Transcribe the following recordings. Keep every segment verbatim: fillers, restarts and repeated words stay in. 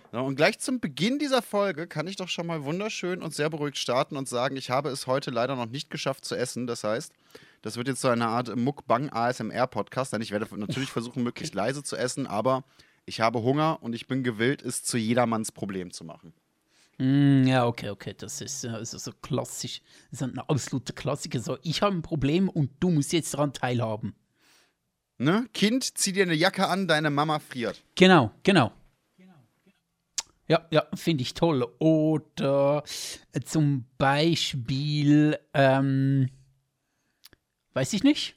So, und gleich zum Beginn dieser Folge kann ich doch schon mal wunderschön und sehr beruhigt starten und sagen, ich habe es heute leider noch nicht geschafft zu essen. Das heißt, das wird jetzt so eine Art Mukbang-A S M R-Podcast, denn ich werde natürlich versuchen, möglichst leise zu essen, aber ich habe Hunger und ich bin gewillt, es zu jedermanns Problem zu machen. Mm, ja, okay, okay, das ist äh, also so klassisch. Das ist ein absoluter Klassiker. So, ich habe ein Problem und du musst jetzt daran teilhaben. Ne? Kind, zieh dir eine Jacke an, deine Mama friert. Genau, genau. Ja, ja, finde ich toll. Oder äh, zum Beispiel, ähm, weiß ich nicht,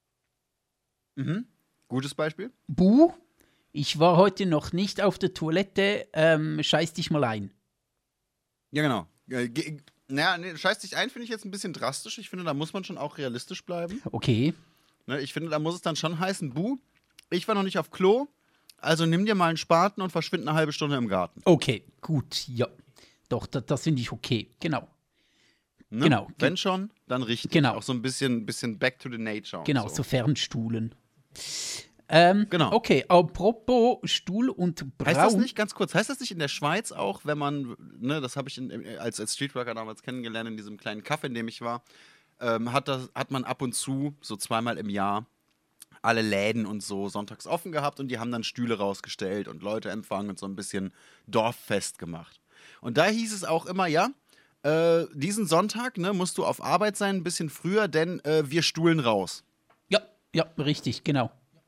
Mhm. Gutes Beispiel. Buh, ich war heute noch nicht auf der Toilette, ähm, scheiß dich mal ein. Ja, genau. Äh, ge- Naja, nee, scheiß dich ein, finde ich jetzt ein bisschen drastisch. Ich finde, da muss man schon auch realistisch bleiben. Okay. Ne? Ich finde, da muss es dann schon heißen, Buh, ich war noch nicht auf Klo, also nimm dir mal einen Spaten und verschwind eine halbe Stunde im Garten. Okay, gut, ja. Doch, da, das finde ich okay. Genau, Ne? genau. ge- Wenn schon, dann richtig. Genau. Auch so ein bisschen, bisschen back to the nature. und Genau, so. so Fernstuhlen. Ähm, Genau. Okay, apropos Stuhl und Braun. Heißt das nicht, ganz kurz, heißt das nicht in der Schweiz auch, wenn man, ne, das habe ich in, als, als Streetworker damals kennengelernt, in diesem kleinen Kaff, in dem ich war, ähm, hat, das, hat man ab und zu, so zweimal im Jahr, alle Läden und so sonntags offen gehabt und die haben dann Stühle rausgestellt und Leute empfangen und so ein bisschen Dorffest gemacht. Und da hieß es auch immer, ja, äh, diesen Sonntag, ne, musst du auf Arbeit sein, ein bisschen früher, denn äh, wir stuhlen raus. Ja, ja, richtig, genau.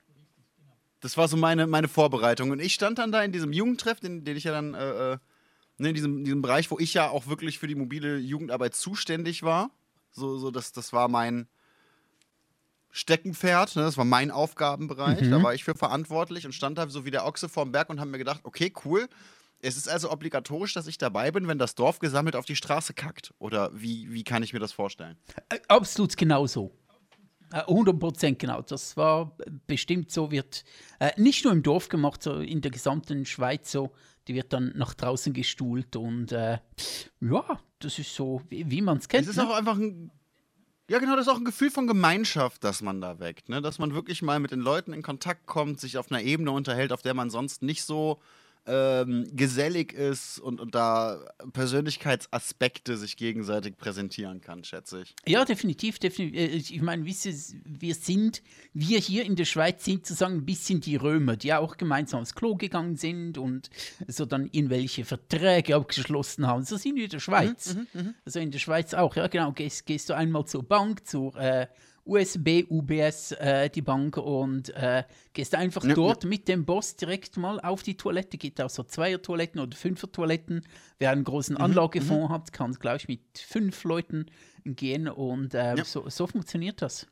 Das war so meine, meine Vorbereitung. Und ich stand dann da in diesem Jugendtreff, den, den ich ja dann, äh, äh, ne, in diesem, diesem Bereich, wo ich ja auch wirklich für die mobile Jugendarbeit zuständig war. So, so das, das war mein Steckenpferd, ne? Das war mein Aufgabenbereich. Mhm. Da war ich für verantwortlich und stand da so wie der Ochse vorm Berg und habe mir gedacht, okay, cool. Es ist also obligatorisch, dass ich dabei bin, wenn das Dorf gesammelt auf die Straße kackt. Oder wie, wie kann ich mir das vorstellen? Äh, absolut genauso. Äh, hundert Prozent genau. Das war äh, bestimmt so, wird äh, nicht nur im Dorf gemacht, so in der gesamten Schweiz so. Die wird dann nach draußen gestuhlt und äh, ja, das ist so, wie, wie man es kennt. Es ist Ne? auch einfach ein Ja, genau, das ist auch ein Gefühl von Gemeinschaft, das man da weckt. Ne? Dass man wirklich mal mit den Leuten in Kontakt kommt, sich auf einer Ebene unterhält, auf der man sonst nicht so ähm, gesellig ist und, und da Persönlichkeitsaspekte sich gegenseitig präsentieren kann, schätze ich. Ja, definitiv, definitiv. Äh, Ich meine, wisst ihr, wir sind, wir hier in der Schweiz sind sozusagen ein bisschen die Römer, die auch gemeinsam aufs Klo gegangen sind und so dann irgendwelche Verträge abgeschlossen haben. So sind wir in der Schweiz. Also in der Schweiz auch, ja genau. Gehst, gehst du einmal zur Bank, zur äh, U S B, U B S, äh, die Bank und äh, gehst einfach Ja, dort mit dem Boss direkt mal auf die Toilette. Gibt auch so Zweier-Toiletten oder Fünfer-Toiletten. Wer einen großen Anlagefonds hat, kann, glaube ich, mit fünf Leuten gehen und ähm, Ja. so, so funktioniert das.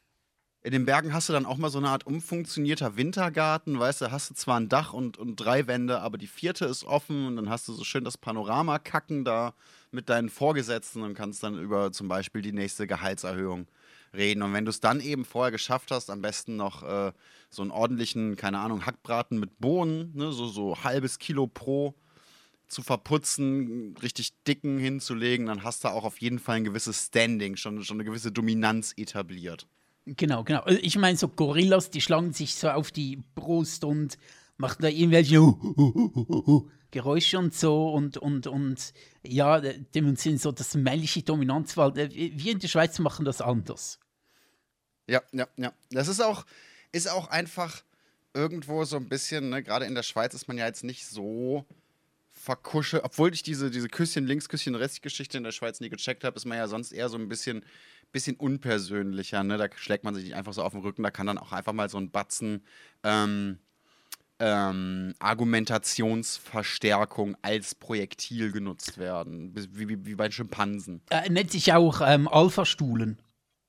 In den Bergen hast du dann auch mal so eine Art umfunktionierter Wintergarten, weißt du, hast du zwar ein Dach und, und drei Wände, aber die vierte ist offen und dann hast du so schön das Panorama-Kacken da mit deinen Vorgesetzten und kannst dann über zum Beispiel die nächste Gehaltserhöhung reden. Und wenn du es dann eben vorher geschafft hast, am besten noch äh, so einen ordentlichen, keine Ahnung, Hackbraten mit Bohnen, ne, so, so halbes Kilo pro zu verputzen, richtig dicken hinzulegen, dann hast du auch auf jeden Fall ein gewisses Standing, schon, schon eine gewisse Dominanz etabliert. Genau, genau. Also ich meine, so Gorillas, die schlagen sich so auf die Brust und machen da irgendwelche Geräusche und so und, und, und ja, demonstrieren so das männliche Dominanz, weil äh, wir in der Schweiz machen das anders. Ja, ja, ja. Das ist auch, ist auch einfach irgendwo so ein bisschen, ne, gerade in der Schweiz ist man ja jetzt nicht so verkuschelt, obwohl ich diese, diese Küsschen links, Küsschen rechts Geschichte in der Schweiz nie gecheckt habe, ist man ja sonst eher so ein bisschen, bisschen unpersönlicher, ne? Da schlägt man sich nicht einfach so auf den Rücken, da kann dann auch einfach mal so ein Batzen ähm, ähm, Argumentationsverstärkung als Projektil genutzt werden, wie, wie, wie bei Schimpansen. Äh, nennt sich auch ähm, Alpha-Stuhlen.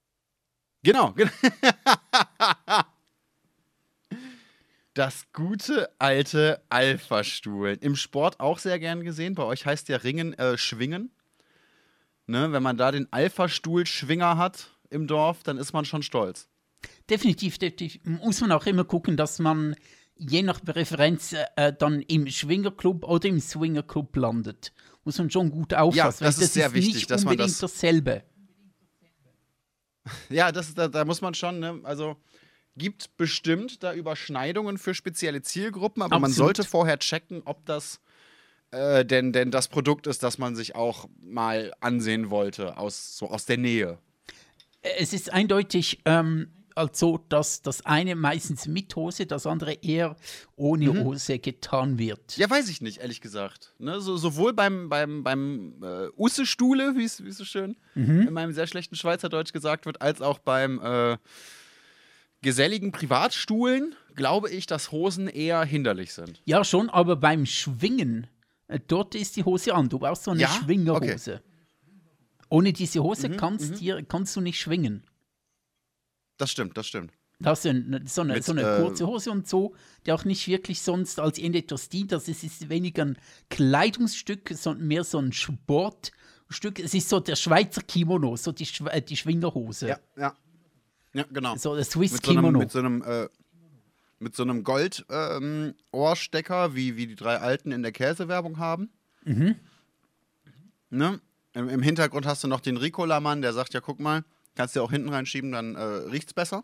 Genau, genau. Das gute alte Alpha-Stuhlen. Im Sport auch sehr gern gesehen. Bei euch heißt ja Ringen äh, Schwingen. Ne? Wenn man da den Alpha-Stuhl-Schwinger hat im Dorf, dann ist man schon stolz. Definitiv, definitiv. Muss man auch immer gucken, dass man je nach Präferenz äh, dann im Schwingerclub oder im Swingerclub landet. Muss man schon gut aufpassen. Ja, das weil ist sehr wichtig, nicht dass man unbedingt das- dasselbe. Ja, das, da, da muss man schon, ne? Also gibt bestimmt da Überschneidungen für spezielle Zielgruppen, aber man Absolut. sollte vorher checken, ob das äh, denn, denn das Produkt ist, das man sich auch mal ansehen wollte, aus, so aus der Nähe. Es ist eindeutig ähm, also, dass das eine meistens mit Hose, das andere eher ohne Mhm. Hose getan wird. Ja, weiß ich nicht, ehrlich gesagt. Ne, so, sowohl beim, beim, beim äh, Ussestuhle, wie es so schön in meinem sehr schlechten Schweizerdeutsch gesagt wird, als auch beim äh, geselligen Privatstuhlen, glaube ich, dass Hosen eher hinderlich sind. Ja, schon, aber beim Schwingen, äh, dort ist die Hose an. Du brauchst so eine Ja? Schwingerhose. Ohne diese Hose Mhm, kannst, mhm. dir, kannst du nicht schwingen. Das stimmt, das stimmt. Da hast du ein- so eine, Mit, so eine äh, kurze Hose und so, die auch nicht wirklich sonst als irgendetwas dient. Also es ist weniger ein Kleidungsstück, sondern mehr so ein Sportstück. Es ist so der Schweizer Kimono, so die, Schw äh, die Schwingerhose. Ja, ja. Ja, genau. So der Swiss Mit so einem, Kimono. mit so einem, äh, mit so einem Gold-Ohrstecker, wie, wie die drei Alten in der Käsewerbung haben. Mhm. Ne? Im, Im Hintergrund hast du noch den Ricola-Mann, der sagt, ja, guck mal, kannst du auch hinten reinschieben, dann äh, riecht's besser.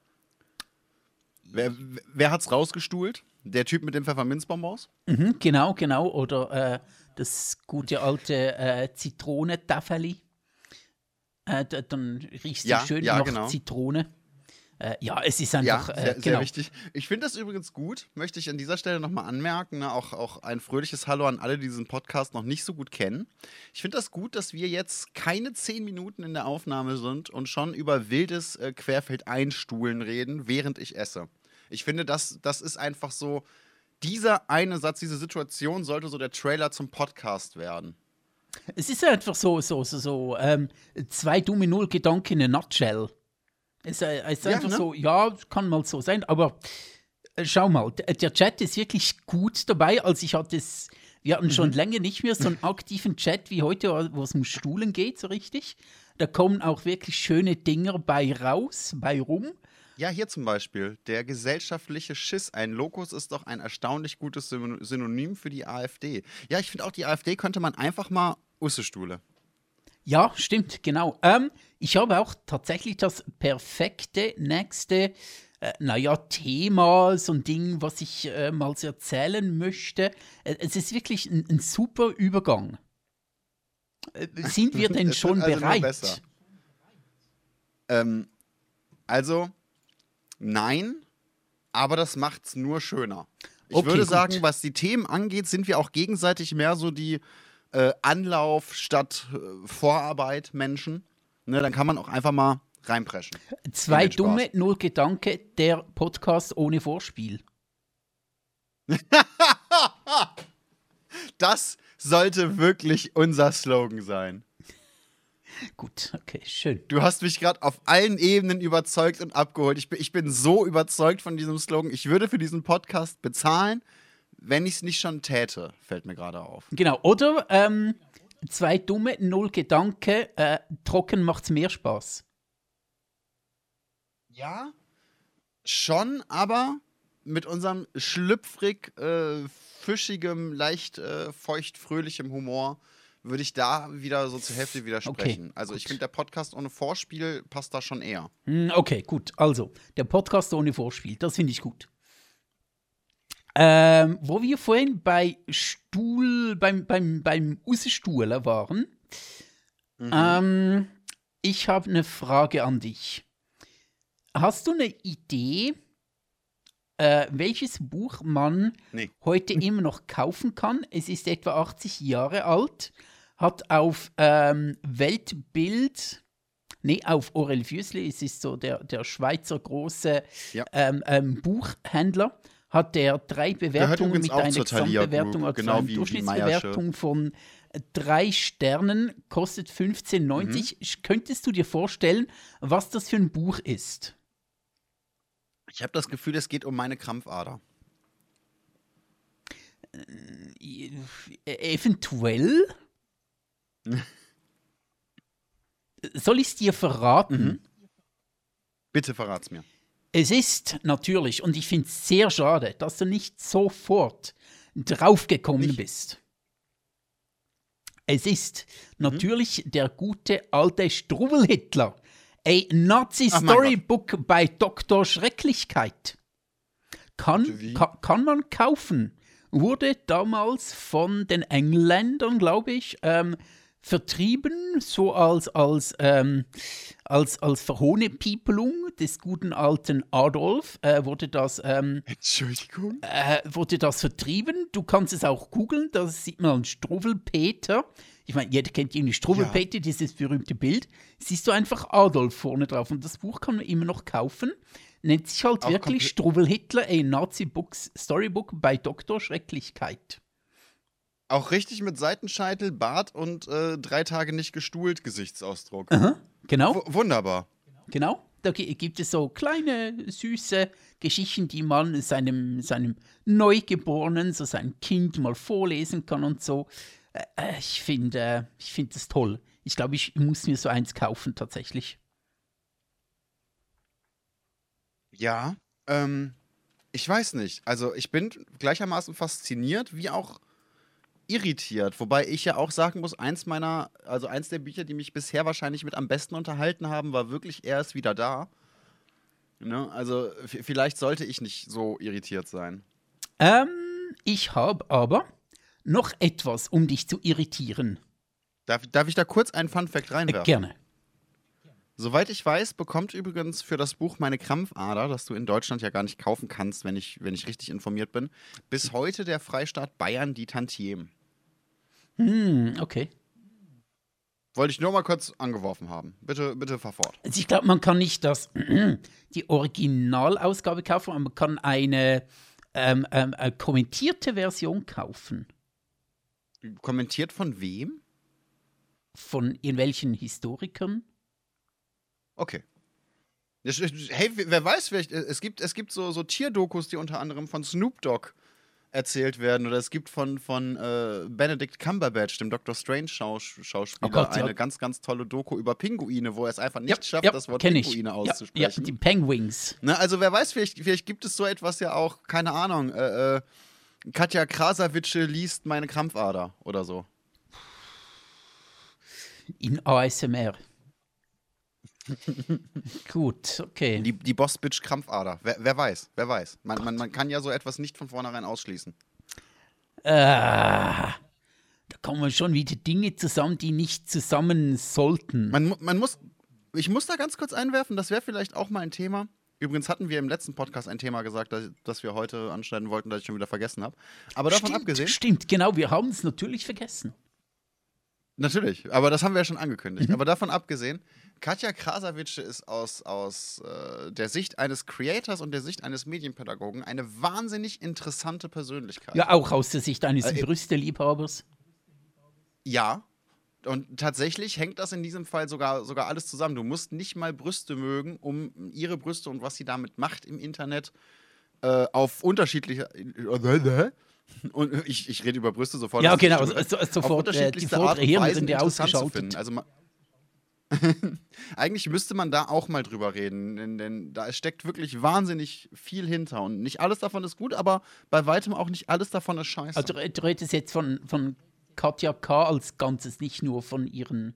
Wer, wer hat's rausgestuhlt? Der Typ mit den Pfefferminzbonbons? Mhm, genau, genau. Oder äh, das gute alte äh, Zitronentaffeli. Äh, da- dann riechst du Ja, schön ja, nach genau. Zitrone. Äh, ja, es ist Ja, einfach, sehr, äh, sehr genau. wichtig. Ich finde das übrigens gut, möchte ich an dieser Stelle nochmal anmerken. Ne? Auch, auch ein fröhliches Hallo an alle, die diesen Podcast noch nicht so gut kennen. Ich finde das gut, dass wir jetzt keine zehn Minuten in der Aufnahme sind und schon über wildes äh, Querfeldeinstuhlen reden, während ich esse. Ich finde, das, das ist einfach so, dieser eine Satz, diese Situation sollte so der Trailer zum Podcast werden. Es ist einfach so, so, so, so ähm, zwei dumme Null Gedanken in a nutshell. Es äh, es ist Ja, einfach ne? so, ja, kann mal so sein, aber äh, schau mal, d- der Chat ist wirklich gut dabei. Also ich hatte es, wir hatten schon länger nicht mehr so einen aktiven Chat wie heute, wo es um Stuhlen geht, so richtig. Da kommen auch wirklich schöne Dinger bei raus, bei rum. Ja, hier zum Beispiel, der gesellschaftliche Schiss. Ein Lokus ist doch ein erstaunlich gutes Syn- Synonym für die AfD. Ja, ich finde auch, die AfD könnte man einfach mal Ussestuhle. Ja, stimmt, genau. Ähm, ich habe auch tatsächlich das perfekte nächste, äh, naja, Thema, so ein Ding, was ich äh, mal so erzählen möchte. Äh, es ist wirklich ein, ein super Übergang. Äh, sind wir denn Es schon wird also nur bereit? besser. Ähm, also, nein, aber das macht's nur schöner. Ich Okay, würde gut. sagen, was die Themen angeht, sind wir auch gegenseitig mehr so die äh, Anlauf statt äh, Vorarbeit Menschen. Ne, dann kann man auch einfach mal reinpreschen. Zwei In den Spaß. dumme, null Gedanke, der Podcast ohne Vorspiel. Das sollte wirklich unser Slogan sein. Gut, okay, schön. Du hast mich gerade auf allen Ebenen überzeugt und abgeholt. Ich bin, ich bin so überzeugt von diesem Slogan. Ich würde für diesen Podcast bezahlen, wenn ich es nicht schon täte, fällt mir gerade auf. Genau, oder ähm, zwei dumme, null Gedanke, äh, trocken macht's mehr Spaß. Ja, schon, aber mit unserem schlüpfrig, äh, fischigem, leicht äh, feucht-fröhlichem Humor würde ich da wieder so zur Hälfte widersprechen. Okay, also ich gut. finde, der Podcast ohne Vorspiel passt da schon eher. Hm, Okay, gut. Also, der Podcast ohne Vorspiel, das finde ich gut. Ähm, wo wir vorhin bei Stuhl, beim, beim, beim Ussestuhl waren, ähm, ich habe eine Frage an dich. Hast du eine Idee, äh, welches Buch man Nee. heute immer noch kaufen kann? Es ist etwa achtzig Jahre alt, hat auf ähm, Weltbild, nee, auf Aurel Füssli, es ist so der, der Schweizer große Ja. ähm, ähm, Buchhändler, hat der drei Bewertungen übrigens mit auch einer zur Thalia Gesamtbewertung, Group, also genau eine wie- wie Durchschnittsbewertung von äh, drei Sternen, kostet fünfzehn neunzig. Mhm. Könntest du dir vorstellen, was das für ein Buch ist? Ich habe das Gefühl, es geht um meine Krampfader. E- Eventuell? Soll ich es dir verraten? Mhm. Bitte verrat's mir. Es ist natürlich, und ich finde es sehr schade, dass du nicht sofort draufgekommen Nicht? bist. Es ist natürlich der gute alte Struwwelhitler. A Nazi Ach, mein Storybook bei Doktor Schrecklichkeit. Kann, Wie? ka kann man kaufen. wurde damals von den Engländern, glaube ich, ähm, vertrieben, so als, als, ähm, als, als Verhohnepiepelung des guten alten Adolf, äh, wurde das ähm, Entschuldigung? Äh, wurde das vertrieben. Du kannst es auch googeln, da sieht man einen Struwwelpeter. Ich meine, jeder kennt irgendwie Struwwelpeter, ja. Dieses berühmte Bild. Siehst du einfach Adolf vorne drauf. Und das Buch kann man immer noch kaufen. Nennt sich halt auch wirklich Struwwelhitler, a Nazi-Storybook bei Doktor Schrecklichkeit. Auch richtig mit Seitenscheitel, Bart und äh, drei Tage nicht gestuhlt Gesichtsausdruck. Aha, genau. W- wunderbar. Genau. Da g- gibt es so kleine, süße Geschichten, die man seinem, seinem Neugeborenen, so seinem Kind mal vorlesen kann und so. Äh, ich finde äh, ich find das toll. Ich glaube, ich muss mir so eins kaufen, tatsächlich. Ja, ähm, ich weiß nicht. Also ich bin gleichermaßen fasziniert, wie auch irritiert. Wobei ich ja auch sagen muss, eins meiner, also eins der Bücher, die mich bisher wahrscheinlich mit am besten unterhalten haben, war wirklich Er ist wieder da. Ne? Also f- vielleicht sollte ich nicht so irritiert sein. Ähm, ich habe aber noch etwas, um dich zu irritieren. Darf, darf ich da kurz einen Funfact Äh, reinwerfen? gerne. Soweit ich weiß, bekommt übrigens für das Buch Meine Krampfader, das du in Deutschland ja gar nicht kaufen kannst, wenn ich, wenn ich richtig informiert bin, bis heute der Freistaat Bayern die Tantiemen. Hm, okay. Wollte ich nur mal kurz angeworfen haben. Bitte, bitte fahr fort. Also ich glaube, man kann nicht das, die Originalausgabe kaufen, aber man kann eine, ähm, ähm, eine kommentierte Version kaufen. Kommentiert von wem? Von irgendwelchen Historikern. Okay. Hey, wer weiß, vielleicht, es gibt, es gibt so, so Tierdokus, die unter anderem von Snoop Dogg erzählt werden. Oder es gibt von, von äh, Benedict Cumberbatch, dem Doctor Strange-Schauspieler, Oh Gott, ja. eine ganz, ganz tolle Doku über Pinguine, wo er es einfach nicht Ja, schafft, ja, das Wort kenn ich. Pinguine Ja, auszusprechen. ja, die Penguins. Ne, also wer weiß, vielleicht, vielleicht gibt es so etwas ja auch, keine Ahnung, äh, äh, Katja Krasavice liest Meine Krampfader oder so. In A S M R. Gut, okay. Die, die Boss-Bitch-Krampfader. Wer, wer weiß, wer weiß. Man, man, man kann ja so etwas nicht von vornherein ausschließen. Ah, da kommen schon wieder Dinge zusammen, die nicht zusammen sollten. Man, mu- man muss, ich muss da ganz kurz einwerfen, das wäre vielleicht auch mal ein Thema. Übrigens hatten wir im letzten Podcast ein Thema gesagt, das, das wir heute anschneiden wollten, das ich schon wieder vergessen habe. Aber davon stimmt, abgesehen, Stimmt, genau, wir haben es natürlich vergessen. natürlich, aber das haben wir ja schon angekündigt. Mhm. Aber davon abgesehen, Katja Krasavice ist aus, aus äh, der Sicht eines Creators und der Sicht eines Medienpädagogen eine wahnsinnig interessante Persönlichkeit. Ja, auch aus der Sicht eines Äh, Brüsteliebhabers. Ja. Und tatsächlich hängt das in diesem Fall sogar, sogar alles zusammen. Du musst nicht mal Brüste mögen, um ihre Brüste und was sie damit macht im Internet äh, auf unterschiedliche. Und ich, ich rede über Brüste sofort. Ja, das ist genau, schon- so, so, auf sofort äh, die unterschiedlichste Art vordere und Weisen Hirnrinde interessant zu ausgeschaltet. finden. Also ma- eigentlich müsste man da auch mal drüber reden, denn, denn da steckt wirklich wahnsinnig viel hinter. Und nicht alles davon ist gut, aber bei weitem auch nicht alles davon ist scheiße. Also du du redest jetzt von, von Katja K. als Ganzes, nicht nur von ihren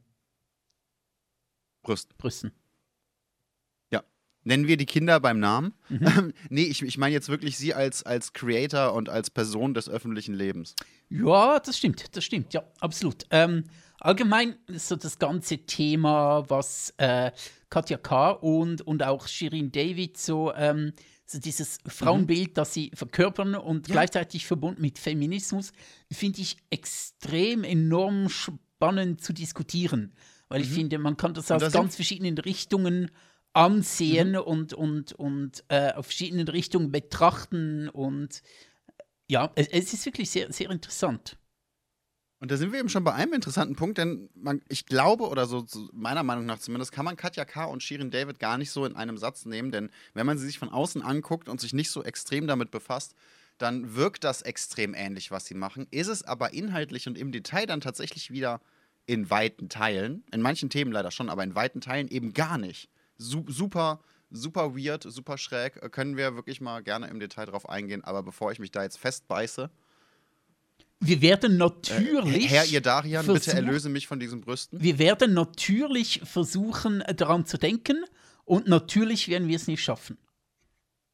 Brüsten. Brüsten. Ja. Nennen wir die Kinder beim Namen? Mhm. nee, ich, ich meine jetzt wirklich sie als, als Creator und als Person des öffentlichen Lebens. Ja, das stimmt, das stimmt, ja, absolut. Ähm, allgemein so das ganze Thema, was äh, Katja K. und, und auch Shirin David so, ähm, so dieses Frauenbild, das sie verkörpern und Ja. gleichzeitig verbunden mit Feminismus, finde ich extrem enorm spannend zu diskutieren. Weil ich Mhm. finde, man kann das Und aus da sind- ganz verschiedenen Richtungen ansehen und, und, und äh, auf verschiedenen Richtungen betrachten und ja, es, es ist wirklich sehr, sehr interessant. Und da sind wir eben schon bei einem interessanten Punkt, denn man, ich glaube, oder so, so meiner Meinung nach zumindest, kann man Katja K. und Shirin David gar nicht so in einem Satz nehmen, denn wenn man sie sich von außen anguckt und sich nicht so extrem damit befasst, dann wirkt das extrem ähnlich, was sie machen. Ist es aber inhaltlich und im Detail dann tatsächlich wieder in weiten Teilen, in manchen Themen leider schon, aber in weiten Teilen eben gar nicht. Su super, super weird, super schräg. Äh, Können wir wirklich mal gerne im Detail drauf eingehen, aber bevor ich mich da jetzt festbeiße, Wir werden äh, natürlich. Herr ihr Darian, bitte versuch- erlöse mich von diesen Brüsten. Wir werden natürlich versuchen, daran zu denken und natürlich werden wir es nicht schaffen.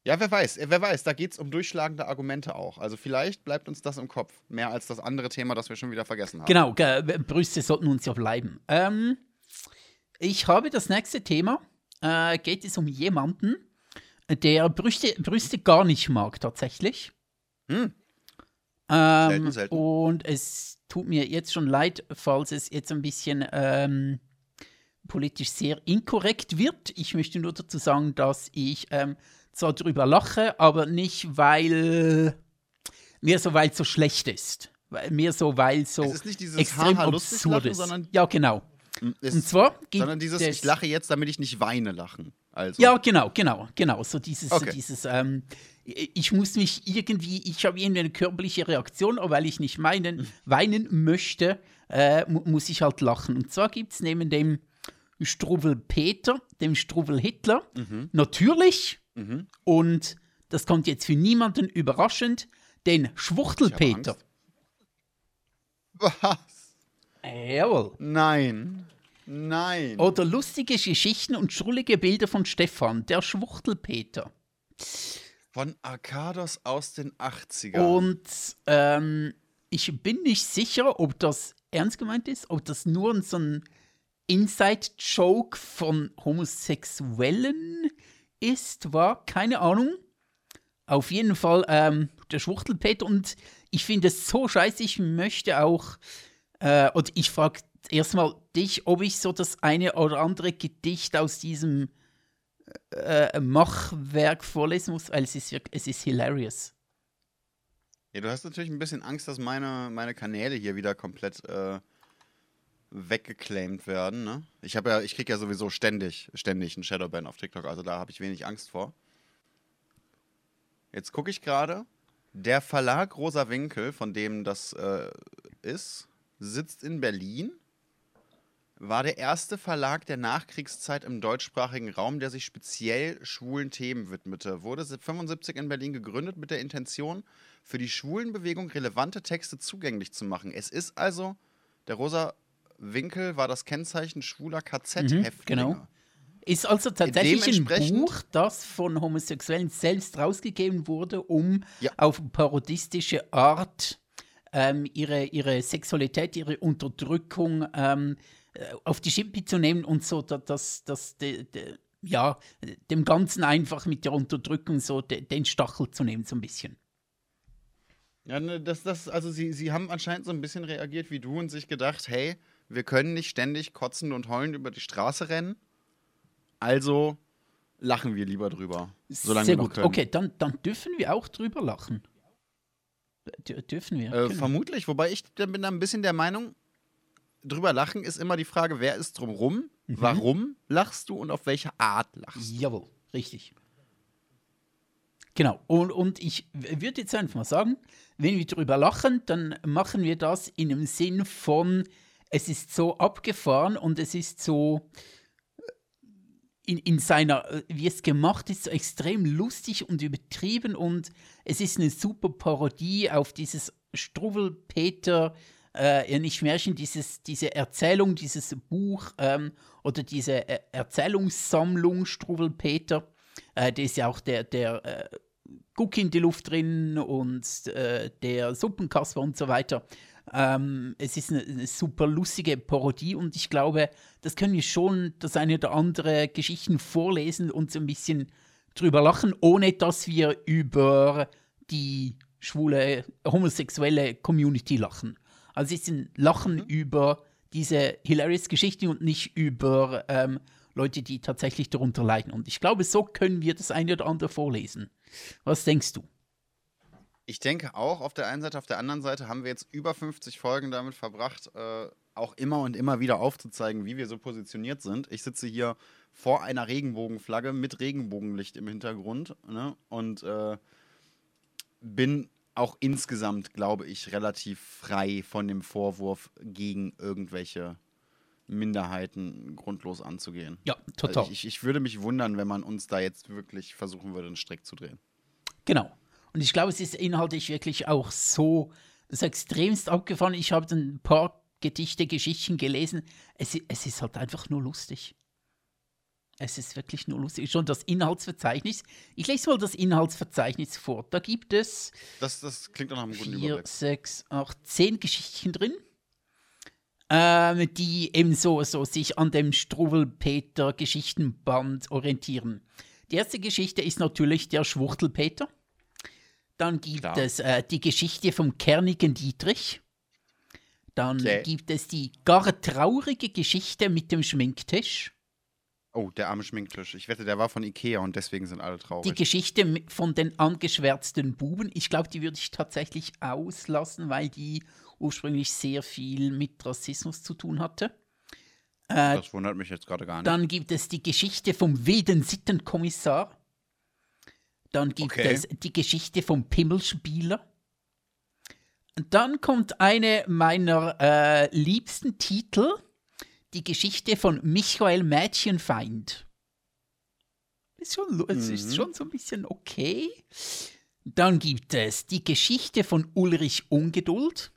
Ja, wer weiß, wer weiß, da geht es um durchschlagende Argumente auch. Also vielleicht bleibt uns das im Kopf, mehr als das andere Thema, das wir schon wieder vergessen haben. Genau, ge- Brüste sollten uns ja bleiben. Ähm, ich habe das nächste Thema, äh, geht es um jemanden, der Brüste, Brüste gar nicht mag tatsächlich. Hm. Ähm, Selten, selten. Und es tut mir jetzt schon leid, falls es jetzt ein bisschen ähm, politisch sehr inkorrekt wird. Ich möchte nur dazu sagen, dass ich ähm, zwar drüber lache, aber nicht, weil mir so, weil es so schlecht ist. Weil, mir so, weil es so Es ist nicht dieses extrem Haha lustig absurd lachen, ist. sondern Ja, genau. es, Und zwar gibt sondern dieses es, ich lache jetzt, damit ich nicht weine lachen. Also. Ja, genau, genau, genau. So dieses, Okay. so dieses ähm, ich muss mich irgendwie, ich habe irgendwie eine körperliche Reaktion, aber weil ich nicht meinen, weinen möchte, äh, mu muss ich halt lachen. Und zwar gibt es neben dem Struwwel Peter, dem Struwwel Hitler, Mhm. natürlich, Mhm. und das kommt jetzt für niemanden überraschend, den Schwuchtel Ich habe Peter. Angst. Was? Äh, jawohl. Nein. Nein. Oder lustige Geschichten und schrullige Bilder von Stefan, der Schwuchtel Peter. Von Arkados aus den achtzigern. Und ähm, ich bin nicht sicher, ob das ernst gemeint ist, ob das nur so ein Inside-Joke von Homosexuellen ist, war, keine Ahnung. Auf jeden Fall ähm, der Schwuchtelpeter, und ich finde es so scheiße, ich möchte auch, äh, und ich frage erstmal dich, ob ich so das eine oder andere Gedicht aus diesem äh, Machwerk vorlesen muss, weil es ist, wirklich, es ist hilarious. Ja, du hast natürlich ein bisschen Angst, dass meine, meine Kanäle hier wieder komplett äh, weggeclaimed werden, ne? Ich habe ja, ich krieg ja sowieso ständig, ständig einen Shadowban auf TikTok, also da habe ich wenig Angst vor. Jetzt gucke ich gerade, der Verlag Rosa Winkel, von dem das äh, ist, sitzt in Berlin, war der erste Verlag der Nachkriegszeit im deutschsprachigen Raum, der sich speziell schwulen Themen widmete. Wurde fünfundsiebzig in Berlin gegründet mit der Intention, für die Schwulenbewegung relevante Texte zugänglich zu machen. Es ist also, der Rosa Winkel war das Kennzeichen schwuler K Z-Häftlinge. Mhm, genau. Ist also tatsächlich ein Dementsprechend- Buch, das von Homosexuellen selbst rausgegeben wurde, um Ja. auf parodistische Art ähm, ihre, ihre Sexualität, ihre Unterdrückung ähm, äh, auf die Schippe zu nehmen und so, da- dass das, de, de, ja, dem Ganzen einfach mit der Unterdrückung so de, den Stachel zu nehmen, so ein bisschen. Ja, ne, das, das, also sie, sie haben anscheinend so ein bisschen reagiert wie du und sich gedacht, hey, wir können nicht ständig kotzend und heulend über die Straße rennen, also lachen wir lieber drüber, solange Sehr wir noch gut. können. Okay, dann, dann dürfen wir auch drüber lachen. D dürfen wir. Äh, können wir. vermutlich, wobei ich da bin da ein bisschen der Meinung, drüber lachen ist immer die Frage, wer ist drumrum, Mhm. warum lachst du und auf welche Art lachst du. Jawohl, richtig. Genau. Und, und ich w- würde jetzt einfach mal sagen, wenn wir drüber lachen, dann machen wir das in dem Sinn von, es ist so abgefahren und es ist so äh, in, in seiner, äh, wie es gemacht ist, so extrem lustig und übertrieben, und es ist eine super Parodie auf dieses Struwwelpeter, äh, ja, nicht Märchen, dieses, diese Erzählung, dieses Buch ähm, oder diese äh, Erzählungssammlung Struwwelpeter. Äh, da ist ja auch der, der äh, Guck in die Luft drin und äh, der Suppenkasper und so weiter. Ähm, es ist eine, eine super lustige Parodie, und ich glaube, das können wir schon das eine oder andere Geschichten vorlesen und so ein bisschen drüber lachen, ohne dass wir über die schwule, homosexuelle Community lachen. Also es ist ein Lachen Mhm. über diese hilarious Geschichte und nicht über ähm, Leute, die tatsächlich darunter leiden. Und ich glaube, so können wir das eine oder andere vorlesen. Was denkst du? Ich denke auch, auf der einen Seite, auf der anderen Seite haben wir jetzt über fünfzig Folgen damit verbracht, äh, auch immer und immer wieder aufzuzeigen, wie wir so positioniert sind. Ich sitze hier vor einer Regenbogenflagge mit Regenbogenlicht im Hintergrund, ne? Und äh, bin auch insgesamt, glaube ich, relativ frei von dem Vorwurf, gegen irgendwelche Minderheiten grundlos anzugehen. Ja, total. Also ich, ich würde mich wundern, wenn man uns da jetzt wirklich versuchen würde, einen Strick zu drehen. Genau. Und ich glaube, es ist inhaltlich wirklich auch so, so extremst abgefahren. Ich habe ein paar Gedichte, Geschichten gelesen. Es, i- es ist halt einfach nur lustig. Es ist wirklich nur lustig. Schon das Inhaltsverzeichnis. Ich lese mal das Inhaltsverzeichnis vor. Da gibt es Das, das klingt doch nach einem guten vier, Überblick. sechs, acht, zehn Geschichten drin, ähm, die eben so, so sich an dem Struwwelpeter-Geschichtenband orientieren. Die erste Geschichte ist natürlich der Schwuchtelpeter. Dann gibt Klar. es äh, die Geschichte vom kernigen Dietrich. Dann Okay. gibt es die gar traurige Geschichte mit dem Schminktisch. Oh, der arme Schminktisch. Ich wette, der war von Ikea und deswegen sind alle traurig. Die Geschichte mi- von den angeschwärzten Buben. Ich glaube, die würde ich tatsächlich auslassen, weil die ursprünglich sehr viel mit Rassismus zu tun hatte. Äh, das wundert mich jetzt gerade gar nicht. Dann gibt es die Geschichte vom wilden Sittenkommissar. Dann gibt Okay. es die Geschichte vom Pimmelspieler. Und dann kommt eine meiner äh, liebsten Titel, die Geschichte von Michael Mädchenfeind. Ist schon, lu- Es ist Mhm. schon so ein bisschen okay. Dann gibt es die Geschichte von Ulrich Ungeduld.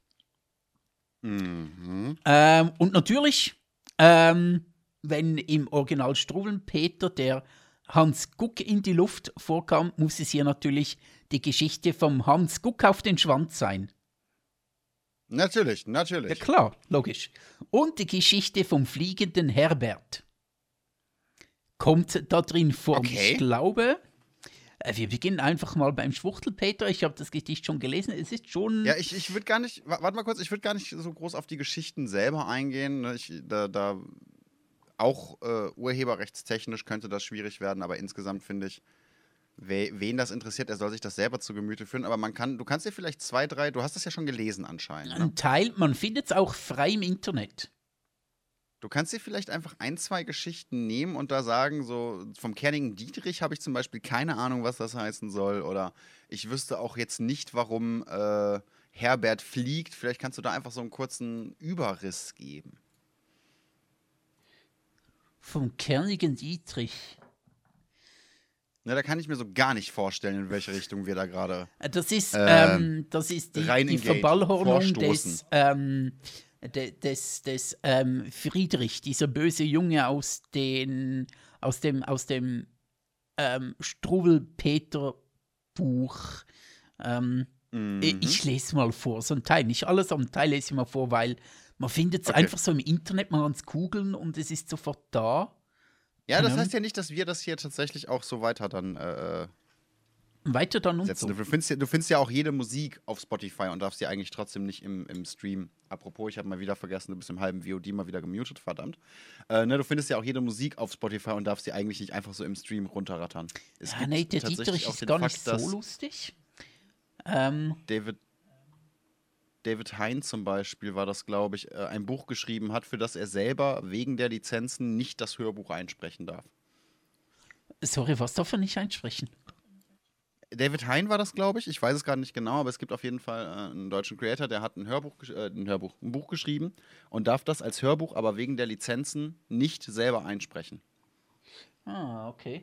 Mhm. Ähm, und natürlich, ähm, wenn im Original Struwwelpeter der Hans Guck in die Luft vorkam, muss es hier natürlich die Geschichte vom Hans Guck auf den Schwanz sein. Natürlich, Ja natürlich. klar, logisch. Und die Geschichte vom fliegenden Herbert kommt da drin vor. Okay. Ich glaube, äh, wir beginnen einfach mal beim Schwuchtelpeter. Ich habe das Gedicht schon gelesen. Es ist schon... Ja, ich, ich würde gar nicht, wa- warte mal kurz, ich würde gar nicht so groß auf die Geschichten selber eingehen. ne. Ich, da, da auch äh, urheberrechtstechnisch könnte das schwierig werden, aber insgesamt finde ich, we, wen das interessiert, er soll sich das selber zu Gemüte führen. Aber man kann, du kannst dir vielleicht zwei, drei, du hast das ja schon gelesen anscheinend. Ne? ein Teil, man findet es auch frei im Internet. Du kannst dir vielleicht einfach ein, zwei Geschichten nehmen und da sagen, so vom kernigen Dietrich habe ich zum Beispiel keine Ahnung, was das heißen soll. Oder ich wüsste auch jetzt nicht, warum äh, Herbert fliegt. Vielleicht kannst du da einfach so einen kurzen Überriss geben. Vom kernigen Dietrich. Ne, da kann ich mir so gar nicht vorstellen, in welche Richtung wir da gerade. Äh, Das ist, Äh, ähm, das ist die, rein die engagen, Verballhornung vorstoßen. des, ähm, de, des, des ähm, Friedrich, dieser böse Junge aus, den, aus dem, aus dem ähm, Struwwelpeter-Buch. Ähm, Mhm. Ich lese mal vor, so ein Teil, nicht alles, aber ein Teil lese ich mal vor, weil man findet es Okay. einfach so im Internet, man kann es googeln und es ist sofort da. Ja, das Keine heißt ja nicht, dass wir das hier tatsächlich auch so weiter dann äh, Weiter dann und setzen. so. Du findest, ja, du findest ja auch jede Musik auf Spotify und darfst sie eigentlich trotzdem nicht im, im Stream. Apropos, ich habe mal wieder vergessen, du bist im halben V O D mal wieder gemutet, verdammt. Äh, ne, du findest ja auch jede Musik auf Spotify und darfst sie eigentlich nicht einfach so im Stream runterrattern. Es Ja, gibt nee, der tatsächlich Dietrich auch ist den gar Fakt, nicht so dass lustig. Ähm, David, David Hein zum Beispiel war das, glaube ich, äh, ein Buch geschrieben hat, für das er selber wegen der Lizenzen nicht das Hörbuch einsprechen darf. sorry, was darf er nicht einsprechen? David Hein war das, glaube ich. Ich weiß es gerade nicht genau, aber es gibt auf jeden Fall äh, einen deutschen Creator, der hat ein Hörbuch, gesch- äh, ein Hörbuch, ein Buch geschrieben und darf das als Hörbuch aber wegen der Lizenzen nicht selber einsprechen. Ah, okay.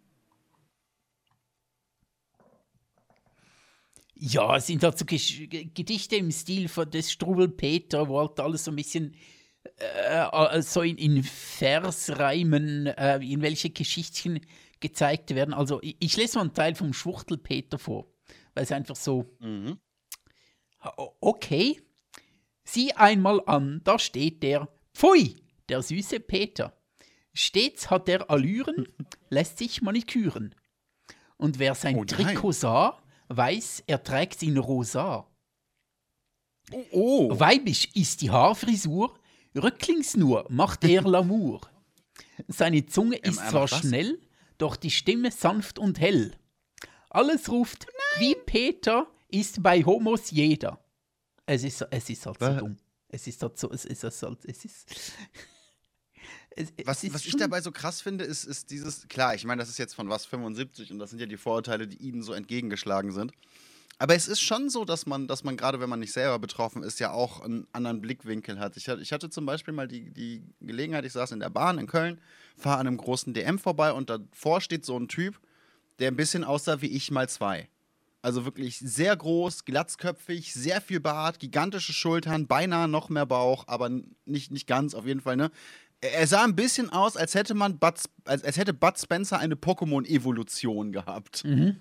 Ja, es sind halt so Gesch Ge- Gedichte im Stil von des Struwwelpeter, wo halt alles so ein bisschen äh, so in, in Versreimen, äh, in welche Geschichten gezeigt werden. Also ich, ich lese mal einen Teil vom Schwuchtelpeter vor, weil es einfach so, Mhm. o- okay, sieh einmal an, da steht der, pfui, der süße Peter. Stets hat er Allüren, lässt sich maniküren. Und wer sein Oh nein. Trikot sah, weiß, er trägt in rosa. Oh, oh. Weibisch ist die Haarfrisur, rücklings nur macht er L'amour. Seine Zunge Ähm, ist er zwar macht was? schnell, doch die Stimme sanft und hell. Alles ruft, wie Peter ist bei Homos jeder. Es ist, es ist halt so Was? dumm. Es ist halt so, es ist halt, es ist... Es, Was, es ist was ich schon- dabei so krass finde, ist, ist dieses, klar, ich meine, das ist jetzt von was, fünfundsiebzig und das sind ja die Vorurteile, die ihnen so entgegengeschlagen sind. Aber es ist schon so, dass man, dass man gerade, wenn man nicht selber betroffen ist, ja auch einen anderen Blickwinkel hat. Ich, hatte- ich hatte zum Beispiel mal die, die Gelegenheit, ich saß in der Bahn in Köln, fahre an einem großen D M vorbei und davor steht so ein Typ, der ein bisschen aussah wie ich mal zwei. Also wirklich sehr groß, glatzköpfig, sehr viel Bart, gigantische Schultern, beinahe noch mehr Bauch, aber n- nicht, nicht ganz, auf jeden Fall, ne? Er, er sah ein bisschen aus, als hätte man Bud, als, als hätte Bud Spencer eine Pokémon-Evolution gehabt. Mhm.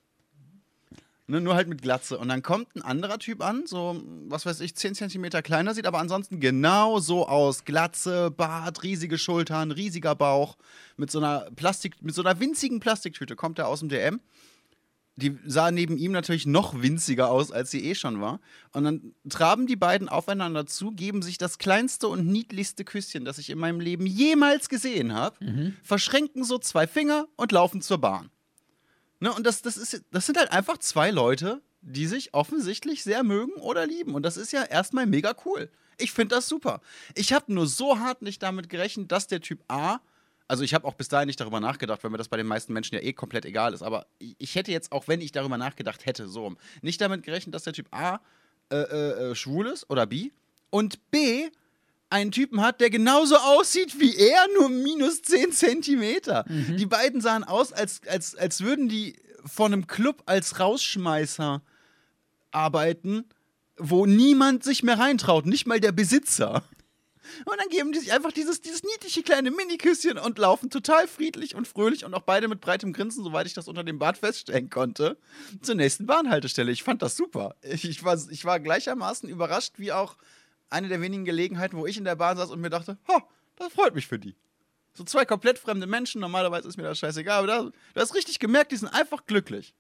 Ne, nur halt mit Glatze. Und dann kommt ein anderer Typ an, so, was weiß ich, zehn Zentimeter kleiner, sieht aber ansonsten genau so aus. Glatze, Bart, riesige Schultern, riesiger Bauch. Mit so einer Plastik, mit so einer winzigen Plastiktüte kommt er aus dem D M. Die sah neben ihm natürlich noch winziger aus, als sie eh schon war. Und dann traben die beiden aufeinander zu, geben sich das kleinste und niedlichste Küsschen, das ich in meinem Leben jemals gesehen habe, Mhm. verschränken so zwei Finger und laufen zur Bahn. Ne, und das, das, ist, das sind halt einfach zwei Leute, die sich offensichtlich sehr mögen oder lieben. Und das ist ja erstmal mega cool. Ich finde das super. Ich habe nur so hart nicht damit gerechnet, dass der Typ A, also ich habe auch bis dahin nicht darüber nachgedacht, weil mir das bei den meisten Menschen ja eh komplett egal ist, aber ich hätte jetzt, auch wenn ich darüber nachgedacht hätte, so, nicht damit gerechnet, dass der Typ A äh, äh, schwul ist oder bi und B einen Typen hat, der genauso aussieht wie er, nur minus zehn Zentimeter. Mhm. Die beiden sahen aus, als, als, als würden die von einem Club als Rausschmeißer arbeiten, wo niemand sich mehr reintraut, nicht mal der Besitzer. Und dann geben die sich einfach dieses, dieses niedliche kleine Miniküsschen und laufen total friedlich und fröhlich und auch beide mit breitem Grinsen, soweit ich das unter dem Bart feststellen konnte, zur nächsten Bahnhaltestelle. Ich fand das super. Ich, ich, war, ich war gleichermaßen überrascht wie auch eine der wenigen Gelegenheiten, wo ich in der Bahn saß und mir dachte, ha, das freut mich für die. So zwei komplett fremde Menschen, normalerweise ist mir das scheißegal, aber da, du hast richtig gemerkt, die sind einfach glücklich.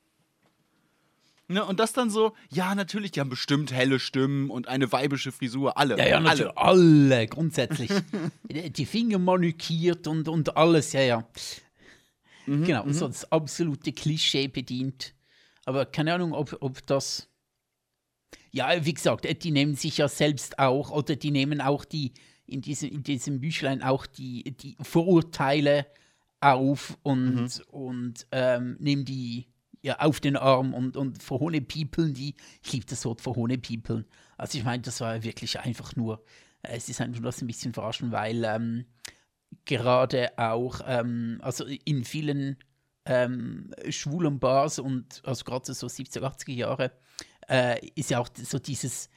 Ne, und das dann so, ja, natürlich, die haben bestimmt helle Stimmen und eine weibische Frisur, alle. Ja, ja, natürlich. alle. Alle, grundsätzlich. Die Finger manikiert und, und alles, ja, ja. Mhm, Genau, mhm. so das absolute Klischee bedient. Aber keine Ahnung, ob, ob das. Ja, wie gesagt, die nehmen sich ja selbst auch, oder die nehmen auch die, in diesem, in diesem Büchlein auch die, die Vorurteile auf und, Mhm. und ähm, nehmen die ja auf den Arm und, und verhohnepiepeln die. Ich liebe das Wort verhohnepiepeln. Also ich meine, das war wirklich einfach nur, äh, es ist einfach nur so ein bisschen verarschen, weil ähm, gerade auch, ähm, also in vielen ähm, schwulen Bars und also gerade so siebziger, achtziger Jahre, äh, ist ja auch so dieses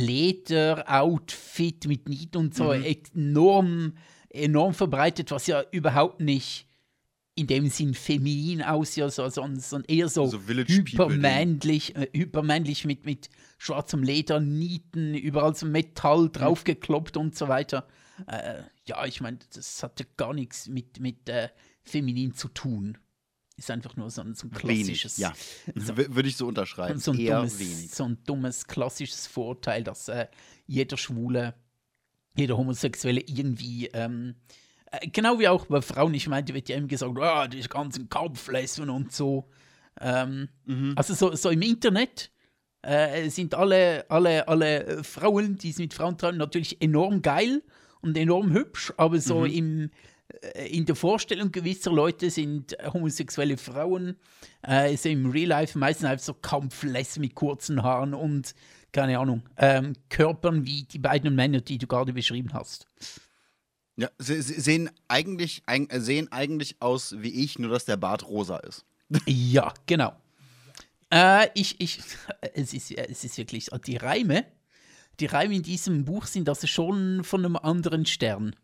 Leder-Outfit mit Nieten und so Mhm. enorm, enorm verbreitet, was ja überhaupt nicht in dem Sinn feminin aussieht, so, sondern so eher so, So Village People-Ding. hypermännlich, äh, hypermännlich mit, mit schwarzem Leder, Nieten, überall so Metall draufgekloppt und so weiter. Äh, ja, ich meine, das hatte gar nichts mit, mit äh, feminin zu tun. Ist einfach nur so ein, so ein klassisches, Wenig, ja. so, W- Würde ich so unterschreiben. so, ein Eher dummes, wenig. so ein dummes, klassisches Vorurteil, dass äh, jeder Schwule, jeder Homosexuelle irgendwie, ähm, äh, genau wie auch bei Frauen, ich meine, wird ja immer gesagt, ah, die ganzen Kampflessen und so. Ähm, Mhm. Also so, so im Internet äh, sind alle, alle, alle äh, Frauen, die es mit Frauen treiben, natürlich enorm geil und enorm hübsch, aber so Mhm. im, äh, in der Vorstellung gewisser Leute sind äh, homosexuelle Frauen äh, so im Real Life meistens halt so Kampfless mit kurzen Haaren und, keine Ahnung, ähm, Körpern wie die beiden Männer, die du gerade beschrieben hast. Ja, sie, sie sehen, eigentlich, eig- äh, sehen eigentlich aus wie ich, nur dass der Bart rosa ist. Ja, genau. Äh, ich, ich, es ist, es ist wirklich, die Reime, die Reime in diesem Buch sind also schon von einem anderen Stern.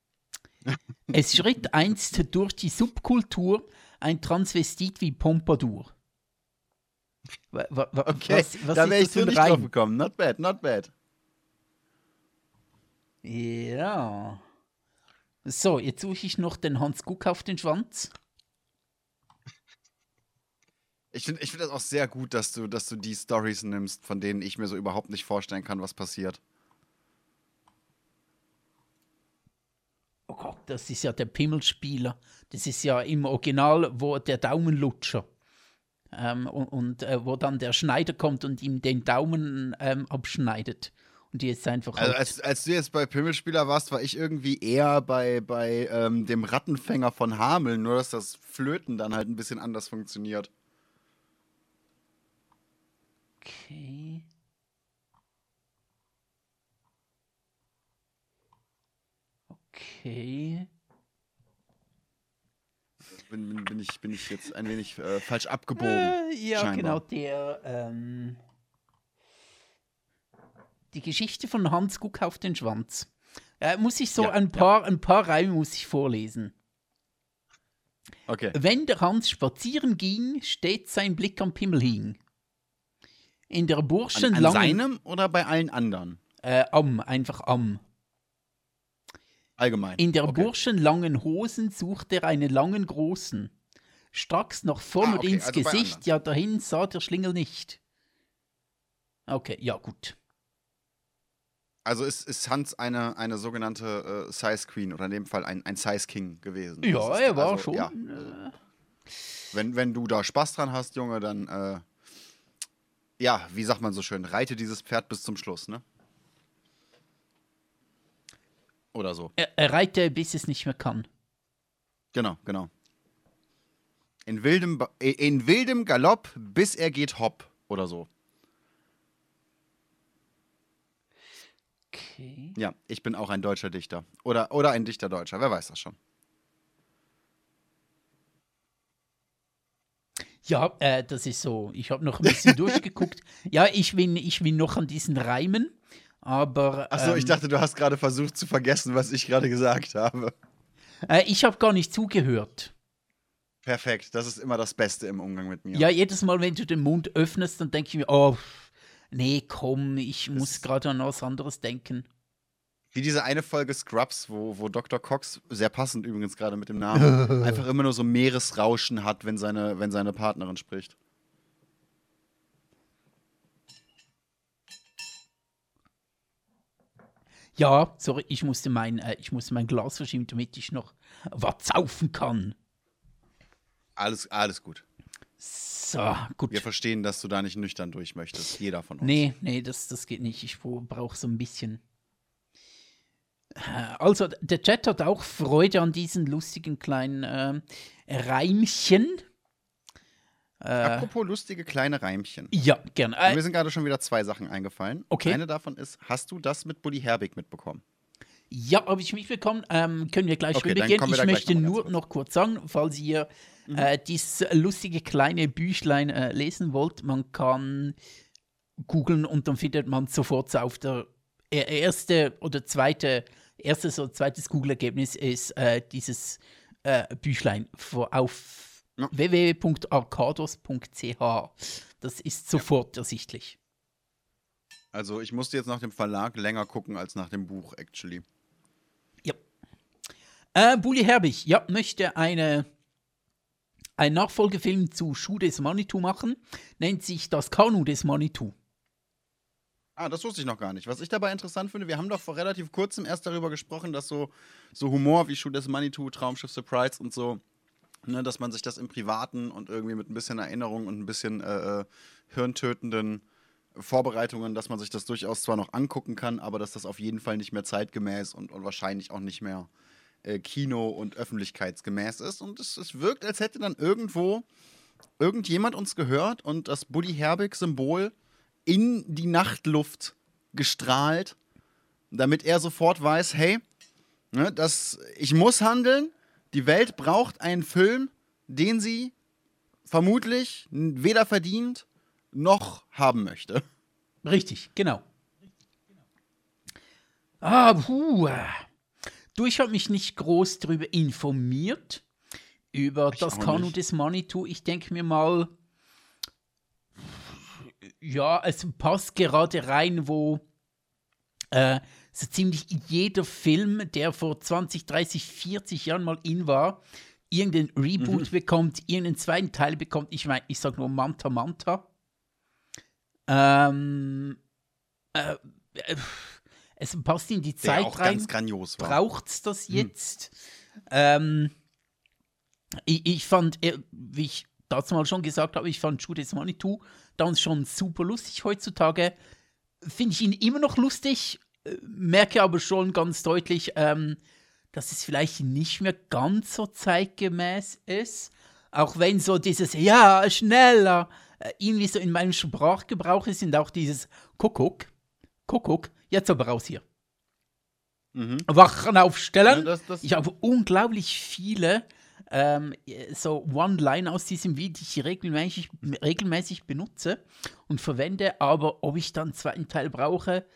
Es schritt einst durch die Subkultur ein Transvestit wie Pompadour. Wa- wa- wa- Okay, was, was da ist wäre ich das für so ein nicht Reim? drauf gekommen. Not bad, not bad. Ja. So, jetzt suche ich noch den Hans Guck auf den Schwanz. Ich finde ich find das auch sehr gut, dass du, dass du die Stories nimmst, von denen ich mir so überhaupt nicht vorstellen kann, was passiert. Oh Gott, das ist ja der Pimmelspieler. Das ist ja im Original, wo der Daumenlutscher. Ähm, und und äh, wo dann der Schneider kommt und ihm den Daumen ähm, abschneidet. Und die ist einfach Also halt, als, als du jetzt bei Pimmelspieler warst, war ich irgendwie eher bei, bei ähm, dem Rattenfänger von Hameln, nur dass das Flöten dann halt ein bisschen anders funktioniert. okay. Okay. Bin, bin, bin, ich, bin ich jetzt ein wenig äh, falsch abgebogen. Äh, ja, scheinbar. genau, der, ähm, die Geschichte von Hans Guck auf den Schwanz. Äh, muss ich so Ja, ein paar, ein paar Reime muss ich vorlesen. Okay. Wenn der Hans spazieren ging, stets sein Blick am Pimmel hing. In der Burschen An, an langen... seinem oder bei allen anderen? Äh, am, einfach am. Allgemein. In der okay. Burschen langen Hosen sucht er einen langen großen. Stracks noch vorn Ah, und okay, ins also bei Gesicht, anderen. ja dahin sah der Schlingel nicht. Okay, ja gut. Also ist, ist Hans eine, eine sogenannte äh, Size Queen oder in dem Fall ein, ein Size King gewesen. Ja, Das ist, er war also, schon. Ja, Äh, wenn, wenn du da Spaß dran hast, Junge, dann, äh, ja, wie sagt man so schön, reite dieses Pferd bis zum Schluss, ne? Oder so. er, er reite, bis es nicht mehr kann. Genau, genau. In wildem, Ba- äh, in wildem Galopp, bis er geht hopp oder so. Okay. Ja, ich bin auch ein deutscher Dichter. Oder, oder ein Dichter Deutscher, wer weiß das schon. Ja, äh, das ist so. Ich habe noch ein bisschen durchgeguckt. Ja, ich bin, ich bin noch an diesen Reimen, aber. Achso, ähm, ich dachte, du hast gerade versucht zu vergessen, was ich gerade gesagt habe. Äh, ich habe gar nicht zugehört. Perfekt, das ist immer das Beste im Umgang mit mir. Ja, jedes Mal, wenn du den Mund öffnest, dann denke ich mir, oh, nee, komm, ich muss gerade an was anderes denken. Wie diese eine Folge Scrubs, wo, wo Doktor Cox, sehr passend übrigens gerade mit dem Namen, einfach immer nur so Meeresrauschen hat, wenn seine, wenn seine Partnerin spricht. Ja, sorry, ich musste mein, äh, ich musste mein Glas verschieben, damit ich noch was saufen kann. Alles, alles gut. So, gut. Wir verstehen, dass du da nicht nüchtern durch möchtest. Jeder von uns. Nee, nee, das, das geht nicht. Ich brauche so ein bisschen. Äh, Also, der Chat hat auch Freude an diesen lustigen kleinen äh, Reimchen. Äh, Apropos lustige kleine Reimchen. ja, gern. Mir Äh, sind gerade schon wieder zwei Sachen eingefallen. Okay. Eine davon ist, hast du das mit Bully Herbig mitbekommen? ja, habe ich mitbekommen. Ähm, können wir gleich Okay, dann rübergehen. kommen wir Ich da gleich möchte noch mal ganz nur kurz. noch kurz sagen, falls ihr äh, dieses lustige kleine Büchlein äh, lesen wollt, man kann googeln und dann findet man sofort auf der e- erste oder zweite, erstes oder zweites Google-Ergebnis ist äh, dieses äh, Büchlein vor, auf Ja. w w w punkt arcados punkt c h. Das ist sofort ersichtlich. Also ich musste jetzt nach dem Verlag länger gucken als nach dem Buch, actually. Ja. Äh, Bully Herbig, ja, möchte eine, einen Nachfolgefilm zu Schuh des Manitou machen. Nennt sich das Kanu des Manitou. Ah, das wusste ich noch gar nicht. Was ich dabei interessant finde, wir haben doch vor relativ kurzem erst darüber gesprochen, dass so, so Humor wie Schuh des Manitou, Traumschiff Surprise und so, ne, dass man sich das im Privaten und irgendwie mit ein bisschen Erinnerung und ein bisschen äh, äh, hirntötenden Vorbereitungen, dass man sich das durchaus zwar noch angucken kann, aber dass das auf jeden Fall nicht mehr zeitgemäß und, und wahrscheinlich auch nicht mehr äh, Kino- und öffentlichkeitsgemäß ist. Und es, es wirkt, als hätte dann irgendwo irgendjemand uns gehört und das Bully Herbig-Symbol in die Nachtluft gestrahlt, damit er sofort weiß, hey, ne, das, ich muss handeln, die Welt braucht einen Film, den sie vermutlich weder verdient noch haben möchte. Richtig, genau. Ah, puh. Du, ich habe mich nicht groß darüber informiert, über Ich das auch Kanu nicht. des Manitou. Ich denke mir mal, ja, es passt gerade rein, wo äh, so ziemlich jeder Film, der vor zwanzig, dreißig, vierzig Jahren mal in war, irgendeinen Reboot bekommt, irgendeinen zweiten Teil bekommt. Ich meine, ich sage nur Manta Manta. Ähm, äh, äh, es passt in die Der Zeit auch rein. ganz grandios war. Braucht's das jetzt? Ähm, ich, ich fand, äh, wie ich dazu mal schon gesagt habe, ich fand Schuh des Manitou damals schon super lustig. Heutzutage finde ich ihn immer noch lustig, äh, merke aber schon ganz deutlich, ähm, dass es vielleicht nicht mehr ganz so zeitgemäß ist. Auch wenn so dieses, ja, schneller, äh, irgendwie so in meinem Sprachgebrauch ist und auch dieses Kuckuck, Kuckuck, jetzt aber raus hier. Mhm. Wachen aufstellen. Ja, das, das, Ich habe unglaublich viele ähm, so One-Line aus diesem Video, die ich regelmäßig, regelmäßig benutze und verwende, aber ob ich dann einen zweiten Teil brauche,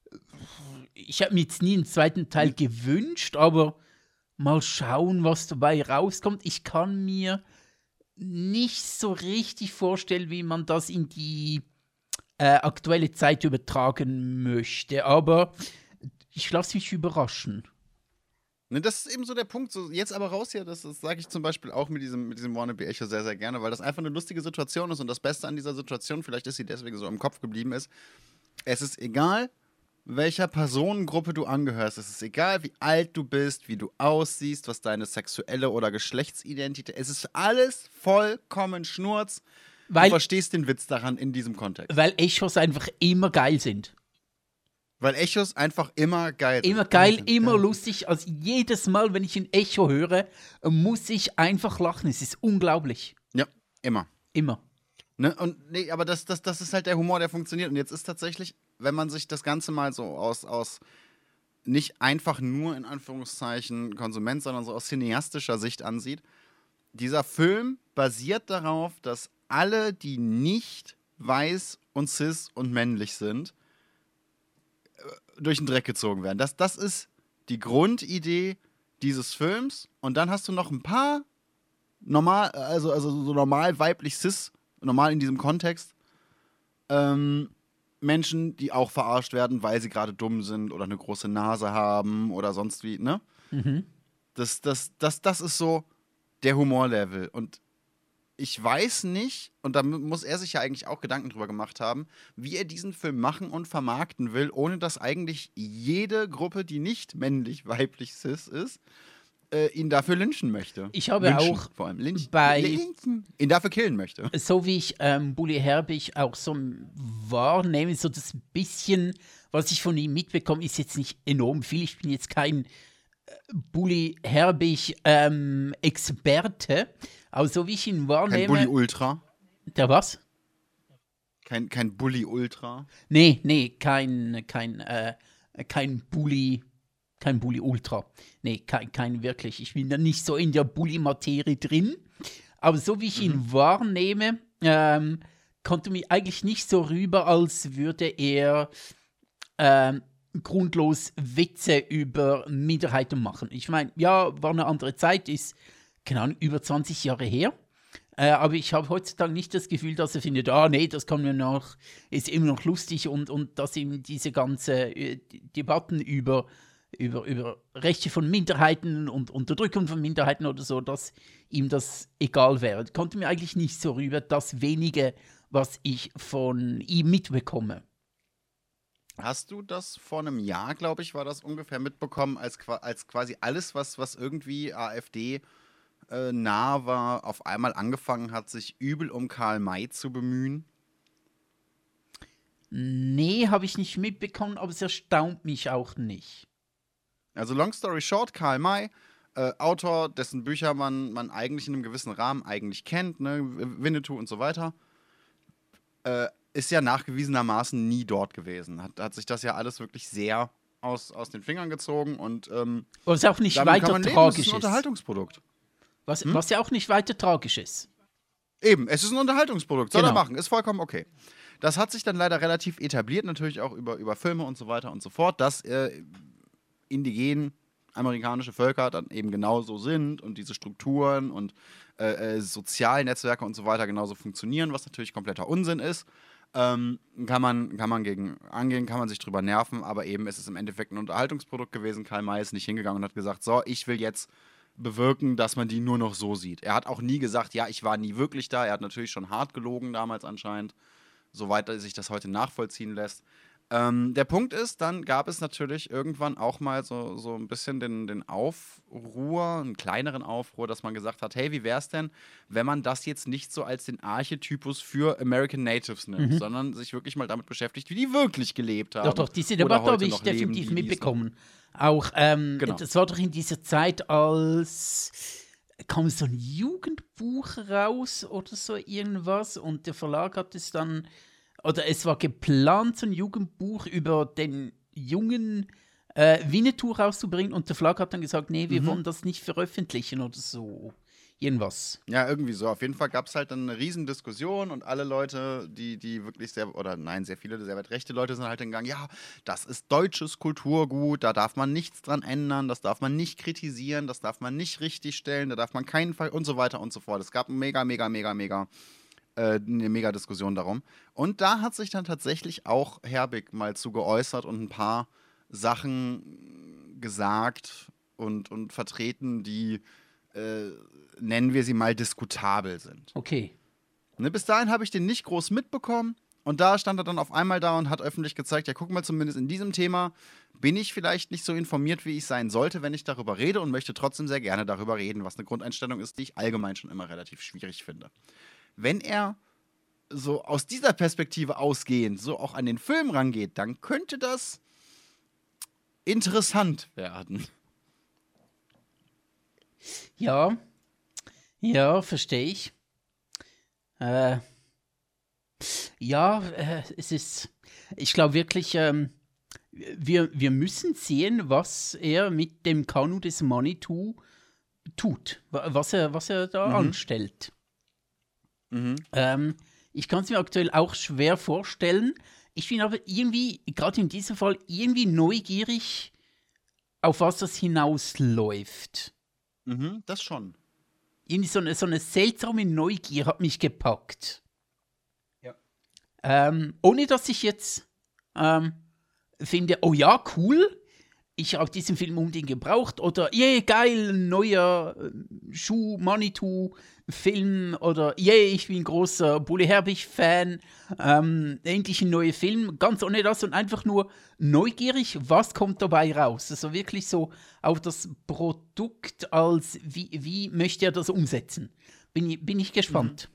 Ich habe mir jetzt nie einen zweiten Teil mhm. gewünscht, aber mal schauen, was dabei rauskommt. Ich kann mir nicht so richtig vorstellen, wie man das in die äh, aktuelle Zeit übertragen möchte, aber ich lasse mich überraschen. Ne, das ist eben so der Punkt. So, jetzt aber raus hier, das, das sage ich zum Beispiel auch mit diesem, mit diesem Wannabe-Echo sehr, sehr gerne, weil das einfach eine lustige Situation ist und das Beste an dieser Situation, vielleicht ist sie deswegen so im Kopf geblieben ist, es ist egal, welcher Personengruppe du angehörst. Es ist egal, wie alt du bist, wie du aussiehst, was deine sexuelle oder Geschlechtsidentität ist. Es ist alles vollkommen Schnurz. Weil, du verstehst den Witz daran in diesem Kontext. Weil Echos einfach immer geil sind. Weil Echos einfach immer geil sind. Immer geil, immer geil. Lustig. Also jedes Mal, wenn ich ein Echo höre, muss ich einfach lachen. Es ist unglaublich. Ja, immer. Immer. Ne? Und nee, aber das, das, das ist halt der Humor, der funktioniert. Und jetzt ist tatsächlich, wenn man sich das Ganze mal so aus, aus nicht einfach nur in Anführungszeichen Konsument, sondern so aus cineastischer Sicht ansieht, dieser Film basiert darauf, dass alle, die nicht weiß und cis und männlich sind, durch den Dreck gezogen werden. Das, das ist die Grundidee dieses Films. Und dann hast du noch ein paar normal, also, also so normal weiblich cis, normal in diesem Kontext, ähm, Menschen, die auch verarscht werden, weil sie gerade dumm sind oder eine große Nase haben oder sonst wie, ne? Mhm. Das, das, das, das ist so der Humorlevel. Und ich weiß nicht, und da muss er sich ja eigentlich auch Gedanken drüber gemacht haben, wie er diesen Film machen und vermarkten will, ohne dass eigentlich jede Gruppe, die nicht männlich, weiblich, cis ist, äh, ihn dafür lynchen möchte. Ich habe lynchen, auch vor allem lynchen, bei lynchen, ihn dafür killen möchte. So wie ich ähm, Bully Herbig auch so wahrnehme, so das bisschen, was ich von ihm mitbekomme, ist jetzt nicht enorm viel. Ich bin jetzt kein Bully Herbig ähm, Experte, aber so wie ich ihn wahrnehme. Kein Bully Ultra? Der was? Kein, kein Bully Ultra? Nee, nee, kein, kein, äh, kein Bully, kein Bully Ultra. Nee, kein, kein wirklich. Ich bin da nicht so in der Bully-Materie drin. Aber so wie ich ihn mhm. wahrnehme, ähm, kommt er mir eigentlich nicht so rüber, als würde er ähm, grundlos Witze über Minderheiten machen. Ich meine, ja, war eine andere Zeit, ist, keine Ahnung, über zwanzig Jahre her. Äh, aber ich habe heutzutage nicht das Gefühl, dass er findet, ah nee, das kann mir noch, ist immer noch lustig und, und dass ihm diese ganze äh, Debatten über, über, über Rechte von Minderheiten und Unterdrückung von Minderheiten oder so, dass ihm das egal wäre. Kommt mir eigentlich nicht so rüber, das wenige, was ich von ihm mitbekomme. Hast du das vor einem Jahr, glaube ich, war das ungefähr mitbekommen, als, als quasi alles, was, was irgendwie AfD äh, nah war, auf einmal angefangen hat, sich übel um Karl May zu bemühen? Nee, habe ich nicht mitbekommen, aber es erstaunt mich auch nicht. Also long story short, Karl May, äh, Autor, dessen Bücher man, man eigentlich in einem gewissen Rahmen eigentlich kennt, ne, Winnetou und so weiter, äh, ist ja nachgewiesenermaßen nie dort gewesen. Hat, hat sich das ja alles wirklich sehr aus, aus den Fingern gezogen und ähm, was auch nicht weiter tragisch leben. Es ist ein Unterhaltungsprodukt. Was, hm? was ja auch nicht weiter tragisch ist. Eben, es ist ein Unterhaltungsprodukt. Soll genau. er machen, ist vollkommen okay. Das hat sich dann leider relativ etabliert, natürlich auch über, über Filme und so weiter und so fort, dass äh, indigenen amerikanische Völker dann eben genauso sind und diese Strukturen und äh, äh, Sozialnetzwerke und so weiter genauso funktionieren, was natürlich kompletter Unsinn ist. Ähm, kann man, kann man gegen angehen, kann man sich drüber nerven, aber eben ist es im Endeffekt ein Unterhaltungsprodukt gewesen. Karl May ist nicht hingegangen und hat gesagt, so, ich will jetzt bewirken, dass man die nur noch so sieht. Er hat auch nie gesagt, ja, ich war nie wirklich da. Er hat natürlich schon hart gelogen damals anscheinend, soweit sich das heute nachvollziehen lässt. Ähm, der Punkt ist, dann gab es natürlich irgendwann auch mal so, so ein bisschen den, den Aufruhr, einen kleineren Aufruhr, dass man gesagt hat, hey, wie wär's denn, wenn man das jetzt nicht so als den Archetypus für American Natives nimmt, Mhm. sondern sich wirklich mal damit beschäftigt, wie die wirklich gelebt haben. Doch, doch, diese oder Debatte heute habe ich noch leben, definitiv die mitbekommen. Auch, ähm, Genau. das war doch in dieser Zeit, als kam so ein Jugendbuch raus oder so irgendwas und der Verlag hat es dann, oder es war geplant, so ein Jugendbuch über den jungen äh, Winnetou rauszubringen und der Verlag hat dann gesagt, nee, wir Mhm. wollen das nicht veröffentlichen oder so. irgendwas. Ja, irgendwie so. Auf jeden Fall gab es halt dann eine riesen Diskussion und alle Leute, die, die wirklich sehr, oder nein, sehr viele sehr weit rechte Leute sind halt dann gegangen, ja, das ist deutsches Kulturgut, da darf man nichts dran ändern, das darf man nicht kritisieren, das darf man nicht richtigstellen, da darf man keinen Fall und so weiter und so fort. Es gab eine mega, mega, mega, mega, äh, eine mega Diskussion darum. Und da hat sich dann tatsächlich auch Herbig mal zu geäußert und ein paar Sachen gesagt und, und vertreten, die äh, nennen wir sie mal diskutabel sind. Okay. Ne, bis dahin habe ich den nicht groß mitbekommen und da stand er dann auf einmal da und hat öffentlich gezeigt, ja guck mal, zumindest in diesem Thema bin ich vielleicht nicht so informiert, wie ich sein sollte, wenn ich darüber rede und möchte trotzdem sehr gerne darüber reden, was eine Grundeinstellung ist, die ich allgemein schon immer relativ schwierig finde. Wenn er so aus dieser Perspektive ausgehend so auch an den Film rangeht, dann könnte das interessant werden. Ja, ja, verstehe ich. Äh, ja, äh, es ist, ich glaube wirklich, ähm, wir, wir müssen sehen, was er mit dem Kanu des Manitou tut, wa- was er, was er da Mhm. anstellt. Mhm. Ähm, ich kann es mir aktuell auch schwer vorstellen. Ich bin aber irgendwie, gerade in diesem Fall, irgendwie neugierig, auf was das hinausläuft. Mhm, das schon. Irgendwie so eine, so eine seltsame Neugier hat mich gepackt. Ja. Ähm, ohne dass ich jetzt ähm, finde, oh ja, cool, ich habe diesen Film unbedingt gebraucht oder yay, geil, ein neuer äh, Schuh, Manitou-Film oder yay, ich bin großer Bully Herbig-Fan, ähm, endlich ein neuer Film, ganz ohne das und einfach nur neugierig, was kommt dabei raus. Also wirklich so auf das Produkt als, wie, wie möchte er das umsetzen. Bin, ich- bin ich gespannt.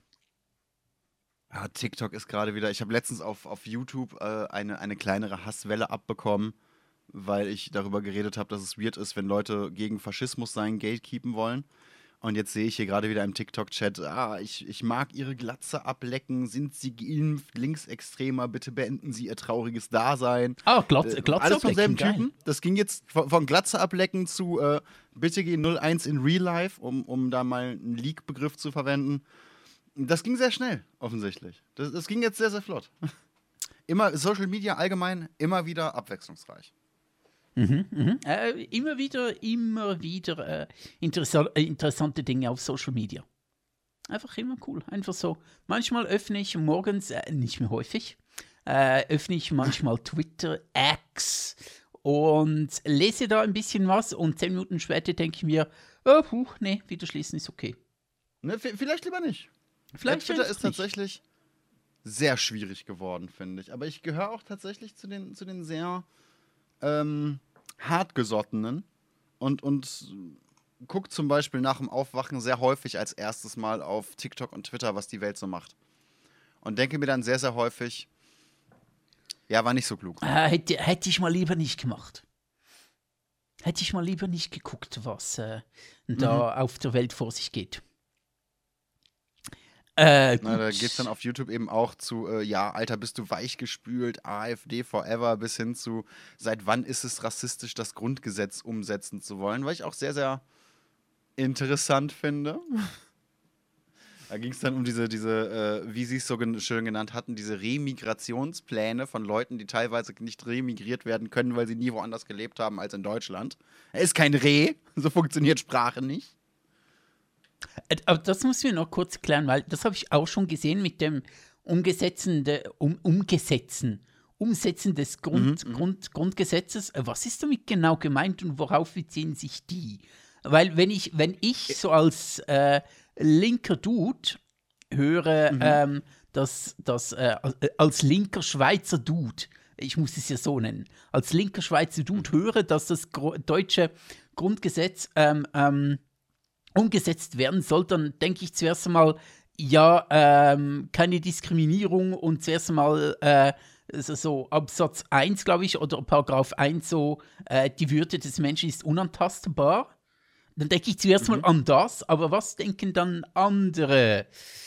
Ja, TikTok ist gerade wieder. Ich habe letztens auf, auf YouTube äh, eine, eine kleinere Hasswelle abbekommen, weil ich darüber geredet habe, dass es weird ist, wenn Leute gegen Faschismus sein gatekeepen wollen. Und jetzt sehe ich hier gerade wieder im TikTok-Chat, ah, ich, ich mag ihre Glatze ablecken, sind sie geimpft, Linksextremer, bitte beenden sie ihr trauriges Dasein. Ah, Glatze, Äh, Glatze alles vom selben ablecken, geil. Typen. Das ging jetzt von, von Glatze ablecken zu äh, bitte geh null eins in Real Life, um, um da mal einen Leak-Begriff zu verwenden. Das ging sehr schnell, offensichtlich. Das, das ging jetzt sehr, sehr flott. Immer Social Media allgemein, immer wieder abwechslungsreich. Mhm, mhm. Äh, immer wieder, immer wieder äh, interessa äh, interessante Dinge auf Social Media. Einfach immer cool. Einfach so. Manchmal öffne ich morgens, äh, nicht mehr häufig, äh, öffne ich manchmal Twitter, X und lese da ein bisschen was und zehn Minuten später denke ich mir, oh, puh, nee, wieder schließen ist okay. Ne, v- vielleicht lieber nicht. Vielleicht ja, Twitter einfach ist nicht. tatsächlich sehr schwierig geworden, finde ich. Aber ich gehöre auch tatsächlich zu den, zu den sehr ähm, hartgesottenen und, und gucke zum Beispiel nach dem Aufwachen sehr häufig als erstes Mal auf TikTok und Twitter, was die Welt so macht. Und denke mir dann sehr, sehr häufig, ja, war nicht so klug. Äh, hätte, hätte ich mal lieber nicht gemacht. Hätte ich mal lieber nicht geguckt, was äh, da auf der Welt vor sich geht. Äh, Na, da gut. geht es dann auf YouTube eben auch zu, äh, ja, Alter, bist du weichgespült, AfD forever, bis hin zu, seit wann ist es rassistisch, das Grundgesetz umsetzen zu wollen, weil ich auch sehr, sehr interessant finde. Da ging es dann um diese, diese äh, wie sie es so gen schön genannt hatten, diese Remigrationspläne von Leuten, die teilweise nicht remigriert werden können, weil sie nie woanders gelebt haben als in Deutschland. Er ist kein Reh, so funktioniert Sprache nicht. Äh, Aber das müssen wir noch kurz klären, weil das habe ich auch schon gesehen mit dem Umgesetzen, de, um, Umgesetzen, Umsetzen des Grund, Mhm, mhm. Grund, Grundgesetzes. Äh, Was ist damit genau gemeint und worauf beziehen sich die? Weil wenn ich, wenn ich so als äh, linker Dude höre, Mhm. ähm, dass, dass äh, als linker Schweizer Dude, ich muss es ja so nennen, als linker Schweizer Dude höre, dass das gro- deutsche Grundgesetz ähm, ähm, umgesetzt werden soll, dann denke ich zuerst einmal, ja, ähm, keine Diskriminierung und zuerst einmal äh, so, so Absatz eins, glaube ich, oder Paragraph eins so, äh, die Würde des Menschen ist unantastbar. Dann denke ich zuerst Mhm. mal an das, aber was denken dann andere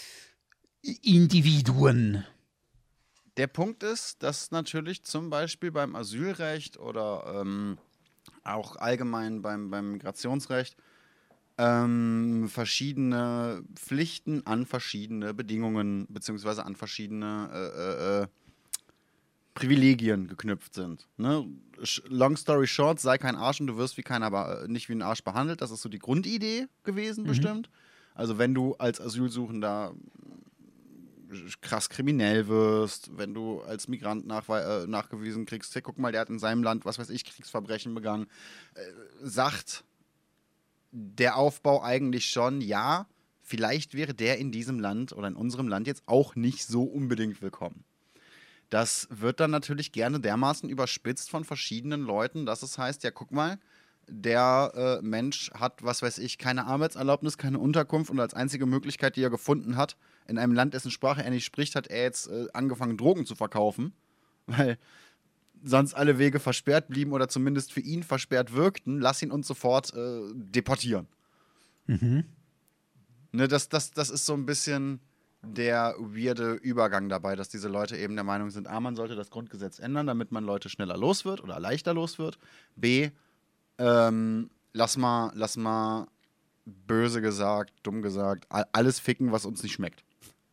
Individuen? Der Punkt ist, dass natürlich zum Beispiel beim Asylrecht oder ähm, auch allgemein beim, beim Migrationsrecht ähm, verschiedene Pflichten an verschiedene Bedingungen beziehungsweise an verschiedene äh, äh, Privilegien geknüpft sind. Ne? Long story short, sei kein Arsch und du wirst wie keiner, aber nicht wie ein Arsch behandelt. Das ist so die Grundidee gewesen, Mhm. bestimmt. Also wenn du als Asylsuchender krass kriminell wirst, wenn du als Migrant nachwe- äh, nachgewiesen kriegst, hey, guck mal, der hat in seinem Land, was weiß ich, Kriegsverbrechen begangen, äh, sagt der Aufbau eigentlich schon, ja, vielleicht wäre der in diesem Land oder in unserem Land jetzt auch nicht so unbedingt willkommen. Das wird dann natürlich gerne dermaßen überspitzt von verschiedenen Leuten, dass es heißt, ja, guck mal, der äh, Mensch hat, was weiß ich, keine Arbeitserlaubnis, keine Unterkunft und als einzige Möglichkeit, die er gefunden hat, in einem Land, dessen Sprache er nicht spricht, hat er jetzt äh, angefangen, Drogen zu verkaufen, weil sonst alle Wege versperrt blieben oder zumindest für ihn versperrt wirkten. Lass ihn uns sofort äh, deportieren. Mhm. Ne, das, das, das ist so ein bisschen der weirde Übergang dabei, dass diese Leute eben der Meinung sind, A, man sollte das Grundgesetz ändern, damit man Leute schneller los wird oder leichter los wird. B, ähm, lass mal, lass mal böse gesagt, dumm gesagt, a- alles ficken, was uns nicht schmeckt.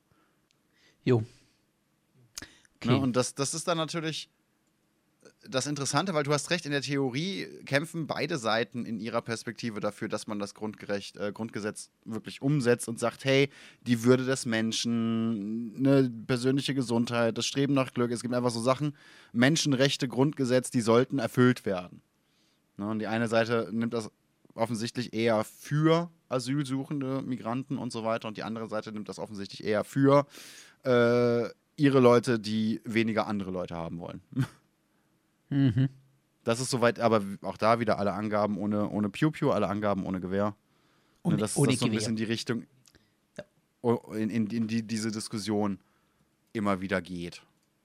Jo. Ne? Okay. Und das, das ist dann natürlich das Interessante, weil du hast recht, in der Theorie kämpfen beide Seiten in ihrer Perspektive dafür, dass man das Grundgerecht, äh, Grundgesetz wirklich umsetzt und sagt, hey, die Würde des Menschen, eine persönliche Gesundheit, das Streben nach Glück, es gibt einfach so Sachen, Menschenrechte, Grundgesetz, die sollten erfüllt werden. Ne? Und die eine Seite nimmt das offensichtlich eher für Asylsuchende, Migranten und so weiter und die andere Seite nimmt das offensichtlich eher für äh, ihre Leute, die weniger andere Leute haben wollen. Mhm. Das ist soweit, aber auch da wieder alle Angaben ohne, ohne Piu-Piu, alle Angaben ohne Gewehr. Ohne, Ne, dass ohne das so ein Gewehr. bisschen die Richtung, Ja. o- in, in, in die diese Diskussion immer wieder geht.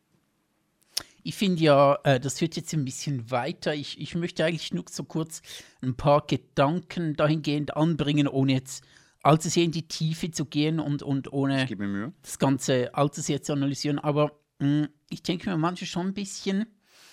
Ich finde ja, äh, das führt jetzt ein bisschen weiter. Ich, ich möchte eigentlich nur so kurz ein paar Gedanken dahingehend anbringen, ohne jetzt allzu sehr in die Tiefe zu gehen und, und ohne Ich gebe mir Mühe. das Ganze allzu sehr zu analysieren. Aber mh, ich denke mir manchmal schon ein bisschen,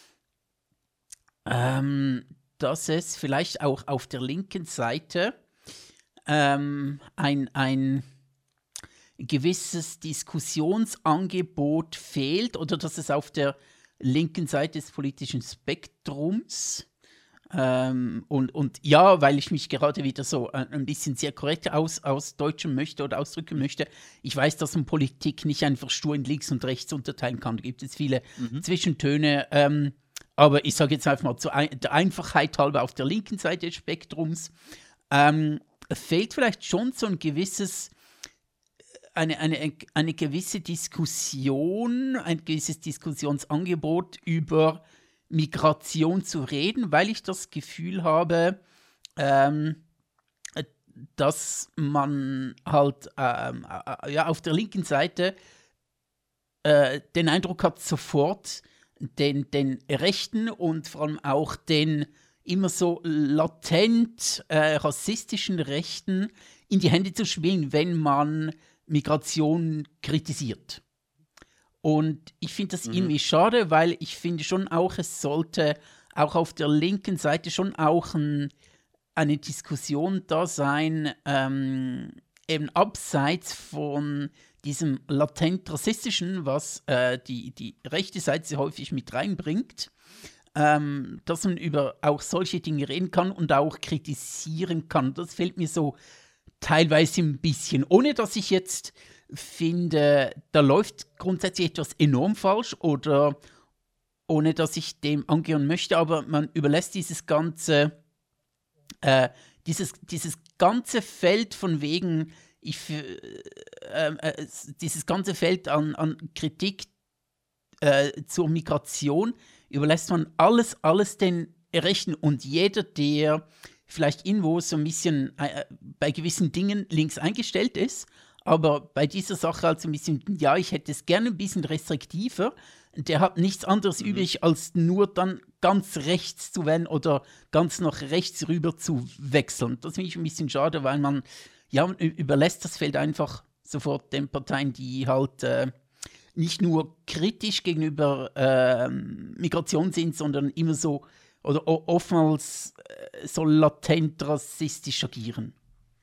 ähm, dass es vielleicht auch auf der linken Seite ähm, ein, ein gewisses Diskussionsangebot fehlt oder dass es auf der linken Seite des politischen Spektrums ähm, und, und ja, weil ich mich gerade wieder so ein, ein bisschen sehr korrekt aus, ausdeutschen möchte oder ausdrücken möchte, ich weiß, dass man Politik nicht einfach stur in links und rechts unterteilen kann. Da gibt es viele Mhm. Zwischentöne, ähm, aber ich sage jetzt einfach mal zu ein, der Einfachheit halber auf der linken Seite des Spektrums ähm, fehlt vielleicht schon so ein gewisses Eine, eine, eine gewisse Diskussion, ein gewisses Diskussionsangebot über Migration zu reden, weil ich das Gefühl habe, ähm, äh, dass man halt ähm, äh, ja, auf der linken Seite äh, den Eindruck hat, sofort den, den Rechten und vor allem auch den immer so latent äh, rassistischen Rechten in die Hände zu spielen, wenn man Migration kritisiert. Und ich finde das Mhm. irgendwie schade, weil ich finde schon auch, es sollte auch auf der linken Seite schon auch ein, eine Diskussion da sein, ähm, eben abseits von diesem latent rassistischen, was äh, die, die rechte Seite sehr häufig mit reinbringt, ähm, dass man über auch solche Dinge reden kann und auch kritisieren kann. Das fehlt mir so teilweise ein bisschen, ohne dass ich jetzt finde, da läuft grundsätzlich etwas enorm falsch oder ohne dass ich dem angehören möchte, aber man überlässt dieses ganze, äh, dieses, dieses ganze Feld von wegen, ich, äh, äh, dieses ganze Feld an, an Kritik äh, zur Migration überlässt man alles, alles den Rechten und jeder, der vielleicht irgendwo so ein bisschen äh, bei gewissen Dingen links eingestellt ist, aber bei dieser Sache halt so ein bisschen, ja, ich hätte es gerne ein bisschen restriktiver, der hat nichts anderes Mhm. übrig, als nur dann ganz rechts zu wählen oder ganz nach rechts rüber zu wechseln. Das finde ich ein bisschen schade, weil man, ja, man überlässt das Feld einfach sofort den Parteien, die halt äh, nicht nur kritisch gegenüber äh, Migration sind, sondern immer so oder o- oftmals äh, so latent rassistisch agieren.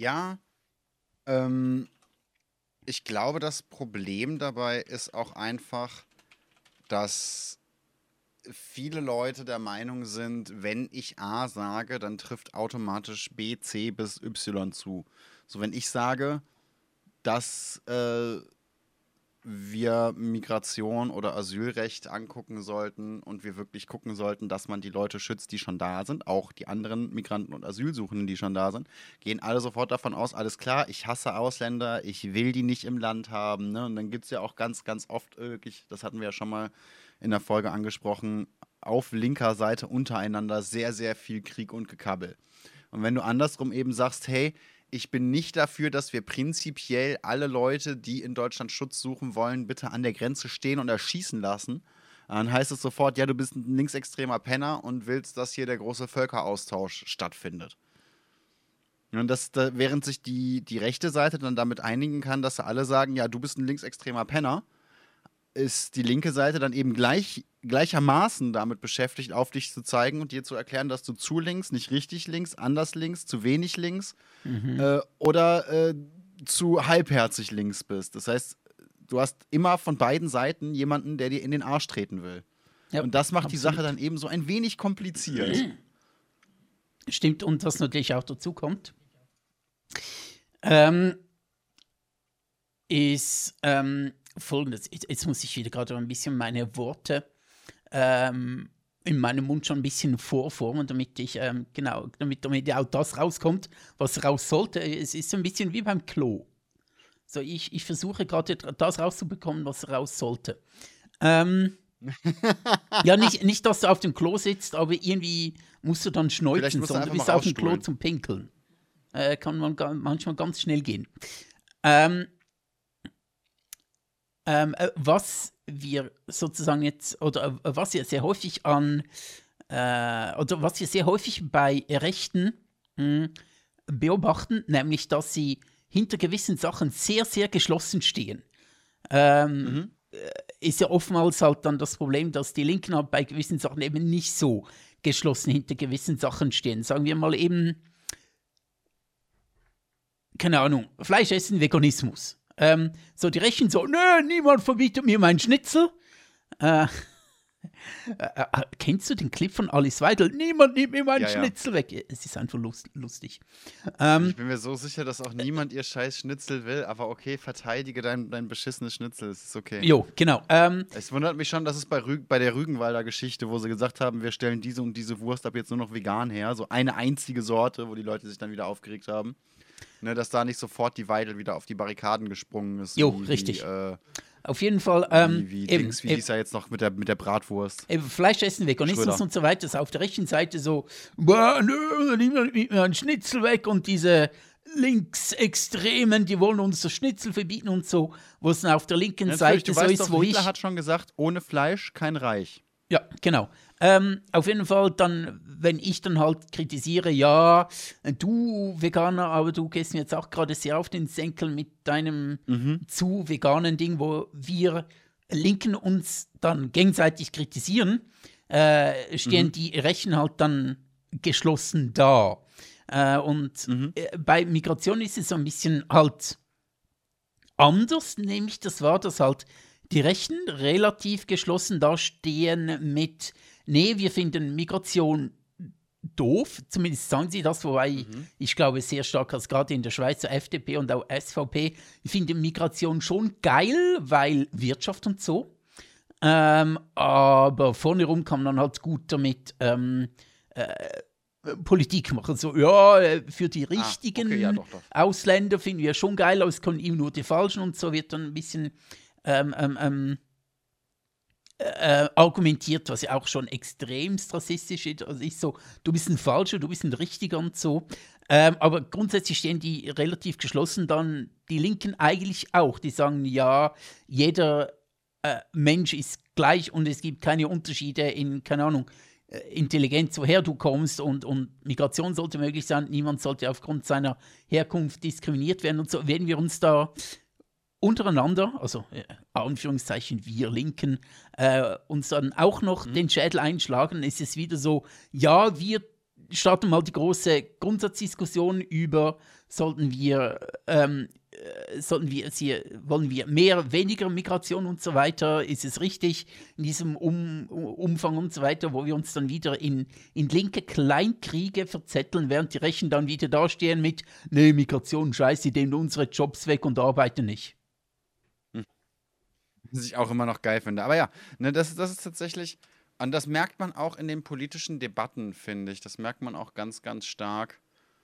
Ja, ähm, ich glaube, das Problem dabei ist auch einfach, dass viele Leute der Meinung sind, wenn ich A sage, dann trifft automatisch B, C bis Y zu. So, wenn ich sage, dass äh, wir Migration oder Asylrecht angucken sollten und wir wirklich gucken sollten, dass man die Leute schützt, die schon da sind, auch die anderen Migranten und Asylsuchenden, die schon da sind, gehen alle sofort davon aus, alles klar, ich hasse Ausländer, ich will die nicht im Land haben. Ne? Und dann gibt es ja auch ganz, ganz oft wirklich, das hatten wir ja schon mal in der Folge angesprochen, auf linker Seite untereinander sehr, sehr viel Krieg und Gekabbel. Und wenn du andersrum eben sagst, hey, ich bin nicht dafür, dass wir prinzipiell alle Leute, die in Deutschland Schutz suchen wollen, bitte an der Grenze stehen und erschießen lassen. Dann heißt es sofort, ja, du bist ein linksextremer Penner und willst, dass hier der große Völkeraustausch stattfindet. Und das, da, während sich die, die rechte Seite dann damit einigen kann, dass sie alle sagen, ja, du bist ein linksextremer Penner, ist die linke Seite dann eben gleich, gleichermaßen damit beschäftigt, auf dich zu zeigen und dir zu erklären, dass du zu links, nicht richtig links, anders links, zu wenig links mhm. äh, oder äh, zu halbherzig links bist. Das heißt, du hast immer von beiden Seiten jemanden, der dir in den Arsch treten will. Ja, und das macht absolut die Sache dann eben so ein wenig kompliziert. Stimmt, und was natürlich auch dazu kommt, ähm, ist ähm, Folgendes. Jetzt muss ich wieder gerade ein bisschen meine Worte ähm, in meinem Mund schon ein bisschen vorformen, damit ich, ähm, genau, damit, damit auch das rauskommt, was raus sollte. Es ist so ein bisschen wie beim Klo. So, ich, ich versuche gerade das rauszubekommen, was raus sollte. Ähm, ja, nicht, nicht, dass du auf dem Klo sitzt, aber irgendwie musst du dann schneuzen, sondern du bist auf dem Klo zum Pinkeln. Äh, kann man ga- manchmal ganz schnell gehen. Ähm, Ähm, äh, was wir sozusagen jetzt, oder äh, was wir sehr häufig an, äh, oder was wir sehr häufig bei Rechten mh, beobachten, nämlich, dass sie hinter gewissen Sachen sehr, sehr geschlossen stehen. Ähm, mhm. Ist ja oftmals halt dann das Problem, dass die Linken halt bei gewissen Sachen eben nicht so geschlossen hinter gewissen Sachen stehen. Sagen wir mal eben, keine Ahnung, Fleisch essen, Veganismus. Ähm, so, die Rechten so, nö, niemand verbietet mir meinen Schnitzel. Äh, äh, äh, kennst du den Clip von Alice Weidel? Niemand nimmt mir meinen ja, Schnitzel ja. weg. Es ist einfach lust, lustig. Ähm, ich bin mir so sicher, dass auch niemand ihr scheiß Schnitzel will, aber okay, verteidige dein, dein beschissenes Schnitzel, es ist okay. Jo, genau. Ähm, es wundert mich schon, dass es bei, Rü- bei der Rügenwalder Geschichte, wo sie gesagt haben, wir stellen diese und diese Wurst ab jetzt nur noch vegan her, so eine einzige Sorte, wo die Leute sich dann wieder aufgeregt haben. Ne, dass da nicht sofort die Weidel wieder auf die Barrikaden gesprungen ist. Jo, wie, richtig. Wie, äh, auf jeden Fall. Ähm, wie wie, eben, Dings, wie eben, hieß er jetzt noch mit der, mit der Bratwurst? Eben, Fleisch essen, Veganismus Schröder. Und so weiter. Ist auf der rechten Seite so, nö, niemand nimmt mir einen Schnitzel weg und diese Linksextremen, die wollen uns das Schnitzel verbieten und so, wo es dann auf der linken ja, Seite du so weißt ist, doch, wo Hitler ich... hat schon gesagt, ohne Fleisch kein Reich. Ja, genau. Ähm, auf jeden Fall dann, wenn ich dann halt kritisiere, ja, du Veganer, aber du gehst mir jetzt auch gerade sehr auf den Senkel mit deinem mhm. zu veganen Ding, wo wir Linken uns dann gegenseitig kritisieren, äh, stehen mhm. die Rechten halt dann geschlossen da. Äh, und mhm. äh, bei Migration ist es so ein bisschen halt anders, nämlich das war, dass halt die Rechten relativ geschlossen dastehen mit, nee, wir finden Migration doof, zumindest sagen sie das, wobei mhm. ich glaube sehr stark, als gerade in der Schweiz, F D P und auch S V P, finden Migration schon geil, weil Wirtschaft und so, ähm, aber vorne rum kann man dann halt gut damit ähm, äh, Politik machen, so, ja, für die richtigen ah, okay, ja, doch, doch. Ausländer finden wir schon geil, aber es kommen eben nur die Falschen und so wird dann ein bisschen Ähm, ähm, ähm, äh, argumentiert, was ja auch schon extremst rassistisch ist. Also ich so, du bist ein Falscher, du bist ein Richtiger und so. Ähm, aber grundsätzlich stehen die relativ geschlossen dann, die Linken eigentlich auch. Die sagen, ja, jeder äh, Mensch ist gleich und es gibt keine Unterschiede in, keine Ahnung, Intelligenz, woher du kommst und, und Migration sollte möglich sein. Niemand sollte aufgrund seiner Herkunft diskriminiert werden und so. Werden wir uns da untereinander, also äh, Anführungszeichen wir Linken, äh, uns dann auch noch mhm. den Schädel einschlagen, ist es wieder so, ja, wir starten mal die große Grundsatzdiskussion über, sollten wir, ähm, äh, sollten wir sie, wollen wir mehr, weniger Migration und so weiter, ist es richtig in diesem um, Umfang und so weiter, wo wir uns dann wieder in, in linke Kleinkriege verzetteln, während die Rechten dann wieder dastehen mit, nee, Migration, scheiße, die nehmen unsere Jobs weg und arbeiten nicht. Was ich auch immer noch geil finde. Aber ja, ne, das, das ist tatsächlich, und das merkt man auch in den politischen Debatten, finde ich. Das merkt man auch ganz, ganz stark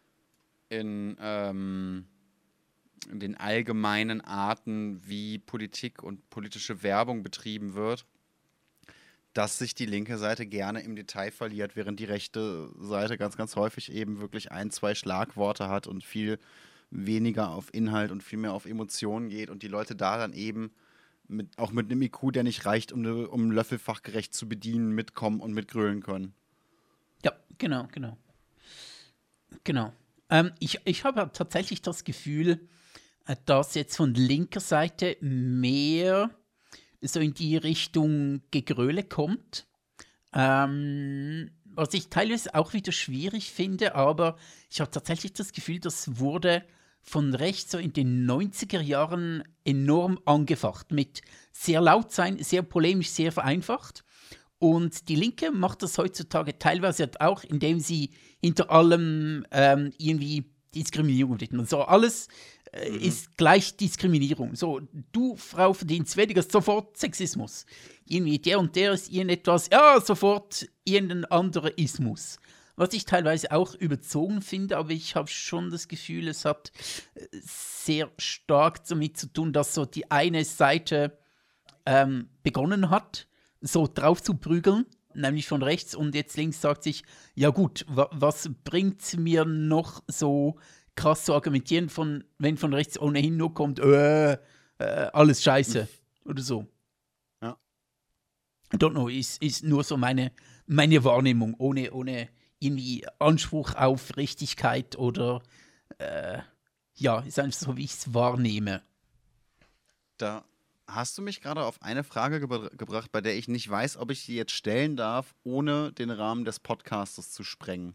in, ähm, in den allgemeinen Arten, wie Politik und politische Werbung betrieben wird, dass sich die linke Seite gerne im Detail verliert, während die rechte Seite ganz, ganz häufig eben wirklich ein, zwei Schlagworte hat und viel weniger auf Inhalt und viel mehr auf Emotionen geht und die Leute da dann eben Mit, auch mit einem I Q, der nicht reicht, um, ne, um Löffel fachgerecht zu bedienen, mitkommen und mitgrölen können. Ja, genau, genau. Genau. Ähm, ich ich habe tatsächlich das Gefühl, äh, dass jetzt von linker Seite mehr so in die Richtung Gegröle kommt. Ähm, was ich teilweise auch wieder schwierig finde, aber ich habe tatsächlich das Gefühl, das wurde von rechts so in den neunziger Jahren enorm angefacht. Mit sehr laut sein, sehr polemisch, sehr vereinfacht. Und die Linke macht das heutzutage teilweise auch, indem sie hinter allem ähm, irgendwie Diskriminierung steht. Und so alles äh, Mhm. ist gleich Diskriminierung. So, du, Frau, verdienst weniger, sofort Sexismus. Irgendwie der und der ist irgendetwas, ja, sofort irgendein anderer Ismus. Was ich teilweise auch überzogen finde, aber ich habe schon das Gefühl, es hat äh, sehr stark damit zu tun, dass so die eine Seite ähm, begonnen hat, so drauf zu prügeln, nämlich von rechts, und jetzt links sagt sich, ja gut, wa was bringt mir noch so krass zu argumentieren, von, wenn von rechts ohnehin nur kommt, äh, äh, alles scheiße oder so. Ja. I don't know, ist, ist nur so meine, meine Wahrnehmung, ohne, ohne irgendwie Anspruch auf Richtigkeit oder äh, ja, ist einfach so, wie ich es wahrnehme. Da hast du mich gerade auf eine Frage gebr gebracht, bei der ich nicht weiß, ob ich sie jetzt stellen darf, ohne den Rahmen des Podcastes zu sprengen.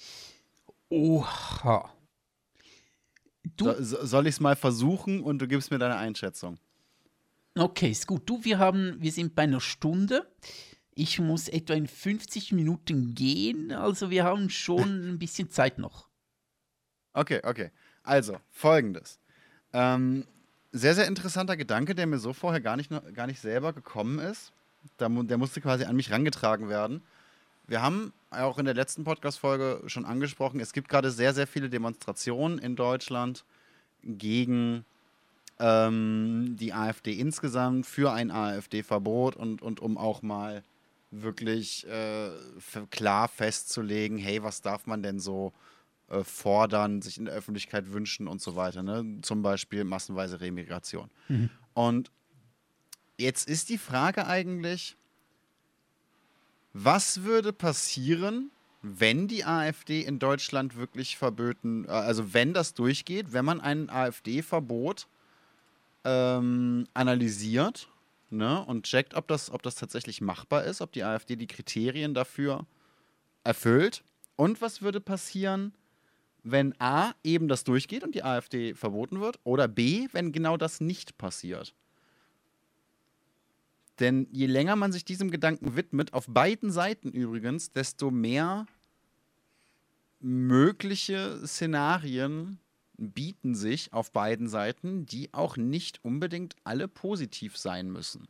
Oha. Du, So, soll ich es mal versuchen und du gibst mir deine Einschätzung? okay, ist gut. Du, wir haben, wir sind bei einer Stunde. Ich muss etwa in fünfzig Minuten gehen, also wir haben schon ein bisschen Zeit noch. Okay, okay. Also, folgendes. Ähm, sehr, sehr interessanter Gedanke, der mir so vorher gar nicht, noch- gar nicht selber gekommen ist. Da, mu- der musste quasi an mich rangetragen werden. Wir haben auch in der letzten Podcast-Folge schon angesprochen, es gibt gerade sehr, sehr viele Demonstrationen in Deutschland gegen ähm, die AfD insgesamt, für ein AfD-Verbot und, und um auch mal wirklich äh, f- klar festzulegen, hey, was darf man denn so äh, fordern, sich in der Öffentlichkeit wünschen und so weiter. Ne? Zum Beispiel massenweise Remigration. Mhm. Und jetzt ist die Frage eigentlich, was würde passieren, wenn die AfD in Deutschland wirklich verböten, äh, also wenn das durchgeht, wenn man ein AfD-Verbot ähm, analysiert, ne, und checkt, ob das, ob das tatsächlich machbar ist, ob die AfD die Kriterien dafür erfüllt. Und was würde passieren, wenn A, eben das durchgeht und die AfD verboten wird, oder B, wenn genau das nicht passiert. Denn je länger man sich diesem Gedanken widmet, auf beiden Seiten übrigens, desto mehr mögliche Szenarien bieten sich auf beiden Seiten, die auch nicht unbedingt alle positiv sein müssen.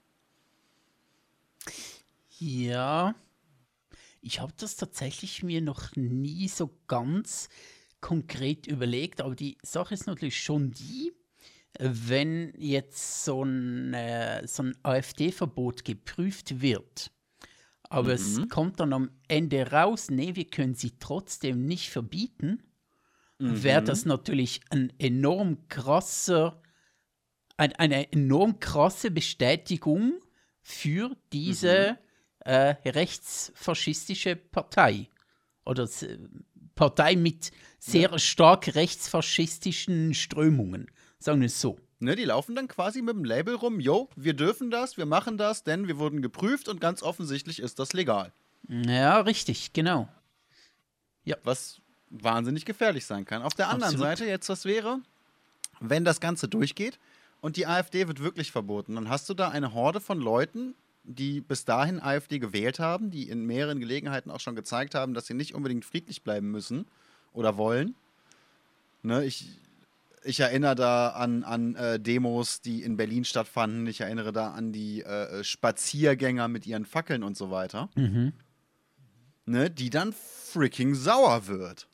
Ja, ich habe das tatsächlich mir noch nie so ganz konkret überlegt, aber die Sache ist natürlich schon die, wenn jetzt so ein, äh, so ein AfD-Verbot geprüft wird, aber es Mhm. kommt dann am Ende raus, nee, wir können sie trotzdem nicht verbieten, wäre das natürlich ein enorm krasser, ein, eine enorm krasse Bestätigung für diese äh, rechtsfaschistische Partei. Oder s- Partei mit sehr stark rechtsfaschistischen Strömungen, sagen wir es so. Ne, die laufen dann quasi mit dem Label rum, jo, wir dürfen das, wir machen das, denn wir wurden geprüft und ganz offensichtlich ist das legal. Ja, richtig, genau. Ja. Was wahnsinnig gefährlich sein kann. Auf der anderen Absolut. Seite jetzt, was wäre, wenn das Ganze durchgeht und die AfD wird wirklich verboten, dann hast du da eine Horde von Leuten, die bis dahin AfD gewählt haben, die in mehreren Gelegenheiten auch schon gezeigt haben, dass sie nicht unbedingt friedlich bleiben müssen oder wollen. Ne, ich, ich erinnere da an, an äh, Demos, die in Berlin stattfanden. Ich erinnere da an die äh, Spaziergänger mit ihren Fackeln und so weiter. Mhm. Ne, die dann freaking sauer wird.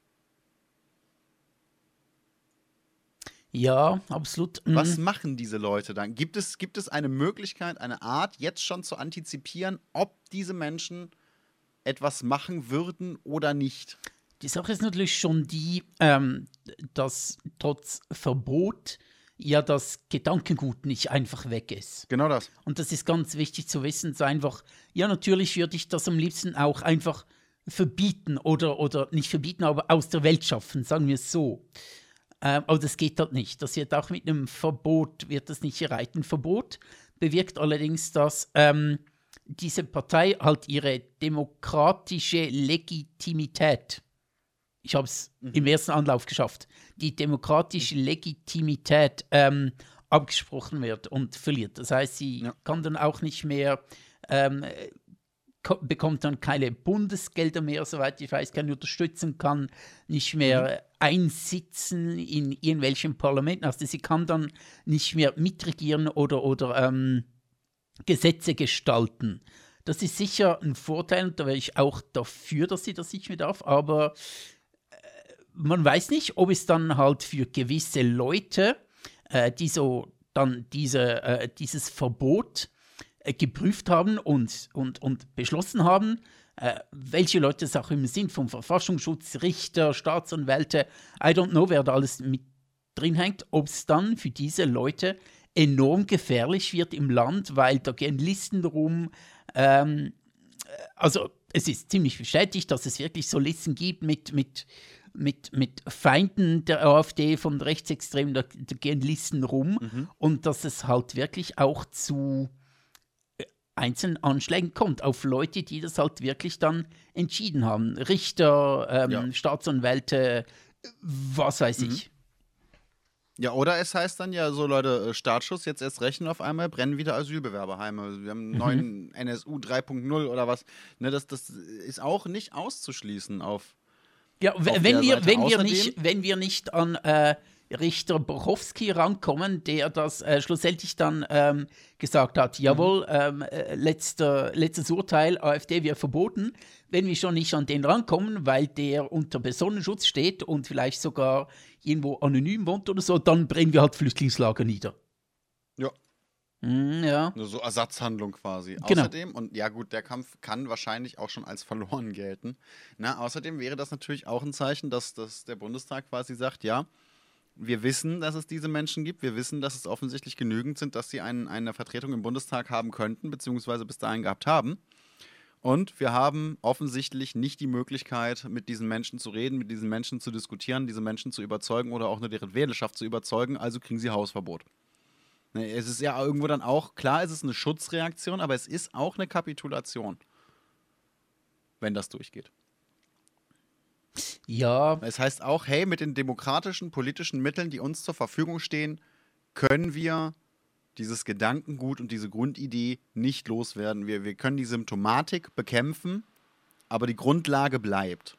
Ja, absolut. Mhm. Was machen diese Leute dann? Gibt es, gibt es eine Möglichkeit, eine Art, jetzt schon zu antizipieren, ob diese Menschen etwas machen würden oder nicht? Die Sache ist natürlich schon die, ähm, dass trotz Verbot ja das Gedankengut nicht einfach weg ist. Genau das. Und das ist ganz wichtig zu wissen, so einfach, ja, natürlich würde ich das am liebsten auch einfach verbieten oder, oder nicht verbieten, aber aus der Welt schaffen, sagen wir es so. Ähm, aber das geht halt nicht. Das wird auch mit einem Verbot, wird das nicht erreicht. Ein Verbot bewirkt allerdings, dass ähm, diese Partei halt ihre demokratische Legitimität, ich habe es mhm. im ersten Anlauf geschafft, die demokratische Legitimität ähm, abgesprochen wird und verliert. Das heißt, sie ja. kann dann auch nicht mehr, ähm, bekommt dann keine Bundesgelder mehr, soweit ich weiß, keine Unterstützung, kann nicht mehr mhm. einsitzen in irgendwelchen Parlamenten. Also sie kann dann nicht mehr mitregieren oder, oder ähm, Gesetze gestalten. Das ist sicher ein Vorteil und da wäre ich auch dafür, dass sie das nicht mehr darf, aber äh, man weiß nicht, ob es dann halt für gewisse Leute, äh, die so dann diese, äh, dieses Verbot äh, geprüft haben und, und, und beschlossen haben, äh, welche Leute es auch immer sind, vom Verfassungsschutz, Richter, Staatsanwälte, I don't know, wer da alles mit drin hängt, ob es dann für diese Leute enorm gefährlich wird im Land, weil da gehen Listen rum. Ähm, also es ist ziemlich bestätigt, dass es wirklich so Listen gibt mit, mit, mit, mit Feinden der AfD von Rechtsextremen, da, da gehen Listen rum mhm. und dass es halt wirklich auch zu einzelnen Anschlägen kommt auf Leute, die das halt wirklich dann entschieden haben. Richter, ähm, ja. Staatsanwälte, was weiß mhm. ich. Ja, oder es heißt dann ja so, Leute, Startschuss, jetzt erst recht und auf einmal brennen wieder Asylbewerberheime. Wir haben einen mhm. neuen N S U drei Punkt null oder was. Ne, das, das ist auch nicht auszuschließen auf Ja, auf wenn, wir, wenn, wir nicht, wenn wir nicht an äh, Richter Bochowski rankommen, der das äh, schlussendlich dann ähm, gesagt hat, jawohl, mhm. ähm, äh, letzter, letztes Urteil, AfD wird verboten. Wenn wir schon nicht an den rankommen, weil der unter Personenschutz steht und vielleicht sogar irgendwo anonym wohnt oder so, dann brennen wir halt Flüchtlingslager nieder. Ja. Mm, ja. So Ersatzhandlung quasi. Genau. Außerdem, und ja gut, der Kampf kann wahrscheinlich auch schon als verloren gelten. Na, außerdem wäre das natürlich auch ein Zeichen, dass, dass der Bundestag quasi sagt, ja, wir wissen, dass es diese Menschen gibt. Wir wissen, dass es offensichtlich genügend sind, dass sie einen, eine Vertretung im Bundestag haben könnten, beziehungsweise bis dahin gehabt haben. Und wir haben offensichtlich nicht die Möglichkeit, mit diesen Menschen zu reden, mit diesen Menschen zu diskutieren, diese Menschen zu überzeugen oder auch nur deren Wählerschaft zu überzeugen. Also kriegen sie Hausverbot. Es ist ja irgendwo dann auch, klar, es ist eine Schutzreaktion, aber es ist auch eine Kapitulation, wenn das durchgeht. Ja. Es heißt auch, hey, mit den demokratischen, politischen Mitteln, die uns zur Verfügung stehen, können wir dieses Gedankengut und diese Grundidee nicht loswerden. Wir, wir können die Symptomatik bekämpfen, aber die Grundlage bleibt.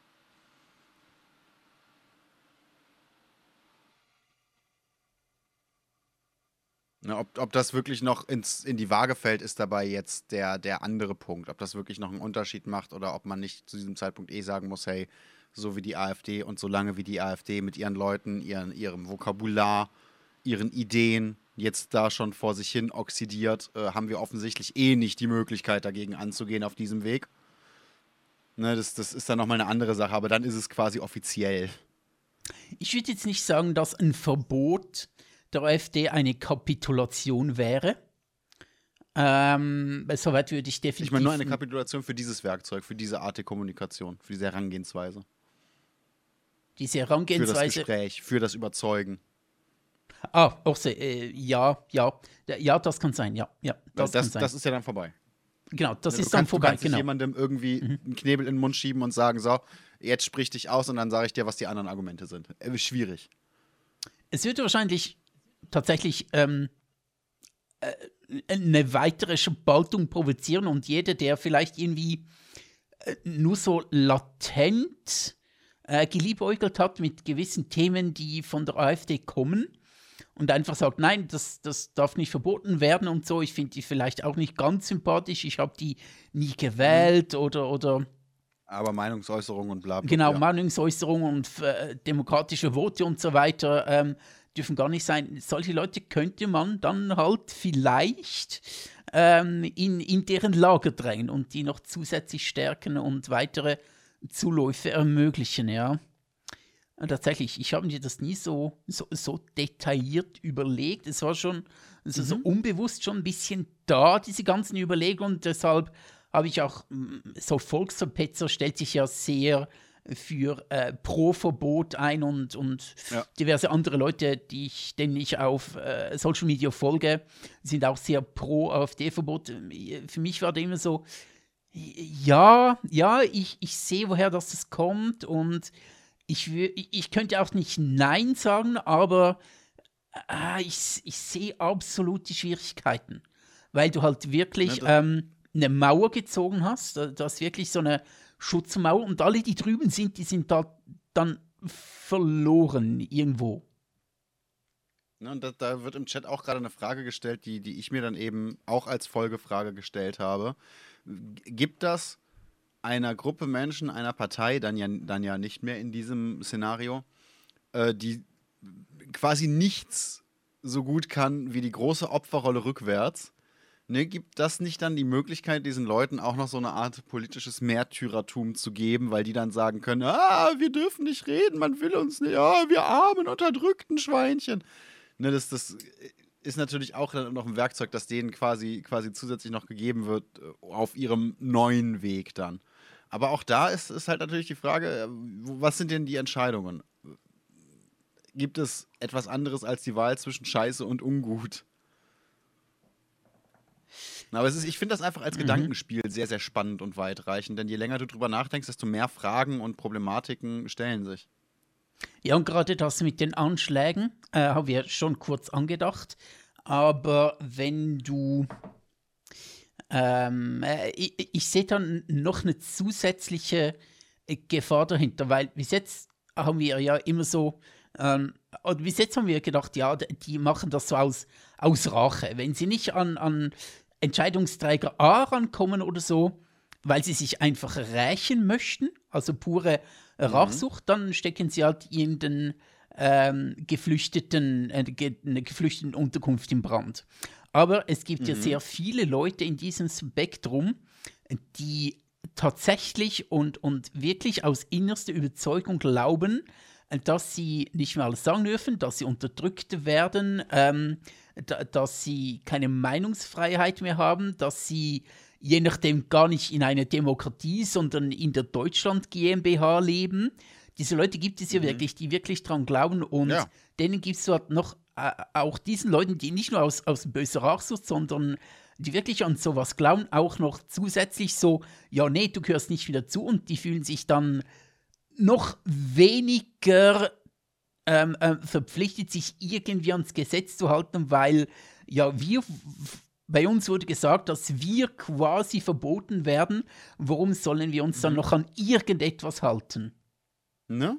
Na, ob, ob das wirklich noch ins, in die Waage fällt, ist dabei jetzt der, der andere Punkt. Ob das wirklich noch einen Unterschied macht oder ob man nicht zu diesem Zeitpunkt eh sagen muss, hey, so wie die AfD und so lange wie die AfD mit ihren Leuten, ihren, ihrem Vokabular, ihren Ideen jetzt da schon vor sich hin oxidiert, äh, haben wir offensichtlich eh nicht die Möglichkeit, dagegen anzugehen auf diesem Weg. Ne, das, das ist dann nochmal eine andere Sache, aber dann ist es quasi offiziell. Ich würde jetzt nicht sagen, dass ein Verbot der AfD eine Kapitulation wäre. Ähm, soweit würde ich definitiv... Ich meine nur eine Kapitulation für dieses Werkzeug, für diese Art der Kommunikation, für diese Herangehensweise. Diese Herangehensweise... Für das Gespräch, für das Überzeugen. Ah, auch so, äh, ja, ja. Ja, das kann sein, ja. ja das, das, kann sein. Das ist ja dann vorbei. genau, das Ne, du ist dann kannst, du vorbei, kannst nicht genau. jemandem irgendwie Mhm. einen Knebel in den Mund schieben und sagen, so, jetzt sprich dich aus und dann sage ich dir, was die anderen Argumente sind. Äh, schwierig. Es wird wahrscheinlich tatsächlich ähm, eine weitere Spaltung provozieren und jeder, der vielleicht irgendwie äh, nur so latent äh, geliebäugelt hat mit gewissen Themen, die von der AfD kommen und einfach sagt, nein, das, das darf nicht verboten werden und so. Ich finde die vielleicht auch nicht ganz sympathisch. Ich habe die nie gewählt oder, oder Aber Meinungsäußerung und bla bla, genau, ja. Meinungsäußerungen und äh, demokratische Vote und so weiter ähm, dürfen gar nicht sein. Solche Leute könnte man dann halt vielleicht ähm, in, in deren Lager drängen und die noch zusätzlich stärken und weitere Zuläufe ermöglichen, ja. Und tatsächlich, ich habe mir das nie so, so, so detailliert überlegt. Es war schon also so unbewusst schon ein bisschen da, diese ganzen Überlegungen. Und deshalb habe ich auch, mm, so Volksverpetzer stellt sich ja sehr für äh, Pro-Verbot ein und, und Ja. diverse andere Leute, die ich, denen ich auf äh, Social Media folge, sind auch sehr pro-AfD-Verbot. Für mich war da immer so, ja, ja, ich, ich sehe, woher das, das kommt und ich, wür- ich könnte auch nicht Nein sagen, aber ah, ich, ich sehe absolut die Schwierigkeiten, weil du halt wirklich Ne, das- ähm, eine Mauer gezogen hast, da- das ist wirklich so eine Schutzmauer und alle, die drüben sind, die sind da dann verloren irgendwo. Ne, und da, da wird im Chat auch gerade eine Frage gestellt, die, die ich mir dann eben auch als Folgefrage gestellt habe. G- Gibt das einer Gruppe Menschen, einer Partei, dann ja, dann ja nicht mehr in diesem Szenario, äh, die quasi nichts so gut kann wie die große Opferrolle rückwärts, ne, gibt das nicht dann die Möglichkeit, diesen Leuten auch noch so eine Art politisches Märtyrertum zu geben, weil die dann sagen können, ah, wir dürfen nicht reden, man will uns nicht, ah, wir armen, unterdrückten Schweinchen. Ne, das, das ist natürlich auch dann noch ein Werkzeug, das denen quasi, quasi zusätzlich noch gegeben wird äh, auf ihrem neuen Weg dann. Aber auch da ist, ist halt natürlich die Frage, äh, wo- was sind denn die Entscheidungen? Gibt es etwas anderes als die Wahl zwischen Scheiße und Ungut? Na, aber es ist, ich finde das einfach als Gedankenspiel sehr, sehr spannend und weitreichend, denn je länger du drüber nachdenkst, desto mehr Fragen und Problematiken stellen sich. Ja, und gerade das mit den Anschlägen äh, haben wir schon kurz angedacht. Aber wenn du, ähm, äh, ich, ich sehe dann noch eine zusätzliche äh, Gefahr dahinter, weil bis jetzt haben wir ja immer so, ähm, oder bis jetzt haben wir gedacht, ja, d- die machen das so aus, aus Rache. Wenn sie nicht an, an Entscheidungsträger A rankommen oder so, weil sie sich einfach rächen möchten, also pure Rachsucht, dann stecken sie halt in den ähm, geflüchteten, äh, ge eine geflüchteten Unterkunft in Brand. Aber es gibt ja sehr viele Leute in diesem Spektrum, die tatsächlich und, und wirklich aus innerster Überzeugung glauben, äh, dass sie nicht mehr alles sagen dürfen, dass sie unterdrückt werden, ähm, da, dass sie keine Meinungsfreiheit mehr haben, dass sie je nachdem gar nicht in einer Demokratie, sondern in der Deutschland GmbH leben. Diese Leute gibt es ja wirklich, die wirklich dran glauben und Ja. denen gibt es halt noch äh, auch diesen Leuten, die nicht nur aus, aus böser Rachsucht, sondern die wirklich an sowas glauben, auch noch zusätzlich so, ja, nee, du gehörst nicht wieder zu und die fühlen sich dann noch weniger ähm, äh, verpflichtet, sich irgendwie ans Gesetz zu halten, weil ja, wir, bei uns wurde gesagt, dass wir quasi verboten werden. Warum sollen wir uns dann noch an irgendetwas halten? Ne?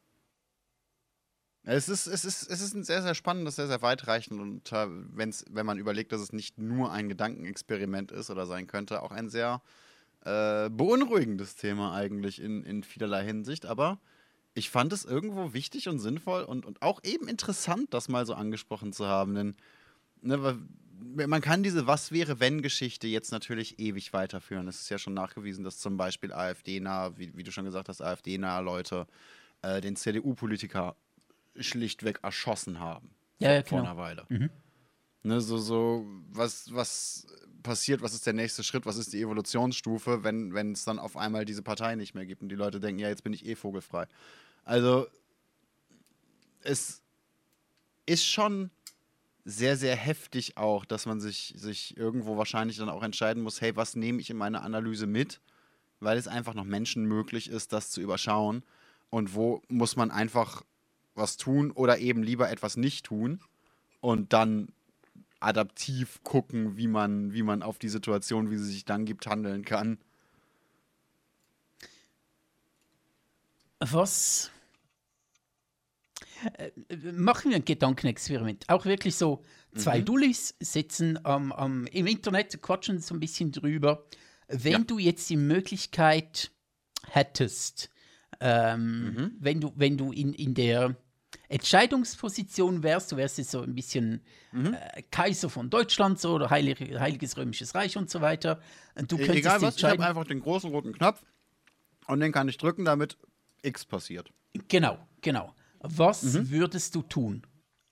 Es ist, es, ist, es ist ein sehr, sehr spannendes, sehr, sehr weitreichend und äh, wenn's, wenn man überlegt, dass es nicht nur ein Gedankenexperiment ist oder sein könnte, auch ein sehr äh, beunruhigendes Thema eigentlich in, in vielerlei Hinsicht. Aber ich fand es irgendwo wichtig und sinnvoll und, und auch eben interessant, das mal so angesprochen zu haben. Denn ne, weil man kann diese Was-wäre-wenn-Geschichte jetzt natürlich ewig weiterführen. Es ist ja schon nachgewiesen, dass zum Beispiel AfD-nah, wie, wie du schon gesagt hast, AfD-nahe Leute äh, den C D U-Politiker schlichtweg erschossen haben. Ja, vor, ja, vor genau. einer Weile. Mhm. Ne, so, so, was, was passiert, was ist der nächste Schritt, was ist die Evolutionsstufe, wenn wenn es dann auf einmal diese Partei nicht mehr gibt und die Leute denken, ja, jetzt bin ich eh vogelfrei. Also, es ist schon sehr, sehr heftig auch, dass man sich, sich irgendwo wahrscheinlich dann auch entscheiden muss, hey, was nehme ich in meine Analyse mit, weil es einfach noch Menschen möglich ist, das zu überschauen und wo muss man einfach was tun oder eben lieber etwas nicht tun und dann adaptiv gucken, wie man, wie man auf die Situation, wie sie sich dann gibt, handeln kann. Was? Äh, machen wir ein Gedankenexperiment. Auch wirklich so zwei Mhm. Dullis sitzen am, am, im Internet, quatschen so ein bisschen drüber. Wenn Ja. du jetzt die Möglichkeit hättest, ähm, Mhm. wenn du, wenn du in, in der Entscheidungsposition wärst, du wärst jetzt so ein bisschen Mhm. äh, Kaiser von Deutschland so, oder Heilig, Heiliges Römisches Reich und so weiter. Und du E- könntest Egal was, ich habe entscheiden. einfach den großen roten Knopf und den kann ich drücken, damit X passiert. Genau, genau. Was Mhm. würdest du tun?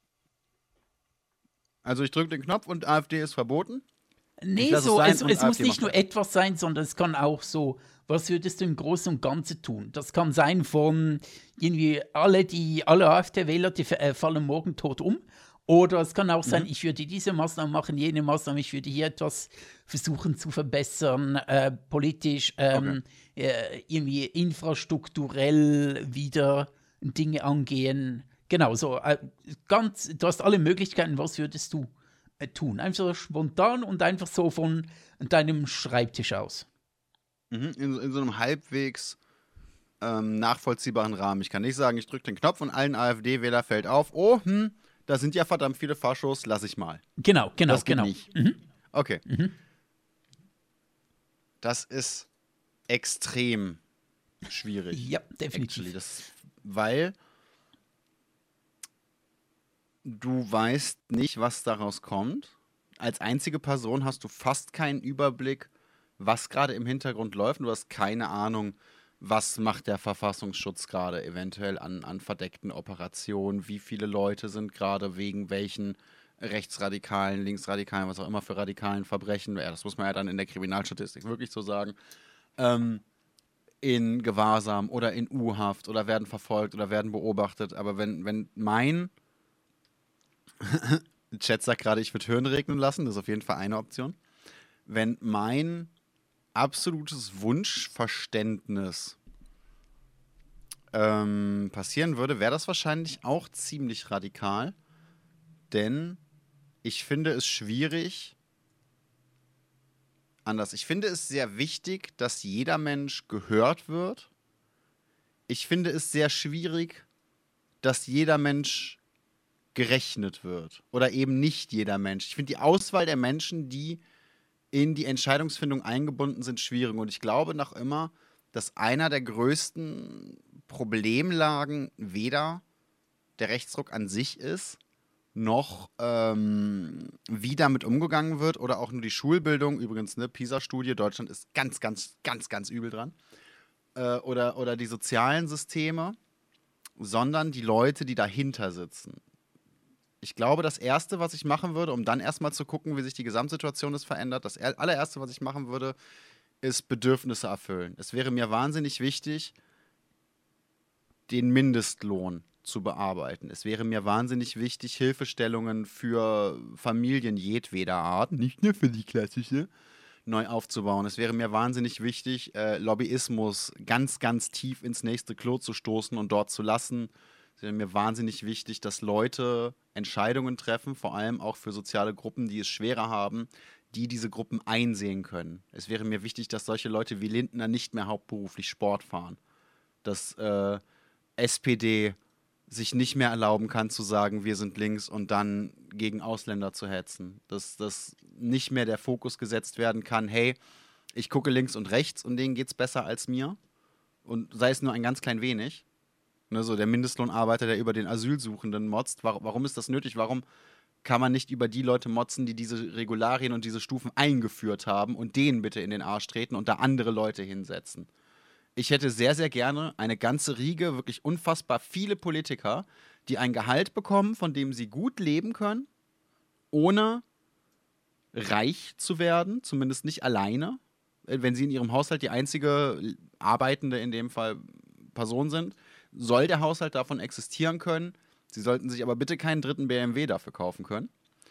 Also ich drücke den Knopf und AfD ist verboten. Nee, lass es so, sein es, und es muss AfD nicht macht nur weiter. etwas sein, sondern es kann auch so, was würdest du im Großen und Ganzen tun? Das kann sein von irgendwie alle, die, alle AfD-Wähler, die äh, fallen morgen tot um. Oder es kann auch sein, ich würde diese Maßnahme machen, jene Maßnahme, ich würde hier etwas versuchen zu verbessern, äh, politisch, ähm, äh, irgendwie infrastrukturell wieder Dinge angehen. Genau, so äh, ganz, du hast alle Möglichkeiten, was würdest du äh, tun? Einfach so spontan und einfach so von deinem Schreibtisch aus. Mhm. In, in so einem halbwegs ähm, nachvollziehbaren Rahmen. Ich kann nicht sagen, ich drücke den Knopf und allen AfD-Wähler fällt auf, oh, hm, da sind ja verdammt viele Faschos, lass ich mal. Genau, genau, Das geht genau. nicht. Okay. Das ist extrem schwierig. Ja, Actually, definitiv. das, weil du weißt nicht, was daraus kommt. Als einzige Person hast du fast keinen Überblick, was gerade im Hintergrund läuft. Du hast keine Ahnung, was macht der Verfassungsschutz gerade eventuell an, an verdeckten Operationen, wie viele Leute sind gerade wegen welchen rechtsradikalen, linksradikalen, was auch immer für radikalen Verbrechen, ja, das muss man ja dann in der Kriminalstatistik wirklich so sagen, ähm, in Gewahrsam oder in U-Haft oder werden verfolgt oder werden beobachtet. Aber wenn, wenn mein Chat sagt gerade, ich würde Hirn regnen lassen, das ist auf jeden Fall eine Option. Wenn mein absolutes Wunschverständnis ähm, passieren würde, wäre das wahrscheinlich auch ziemlich radikal. Denn ich finde es schwierig, anders. Ich finde es sehr wichtig, dass jeder Mensch gehört wird. Ich finde es sehr schwierig, dass jeder Mensch gerechnet wird. Oder eben nicht jeder Mensch. Ich finde die Auswahl der Menschen, die in die Entscheidungsfindung eingebunden sind, schwierig. Und ich glaube noch immer, dass einer der größten Problemlagen weder der Rechtsruck an sich ist, noch ähm, wie damit umgegangen wird oder auch nur die Schulbildung. Übrigens, ne, PISA-Studie, Deutschland ist ganz, ganz, ganz, ganz übel dran. Äh, oder, oder die sozialen Systeme, sondern die Leute, die dahinter sitzen. Ich glaube, das Erste, was ich machen würde, um dann erstmal zu gucken, wie sich die Gesamtsituation ist verändert, das er- allererste, was ich machen würde, ist Bedürfnisse erfüllen. Es wäre mir wahnsinnig wichtig, den Mindestlohn zu bearbeiten. Es wäre mir wahnsinnig wichtig, Hilfestellungen für Familien jedweder Art, nicht nur für die klassische, neu aufzubauen. Es wäre mir wahnsinnig wichtig, äh, Lobbyismus ganz, ganz tief ins nächste Klo zu stoßen und dort zu lassen. Es wäre mir wahnsinnig wichtig, dass Leute Entscheidungen treffen, vor allem auch für soziale Gruppen, die es schwerer haben, die diese Gruppen einsehen können. Es wäre mir wichtig, dass solche Leute wie Lindner nicht mehr hauptberuflich Sport fahren. Dass äh, S P D sich nicht mehr erlauben kann zu sagen, wir sind links und dann gegen Ausländer zu hetzen. Dass, dass nicht mehr der Fokus gesetzt werden kann, hey, ich gucke links und rechts und denen geht's besser als mir. Und sei es nur ein ganz klein wenig. Ne, so der Mindestlohnarbeiter, der über den Asylsuchenden motzt. Warum, warum ist das nötig? Warum kann man nicht über die Leute motzen, die diese Regularien und diese Stufen eingeführt haben und denen bitte in den Arsch treten und da andere Leute hinsetzen? Ich hätte sehr, sehr gerne eine ganze Riege, wirklich unfassbar viele Politiker, die ein Gehalt bekommen, von dem sie gut leben können, ohne reich zu werden, zumindest nicht alleine, wenn sie in ihrem Haushalt die einzige arbeitende, in dem Fall Person sind, soll der Haushalt davon existieren können. Sie sollten sich aber bitte keinen dritten B M W dafür kaufen können.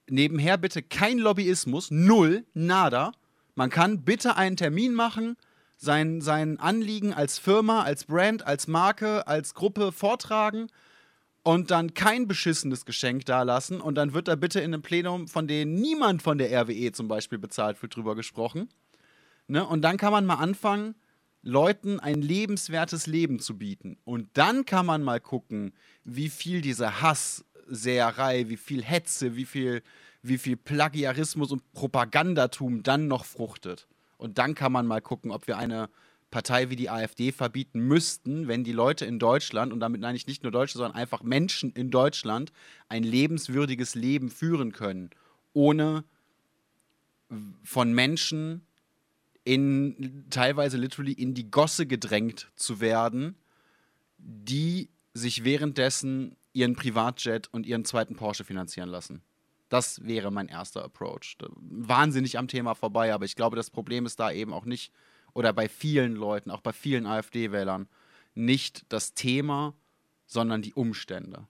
nebenher bitte kein Lobbyismus, null, nada. Man kann bitte einen Termin machen, sein, sein Anliegen als Firma, als Brand, als Marke, als Gruppe vortragen und dann kein beschissenes Geschenk dalassen und dann wird da bitte in einem Plenum, von dem niemand von der R W E zum Beispiel bezahlt wird, drüber gesprochen. Ne? Und dann kann man mal anfangen, Leuten ein lebenswertes Leben zu bieten. Und dann kann man mal gucken, wie viel diese Hasssäerei, wie viel Hetze, wie viel, wie viel Plagiarismus und Propagandatum dann noch fruchtet. Und dann kann man mal gucken, ob wir eine Partei wie die AfD verbieten müssten, wenn die Leute in Deutschland, und damit meine ich nicht nur Deutsche, sondern einfach Menschen in Deutschland, ein lebenswürdiges Leben führen können, ohne von Menschen in teilweise literally in die Gosse gedrängt zu werden, die sich währenddessen ihren Privatjet und ihren zweiten Porsche finanzieren lassen. Das wäre mein erster Approach. Wahnsinnig am Thema vorbei, aber ich glaube, das Problem ist da eben auch nicht, oder bei vielen Leuten, auch bei vielen AfD-Wählern, nicht das Thema, sondern die Umstände.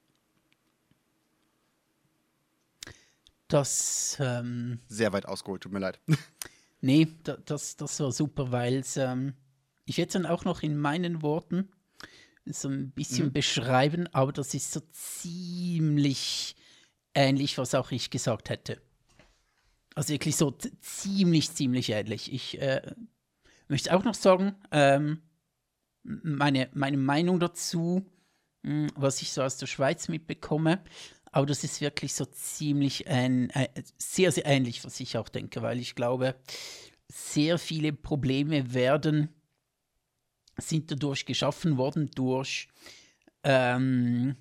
Das, ähm Sehr weit ausgeholt, tut mir leid. Nee, da, das, das war super, weil ähm, ich werde dann auch noch in meinen Worten so ein bisschen mhm. beschreiben, aber das ist so ziemlich ähnlich, was auch ich gesagt hätte. Also wirklich so t- ziemlich, ziemlich ähnlich. Ich äh, möchte auch noch sagen, ähm, meine, meine Meinung dazu, mh, was ich so aus der Schweiz mitbekomme, aber das ist wirklich so ziemlich ein, ein, sehr, sehr ähnlich, was ich auch denke, weil ich glaube, sehr viele Probleme werden, sind dadurch geschaffen worden, durch ähm,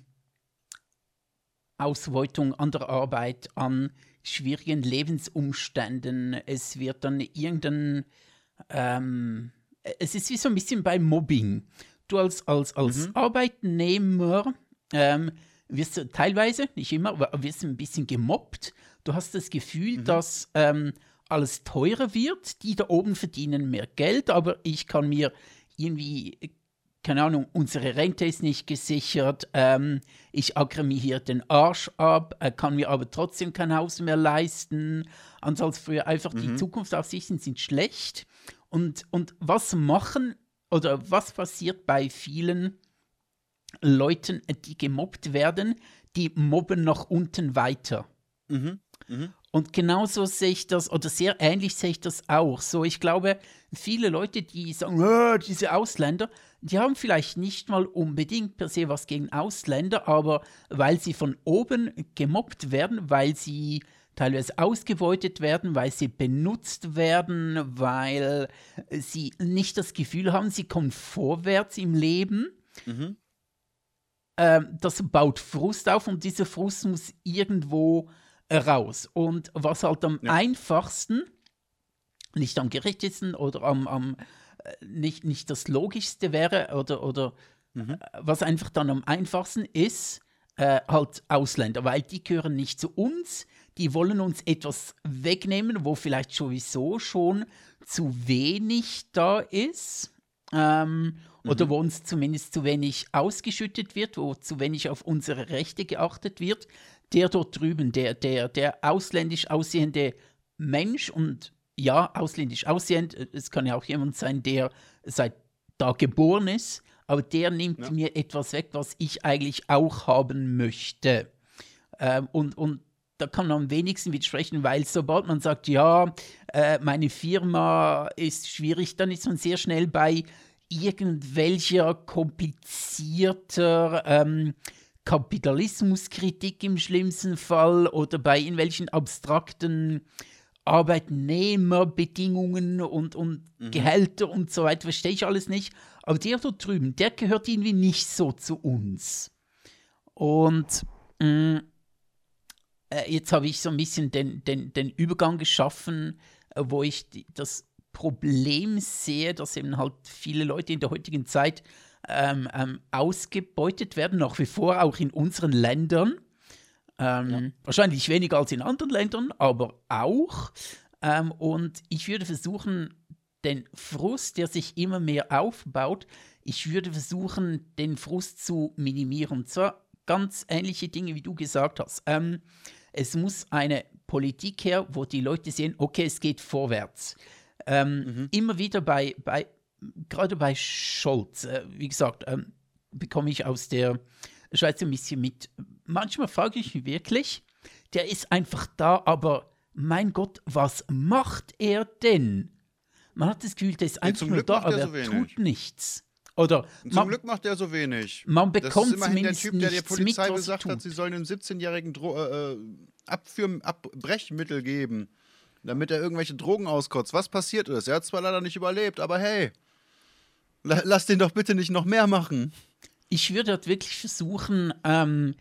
Ausbeutung an der Arbeit, an schwierigen Lebensumständen. Es wird dann irgendein, ähm, es ist wie so ein bisschen bei Mobbing. Du als, als, als mhm. Arbeitnehmer ähm, wirst du teilweise, nicht immer, aber wirst du ein bisschen gemobbt. Du hast das Gefühl, mhm. dass ähm, alles teurer wird. Die da oben verdienen mehr Geld, aber ich kann mir irgendwie, keine Ahnung, unsere Rente ist nicht gesichert. Ähm, ich ackere mir hier den Arsch ab, äh, kann mir aber trotzdem kein Haus mehr leisten. Anders als früher, einfach mhm. die Zukunftsaussichten sind schlecht. Und, und was machen oder was passiert bei vielen Leuten, die gemobbt werden, die mobben nach unten weiter. Mhm. Mhm. Und genauso sehe ich das, oder sehr ähnlich sehe ich das auch. So, ich glaube, viele Leute, die sagen, oh, diese Ausländer, die haben vielleicht nicht mal unbedingt per se was gegen Ausländer, aber weil sie von oben gemobbt werden, weil sie teilweise ausgebeutet werden, weil sie benutzt werden, weil sie nicht das Gefühl haben, sie kommen vorwärts im Leben. Mhm. Ähm, das baut Frust auf und dieser Frust muss irgendwo raus. Und was halt am ja. einfachsten, nicht am gerechtesten oder am, am nicht, nicht das Logischste wäre oder, oder mhm. was einfach dann am einfachsten ist, äh, halt Ausländer, weil die gehören nicht zu uns, die wollen uns etwas wegnehmen, wo vielleicht sowieso schon zu wenig da ist. Ähm, mhm. Oder wo uns zumindest zu wenig ausgeschüttet wird, wo zu wenig auf unsere Rechte geachtet wird. Der dort drüben, der, der, der ausländisch aussehende Mensch, und ja, ausländisch aussehend, es kann ja auch jemand sein, der seit da geboren ist, aber der nimmt ja. mir etwas weg, was ich eigentlich auch haben möchte. Ähm, und, und da kann man am wenigsten widersprechen, weil sobald man sagt, ja, äh, meine Firma ist schwierig, dann ist man sehr schnell bei irgendwelcher komplizierter ähm, Kapitalismuskritik im schlimmsten Fall oder bei irgendwelchen abstrakten Arbeitnehmerbedingungen und, und mhm. Gehälter und so weiter, verstehe ich alles nicht. Aber der dort drüben, der gehört irgendwie nicht so zu uns. Und mh, äh, jetzt habe ich so ein bisschen den, den, den Übergang geschaffen, äh, wo ich die, das Problem sehe, dass eben halt viele Leute in der heutigen Zeit ähm, ähm, ausgebeutet werden, nach wie vor auch in unseren Ländern. Ähm, ja. Wahrscheinlich weniger als in anderen Ländern, aber auch. Ähm, und ich würde versuchen, den Frust, der sich immer mehr aufbaut, ich würde versuchen, den Frust zu minimieren. Und zwar ganz ähnliche Dinge, wie du gesagt hast. Ähm, Es muss eine Politik her, wo die Leute sehen, okay, es geht vorwärts. Ähm, mhm. Immer wieder bei, bei gerade bei Scholz, äh, wie gesagt, ähm, bekomme ich aus der Schweiz ein bisschen mit. Manchmal frage ich mich wirklich, der ist einfach da, aber mein Gott, was macht er denn? Man hat das Gefühl, der ist einfach nur da, aber er so tut nichts. Oder zum man, Glück macht er so wenig. Man bekommt das ist immerhin der Typ, der der Polizei mit, gesagt hat, sie sollen einem siebzehnjährigen Dro- äh, Abführ- Abbrechmittel geben, damit er irgendwelche Drogen auskotzt. Was passiert ist? Er hat zwar leider nicht überlebt, aber hey, la- lass den doch bitte nicht noch mehr machen. Ich würde dort wirklich versuchen, ähm,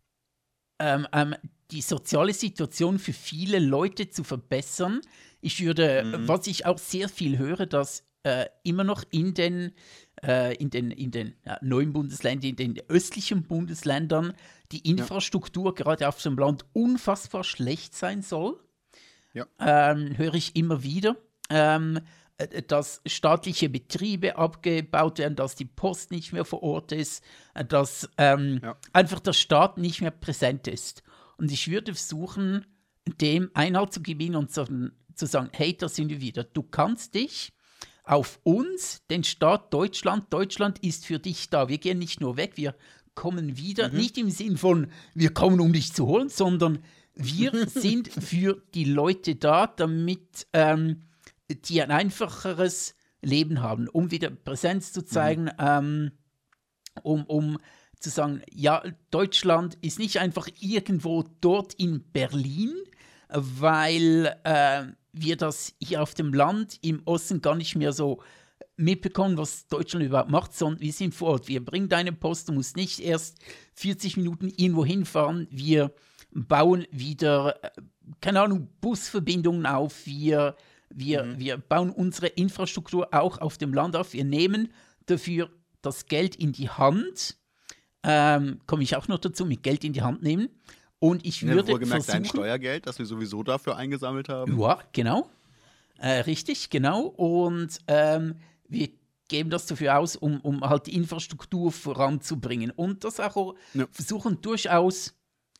ähm, ähm, die soziale Situation für viele Leute zu verbessern. Ich würde, mhm. was ich auch sehr viel höre, dass äh, immer noch in den, äh, in den, in den ja, neuen Bundesländern, in den östlichen Bundesländern, die Infrastruktur ja. gerade auf dem Land unfassbar schlecht sein soll. Ja. Ähm, höre ich immer wieder. Ähm, dass staatliche Betriebe abgebaut werden, dass die Post nicht mehr vor Ort ist, dass ähm, ja. einfach der Staat nicht mehr präsent ist. Und ich würde versuchen, dem Einhalt zu gewinnen und zu, zu sagen, hey, da sind wir wieder. Du kannst dich auf uns, den Staat Deutschland, Deutschland ist für dich da. Wir gehen nicht nur weg, wir kommen wieder. Mhm. Nicht im Sinn von, wir kommen, um dich zu holen, sondern wir sind für die Leute da, damit ähm, die ein einfacheres Leben haben, um wieder Präsenz zu zeigen, mhm. ähm, um, um zu sagen, ja, Deutschland ist nicht einfach irgendwo dort in Berlin, weil äh, wir das hier auf dem Land im Osten gar nicht mehr so mitbekommen, was Deutschland überhaupt macht, sondern wir sind vor Ort. Wir bringen deine Post, du musst nicht erst vierzig Minuten irgendwo hinfahren. Wir bauen wieder, keine Ahnung, Busverbindungen auf, wir Wir, mhm. wir bauen unsere Infrastruktur auch auf dem Land auf. Wir nehmen dafür das Geld in die Hand. Ähm, komme ich auch noch dazu, mit Geld in die Hand nehmen. Und ich würde ja, wohlgemerkt versuchen... dein Steuergeld, das wir sowieso dafür eingesammelt haben. Ja, genau. Äh, richtig, genau. Und ähm, wir geben das dafür aus, um, um halt die Infrastruktur voranzubringen. Und das auch ja. versuchen durchaus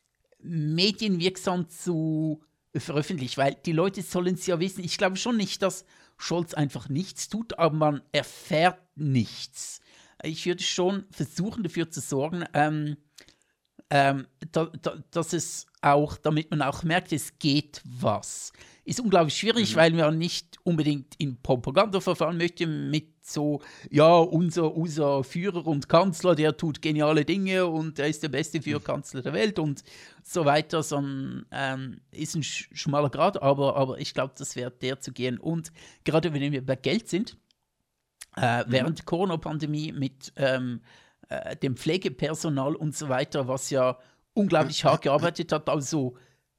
medienwirksam zu veröffentlichen, weil die Leute sollen es ja wissen. Ich glaube schon nicht, dass Scholz einfach nichts tut, aber man erfährt nichts. Ich würde schon versuchen, dafür zu sorgen, ähm, ähm, da, da, dass es auch, damit man auch merkt, es geht was. Ist unglaublich schwierig, mhm. weil man nicht unbedingt in Propaganda verfahren möchte mit so, ja, unser, unser Führer und Kanzler, der tut geniale Dinge und er ist der beste Führerkanzler der Welt und so weiter, sondern ähm, ist ein sch- schmaler Grad, aber, aber ich glaube, das wäre der zu gehen. Und gerade wenn wir bei Geld sind, äh, mhm. während der Corona-Pandemie mit ähm, äh, dem Pflegepersonal und so weiter, was ja unglaublich hart gearbeitet hat, also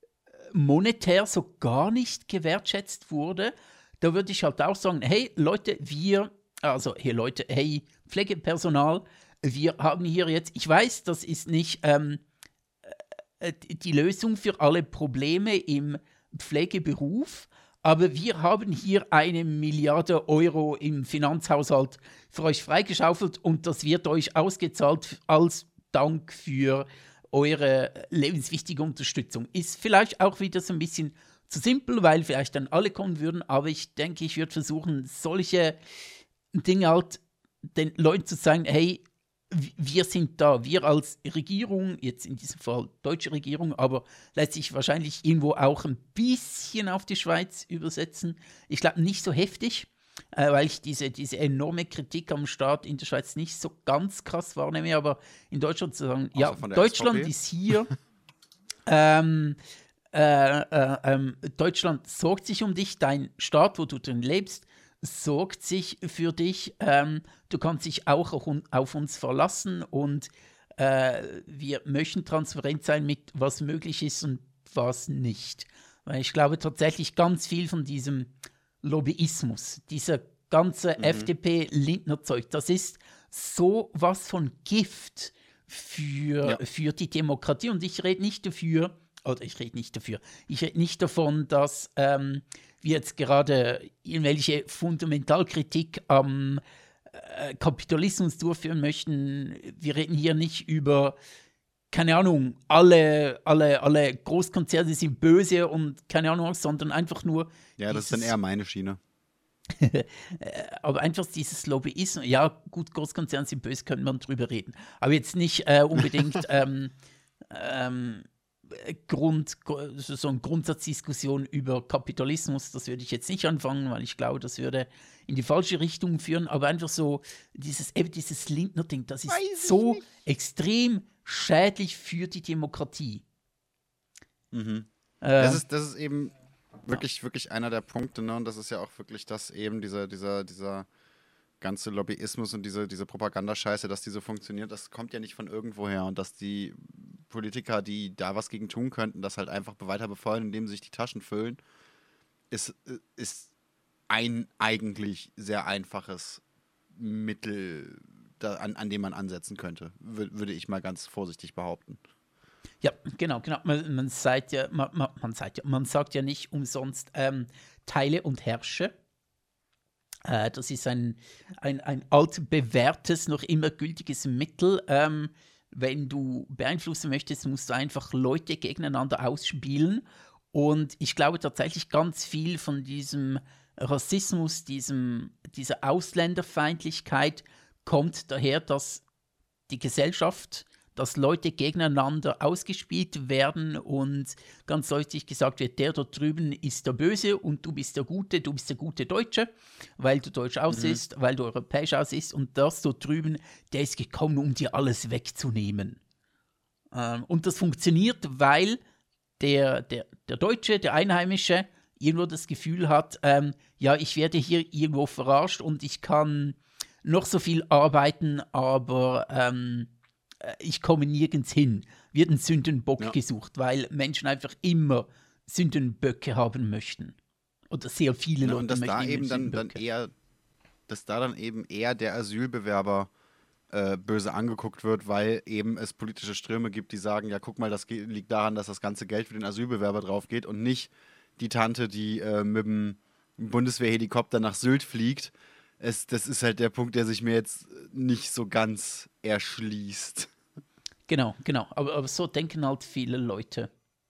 monetär so gar nicht gewertschätzt wurde, da würde ich halt auch sagen, hey Leute, wir, also hey Leute, hey Pflegepersonal, wir haben hier jetzt, ich weiß, das ist nicht ähm, die Lösung für alle Probleme im Pflegeberuf, aber wir haben hier eine Milliarde Euro im Finanzhaushalt für euch freigeschaufelt und das wird euch ausgezahlt als Dank für eure lebenswichtige Unterstützung. Ist vielleicht auch wieder so ein bisschen zu simpel, weil vielleicht dann alle kommen würden, aber ich denke, ich würde versuchen, solche Dinge halt den Leuten zu sagen, hey, wir sind da, wir als Regierung, jetzt in diesem Fall deutsche Regierung, aber lässt sich wahrscheinlich irgendwo auch ein bisschen auf die Schweiz übersetzen. Ich glaube, nicht so heftig, äh, weil ich diese, diese enorme Kritik am Staat in der Schweiz nicht so ganz krass wahrnehme, aber in Deutschland zu sagen, ja, Deutschland S V P ist hier, ähm, äh, äh, ähm, Deutschland sorgt sich um dich, dein Staat, wo du drin lebst, sorgt sich für dich, ähm, du kannst dich auch auf uns verlassen und äh, wir möchten transparent sein mit, was möglich ist und was nicht. Weil ich glaube tatsächlich ganz viel von diesem Lobbyismus, dieser ganze mhm. F D P-Lindner-Zeug, das ist so was von Gift für, ja. für die Demokratie. Und ich rede nicht dafür, oder ich rede nicht dafür, ich rede nicht davon, dass ähm, wir jetzt gerade irgendwelche Fundamentalkritik am äh, Kapitalismus durchführen möchten. Wir reden hier nicht über keine Ahnung, alle, alle, alle Großkonzerne sind böse und keine Ahnung, sondern einfach nur. Ja, das dieses, ist dann eher meine Schiene. aber einfach dieses Lobbyismus, ja gut, Großkonzerne sind böse, könnte man drüber reden. Aber jetzt nicht äh, unbedingt ähm, ähm, Grund, so eine Grundsatzdiskussion über Kapitalismus, das würde ich jetzt nicht anfangen, weil ich glaube, das würde in die falsche Richtung führen, aber einfach so dieses, eben dieses Lindner-Ding, das ist Weiß so ich nicht. extrem schädlich für die Demokratie. Mhm. Äh, Das ist, das ist eben wirklich, wirklich einer der Punkte, ne? Und das ist ja auch wirklich das eben, dieser, dieser, dieser ganze Lobbyismus und diese, diese Propagandascheiße, dass die so funktioniert, das kommt ja nicht von irgendwoher und dass die Politiker, die da was gegen tun könnten, das halt einfach weiter befeuern, indem sie sich die Taschen füllen, ist, ist ein eigentlich sehr einfaches Mittel, da, an, an dem man ansetzen könnte, wür- würde ich mal ganz vorsichtig behaupten. Ja, genau, genau. Man, man, sagt ja, man, man, man, sagt ja, man sagt ja nicht umsonst ähm, Teile und Herrsche. Äh, das ist ein, ein, ein altbewährtes, noch immer gültiges Mittel. Ähm, wenn du beeinflussen möchtest, musst du einfach Leute gegeneinander ausspielen. Und ich glaube tatsächlich, ganz viel von diesem Rassismus, diesem, dieser Ausländerfeindlichkeit kommt daher, dass die Gesellschaft, dass Leute gegeneinander ausgespielt werden und ganz deutlich gesagt wird, der dort drüben ist der Böse und du bist der Gute, du bist der gute Deutsche, weil du deutsch aussiehst, mhm. weil du europäisch aussiehst und das dort drüben, der ist gekommen, um dir alles wegzunehmen. Ähm, und das funktioniert, weil der, der, der Deutsche, der Einheimische, irgendwo das Gefühl hat, ähm, ja, ich werde hier irgendwo verarscht und ich kann noch so viel arbeiten, aber ähm, ich komme nirgends hin. Wird ein Sündenbock ja. gesucht, weil Menschen einfach immer Sündenböcke haben möchten. Oder sehr viele ja, Leute und dass möchten da eben dann, dann eher, dass da dann eben eher der Asylbewerber äh, böse angeguckt wird, weil eben es politische Ströme gibt, die sagen, ja guck mal, das ge- liegt daran, dass das ganze Geld für den Asylbewerber drauf geht und nicht die Tante, die äh, mit dem Bundeswehrhelikopter nach Sylt fliegt. Es, das ist halt der Punkt, der sich mir jetzt nicht so ganz erschließt. Genau, genau. Aber, aber so denken halt viele Leute.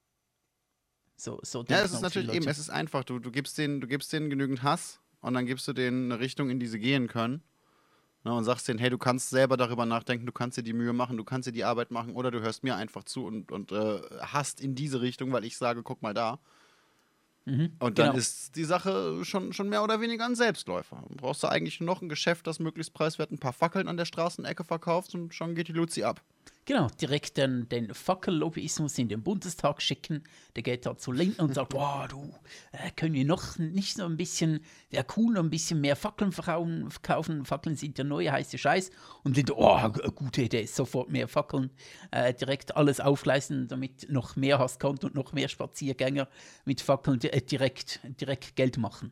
So, so denken ja, es ist halt natürlich viele eben, Leute. es ist einfach, du, du, gibst denen, du gibst denen genügend Hass und dann gibst du denen eine Richtung, in die sie gehen können. Ne, und sagst denen, hey, du kannst selber darüber nachdenken, du kannst dir die Mühe machen, du kannst dir die Arbeit machen oder du hörst mir einfach zu und, und äh, hasst in diese Richtung, weil ich sage, guck mal da. Mhm, und dann genau. ist die Sache schon, schon mehr oder weniger ein Selbstläufer. Dann brauchst du eigentlich noch ein Geschäft, das möglichst preiswert ein paar Fackeln an der Straßenecke verkauft und schon geht die Luzi ab. Genau, direkt den, den Fackellobbyismus in den Bundestag schicken. Der geht da zu Lindner und sagt, boah, du, äh, können wir noch nicht so ein bisschen, wäre cool, noch ein bisschen mehr Fackeln verkaufen. Fackeln sind der neue heiße Scheiß. Und Lindner, oh, gute Idee, sofort mehr Fackeln. Äh, direkt alles aufleisten, damit noch mehr Hass kommt und noch mehr Spaziergänger mit Fackeln äh, direkt, direkt Geld machen.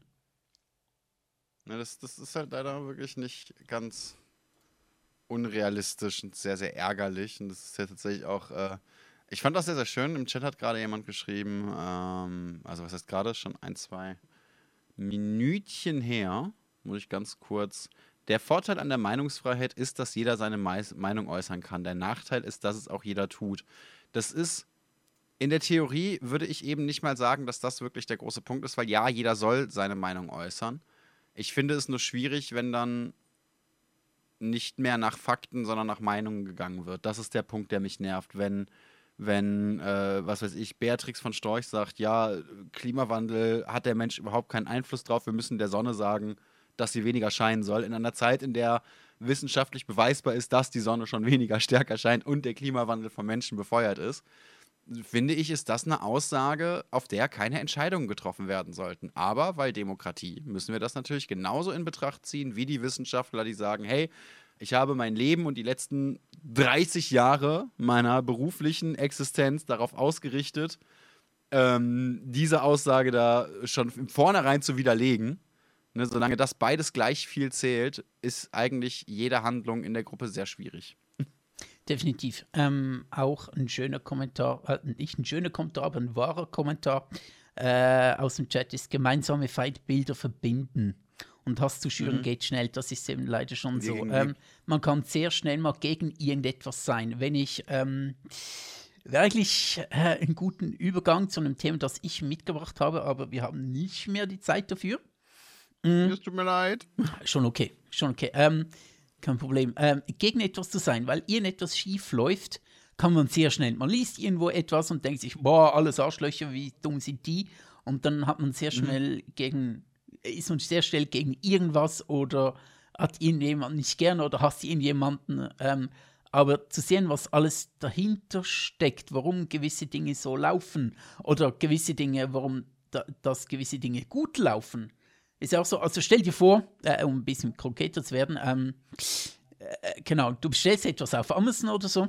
Ja, das, das ist halt leider wirklich nicht ganz unrealistisch und sehr, sehr ärgerlich. Und das ist ja tatsächlich auch, äh, ich fand das sehr, sehr schön. Im Chat hat gerade jemand geschrieben, ähm, also was heißt gerade, schon ein, zwei Minütchen her, muss ich ganz kurz, der Vorteil an der Meinungsfreiheit ist, dass jeder seine Mais- Meinung äußern kann. Der Nachteil ist, dass es auch jeder tut. Das ist, in der Theorie würde ich eben nicht mal sagen, dass das wirklich der große Punkt ist, weil ja, jeder soll seine Meinung äußern. Ich finde es nur schwierig, wenn dann nicht mehr nach Fakten, sondern nach Meinungen gegangen wird. Das ist der Punkt, der mich nervt, wenn, wenn äh, was weiß ich, Beatrix von Storch sagt, ja, Klimawandel hat der Mensch überhaupt keinen Einfluss drauf, wir müssen der Sonne sagen, dass sie weniger scheinen soll. In einer Zeit, in der wissenschaftlich beweisbar ist, dass die Sonne schon weniger stärker scheint und der Klimawandel vom Menschen befeuert ist, finde ich, ist das eine Aussage, auf der keine Entscheidungen getroffen werden sollten. Aber weil Demokratie, müssen wir das natürlich genauso in Betracht ziehen, wie die Wissenschaftler, die sagen, hey, ich habe mein Leben und die letzten dreißig Jahre meiner beruflichen Existenz darauf ausgerichtet, ähm, diese Aussage da schon im Vornherein zu widerlegen. Ne, solange das beides gleich viel zählt, ist eigentlich jede Handlung in der Gruppe sehr schwierig. Definitiv. Ähm, auch ein schöner Kommentar, äh, nicht ein schöner Kommentar, aber ein wahrer Kommentar äh, aus dem Chat ist, gemeinsame Feindbilder verbinden. und Hass zu schüren Mhm. geht schnell. Das ist eben leider schon so. Gegen- Ähm, man kann sehr schnell mal gegen irgendetwas sein. Wenn ich ähm, wirklich äh, einen guten Übergang zu einem Thema, das ich mitgebracht habe, aber wir haben nicht mehr die Zeit dafür. Es tut mir leid. Schon okay, schon okay. Ähm, kein Problem. Ähm, gegen etwas zu sein, weil irgendetwas schief läuft, kann man sehr schnell. Man liest irgendwo etwas und denkt sich, boah, alles Arschlöcher, wie dumm sind die? Und dann hat man sehr schnell gegen, ist man sehr schnell gegen irgendwas oder hat irgendjemand nicht gern oder hasst irgendjemanden. Ähm, aber zu sehen, was alles dahinter steckt, warum gewisse Dinge so laufen oder gewisse Dinge, warum da, dass gewisse Dinge gut laufen, ist ja auch so. Also stell dir vor, äh, um ein bisschen konkreter zu werden, ähm, äh, genau, du bestellst etwas auf Amazon oder so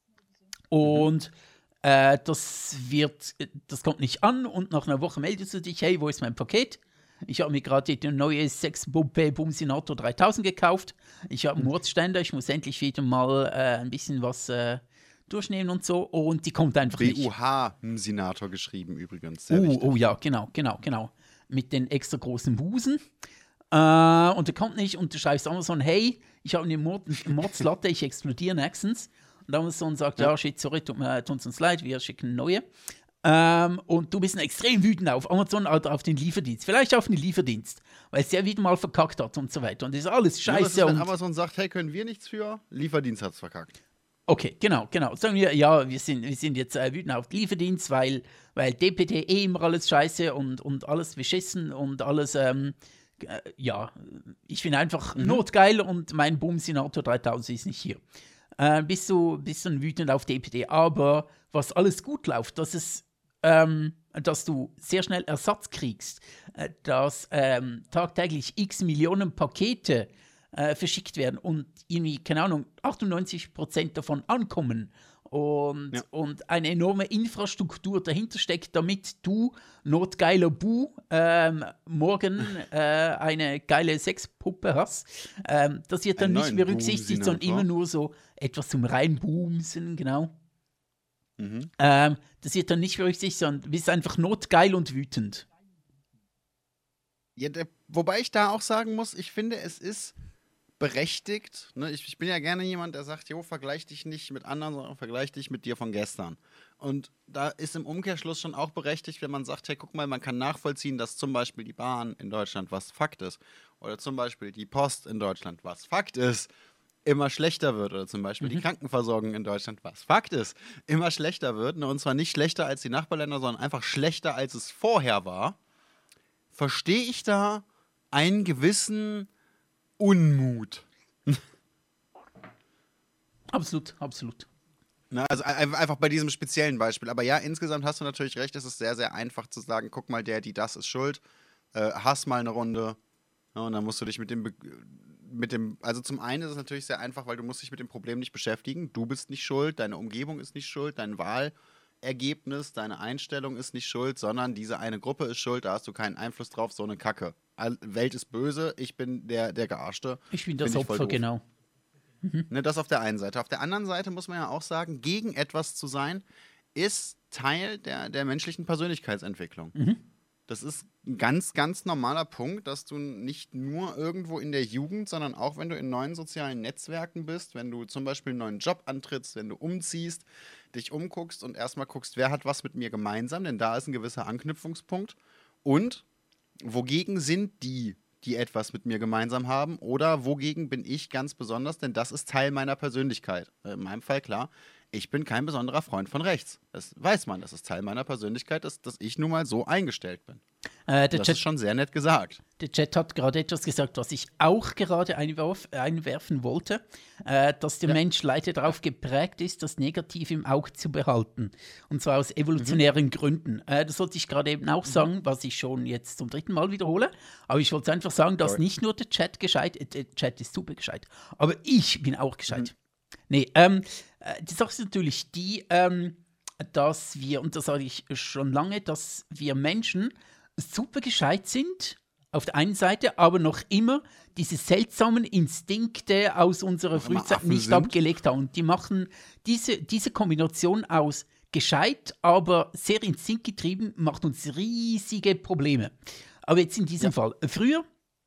und äh, das wird, das kommt nicht an und nach einer Woche meldest du dich, hey, wo ist mein Paket? Ich habe mir gerade die neue sechs Bumpe Bumsinator dreitausend gekauft. Ich habe einen Mordständer, ich muss endlich wieder mal äh, ein bisschen was äh, durchnehmen und so und die kommt einfach nicht. B U H-Senator geschrieben übrigens. Sehr Oh, wichtig. oh ja, genau, genau, genau. Mit den extra großen Busen. Äh, und der kommt nicht und du schreibst Amazon, hey, ich habe eine Mord Mordslatte, ich explodiere nächstens. Und Amazon sagt, ja, shit, sorry, tut, mir, tut uns leid, wir schicken eine neue. Ähm, und du bist extrem wütend auf Amazon oder auf den Lieferdienst. Vielleicht auf den Lieferdienst, weil es der wieder mal verkackt hat und so weiter. Und das ist alles Ja, was scheiße. ist, wenn und Amazon sagt, hey, können wir nichts für? Lieferdienst hat's verkackt. Okay, genau, genau. Sagen wir, ja, wir sind, wir sind jetzt äh, wütend auf den Lieferdienst, weil, weil D P D eh immer alles scheiße und, und alles beschissen und alles, ähm, äh, ja, ich bin einfach Mhm. notgeil und mein Boom-Senator dreitausend ist nicht hier. Äh, bist du, bist du wütend auf D P D, aber was alles gut läuft, dass es, ähm, dass du sehr schnell Ersatz kriegst, äh, dass ähm, tagtäglich x Millionen Pakete äh, verschickt werden und irgendwie, keine Ahnung, achtundneunzig Prozent davon ankommen und, Ja. und eine enorme Infrastruktur dahinter steckt, damit du, notgeiler Bu, ähm, morgen äh, eine geile Sexpuppe hast. Ähm, das wird dann Einen nicht neuen berücksichtigt, sondern Boom-Senator. immer nur so etwas zum Reinboomsen, genau. Mhm. Ähm, das wird dann nicht berücksichtigt, sondern du bist einfach notgeil und wütend. Ja, der, wobei ich da auch sagen muss, ich finde, es ist berechtigt. Ne? Ich, ich bin ja gerne jemand, der sagt, jo, vergleich dich nicht mit anderen, sondern vergleich dich mit dir von gestern. Und da ist im Umkehrschluss schon auch berechtigt, wenn man sagt, hey, guck mal, man kann nachvollziehen, dass zum Beispiel die Bahn in Deutschland, was Fakt ist, oder zum Beispiel die Post in Deutschland, was Fakt ist, immer schlechter wird. Oder zum Beispiel die Krankenversorgung in Deutschland, was Fakt ist, immer schlechter wird. Ne? Und zwar nicht schlechter als die Nachbarländer, sondern einfach schlechter, als es vorher war. Verstehe ich da einen gewissen Unmut. Absolut, absolut. Ne, also ein- einfach bei diesem speziellen Beispiel. Aber ja, insgesamt hast du natürlich recht, es ist sehr, sehr einfach zu sagen, guck mal, der, die, das ist schuld, äh, hass mal eine Runde. Ja, und dann musst du dich mit dem, Be- mit dem, also zum einen ist es natürlich sehr einfach, weil du musst dich mit dem Problem nicht beschäftigen. Du bist nicht schuld, deine Umgebung ist nicht schuld, dein Wahlergebnis, deine Einstellung ist nicht schuld, sondern diese eine Gruppe ist schuld, da hast du keinen Einfluss drauf, so eine Kacke. All- Welt ist böse, ich bin der, der Gearschte. Ich bin das Find ich voll Opfer, doof. genau. Ne, das auf der einen Seite. Auf der anderen Seite muss man ja auch sagen, gegen etwas zu sein, ist Teil der, der menschlichen Persönlichkeitsentwicklung. Das ist ein ganz, ganz normaler Punkt, dass du nicht nur irgendwo in der Jugend, sondern auch wenn du in neuen sozialen Netzwerken bist, wenn du zum Beispiel einen neuen Job antrittst, wenn du umziehst, dich umguckst und erstmal guckst, wer hat was mit mir gemeinsam, denn da ist ein gewisser Anknüpfungspunkt. Und wogegen sind die, die etwas mit mir gemeinsam haben, oder wogegen bin ich ganz besonders, denn das ist Teil meiner Persönlichkeit. Äh, In meinem Fall klar, ich bin kein besonderer Freund von rechts. Das weiß man, das ist Teil meiner Persönlichkeit, dass, dass ich nun mal so eingestellt bin. Äh, der, Das Chat, ist schon sehr nett gesagt. der Chat hat gerade etwas gesagt, was ich auch gerade einwerf, einwerfen wollte, äh, dass der Ja. Mensch leider darauf geprägt ist, das Negative im Auge zu behalten. Und zwar aus evolutionären Gründen. Äh, das sollte ich gerade eben auch sagen, was ich schon jetzt zum dritten Mal wiederhole. Aber ich wollte einfach sagen, dass Sorry. nicht nur der Chat gescheit, äh, der Chat ist super gescheit, aber ich bin auch gescheit. Nee, ähm, äh, die Sache ist natürlich die, ähm, dass wir, und das sage ich schon lange, dass wir Menschen super gescheit sind, auf der einen Seite, aber noch immer diese seltsamen Instinkte aus unserer Noch immer Frühzeit Affen nicht sind. abgelegt haben. Und die machen diese, diese Kombination aus gescheit, aber sehr instinktgetrieben, macht uns riesige Probleme. Aber jetzt in diesem Fall, früher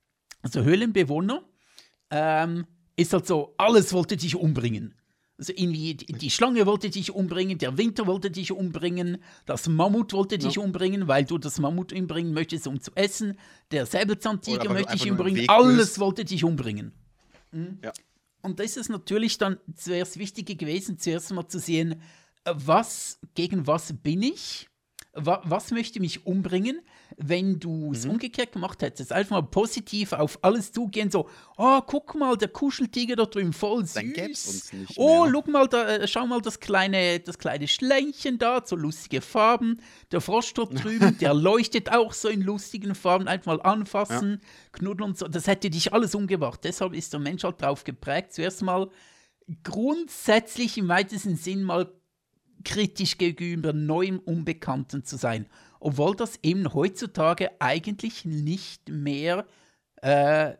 also Höhlenbewohner, ähm, ist halt so, alles wollte dich umbringen. Also irgendwie, die, die Schlange wollte dich umbringen, der Winter wollte dich umbringen, das Mammut wollte dich Ja. umbringen, weil du das Mammut umbringen möchtest, um zu essen. Der Säbelzahntiger Oder weil du möchte dich einfach nur im umbringen. Weg Alles bist. wollte dich umbringen. Ja. Und das ist natürlich dann zuerst wichtig gewesen, zuerst mal zu sehen, äh, was, gegen was bin ich? Wa- Was möchte mich umbringen, wenn du es Mhm. umgekehrt gemacht hättest? Einfach mal positiv auf alles zugehen, so, oh, guck mal, der Kuscheltiger da drüben, voll süß. Dann gäb's uns nicht Oh, mehr. guck mal, da, äh, schau mal das kleine, das kleine Schlängchen da, so lustige Farben. Der Frosch dort drüben, der leuchtet auch so in lustigen Farben. Einfach mal anfassen, knuddeln und so. Das hätte dich alles umgebracht. Deshalb ist der Mensch halt drauf geprägt, zuerst mal grundsätzlich im weitesten Sinn mal kritisch gegenüber neuem Unbekannten zu sein. Obwohl das eben heutzutage eigentlich nicht mehr äh,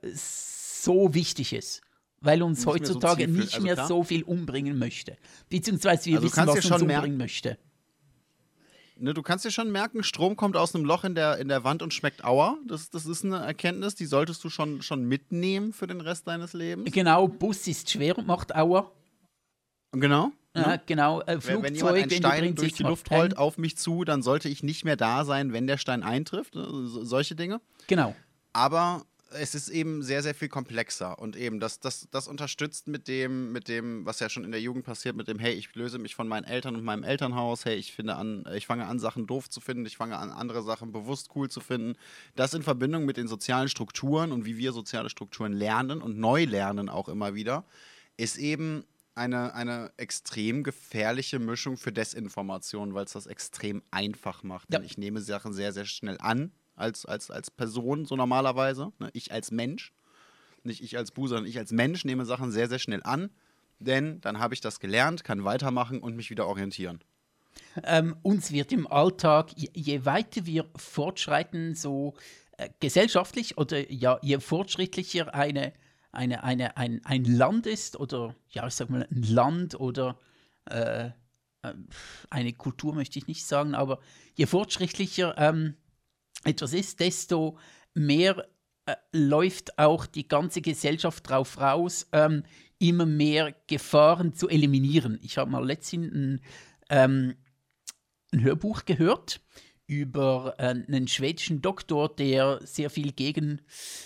so wichtig ist. Weil uns Nicht mehr so heutzutage zielführend, nicht also mehr klar. so viel umbringen möchte. Beziehungsweise wir Also du wissen, kannst was dir uns schon umbringen merken- möchte. Ne, du kannst dir schon merken, Strom kommt aus einem Loch in der, in der Wand und schmeckt Aua. Das, das ist eine Erkenntnis, die solltest du schon, schon mitnehmen für den Rest deines Lebens. Genau, Bus ist schwer und macht Aua. Genau. Ja, genau, äh, Wenn, Flugzeug, wenn jemand einen wenn du Stein drin durch sitzt, die macht Luft rollt Peng. auf mich zu, dann sollte ich nicht mehr da sein, wenn der Stein eintrifft. Ne, so- solche Dinge. Genau. Aber es ist eben sehr, sehr viel komplexer. Und eben, das, das, das unterstützt mit dem, mit dem, was ja schon in der Jugend passiert, mit dem, hey, ich löse mich von meinen Eltern und meinem Elternhaus, hey, ich finde an, ich fange an, Sachen doof zu finden, ich fange an, andere Sachen bewusst cool zu finden. Das in Verbindung mit den sozialen Strukturen und wie wir soziale Strukturen lernen und neu lernen auch immer wieder, ist eben eine, eine extrem gefährliche Mischung für Desinformation, weil es das extrem einfach macht. Ja. Denn ich nehme Sachen sehr, sehr schnell an, als, als, als Person so normalerweise. Ne? Ich als Mensch, nicht ich als Bu, sondern ich als Mensch nehme Sachen sehr, sehr schnell an, denn dann habe ich das gelernt, kann weitermachen und mich wieder orientieren. Ähm, uns wird im Alltag, je, je weiter wir fortschreiten, so äh, gesellschaftlich oder ja, je fortschrittlicher eine, eine, eine, ein, ein Land ist oder ja, ich sag mal ein Land oder äh, äh, eine Kultur möchte ich nicht sagen, aber je fortschrittlicher ähm, etwas ist, desto mehr äh, läuft auch die ganze Gesellschaft drauf raus, ähm, immer mehr Gefahren zu eliminieren. Ich habe mal letztens ein, ähm, ein Hörbuch gehört über äh, einen schwedischen Doktor, der sehr viel gegen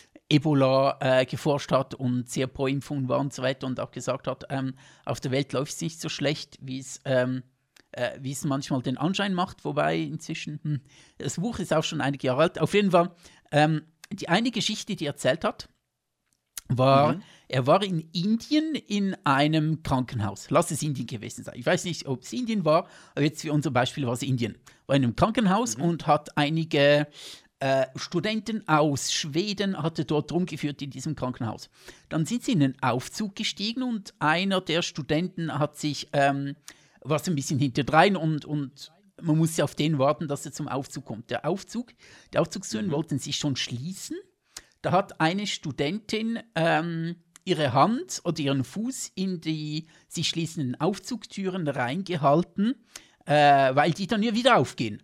Ebola äh, geforscht hat und sehr pro Impfung war und so weiter und auch gesagt hat, ähm, auf der Welt läuft es nicht so schlecht, wie es ähm, äh, wie es manchmal den Anschein macht, wobei inzwischen, hm, das Buch ist auch schon einige Jahre alt. Auf jeden Fall, ähm, die eine Geschichte, die er erzählt hat, war, Mhm. er war in Indien in einem Krankenhaus. Lass es Indien gewesen sein. Ich weiß nicht, ob es Indien war, aber jetzt für unser Beispiel war es Indien. War in einem Krankenhaus Mhm. und hat einige äh, Studenten aus Schweden hatte dort rumgeführt in diesem Krankenhaus. Dann sind sie in einen Aufzug gestiegen und einer der Studenten hat sich, ähm, war so ein bisschen hinterdrein und, und man musste auf den warten, dass er zum Aufzug kommt. Der Aufzug, die Aufzugstüren Mhm. wollten sich schon schließen. Da hat eine Studentin ähm, ihre Hand oder ihren Fuß in die sich schließenden Aufzugtüren reingehalten, äh, weil die dann ja wieder aufgehen.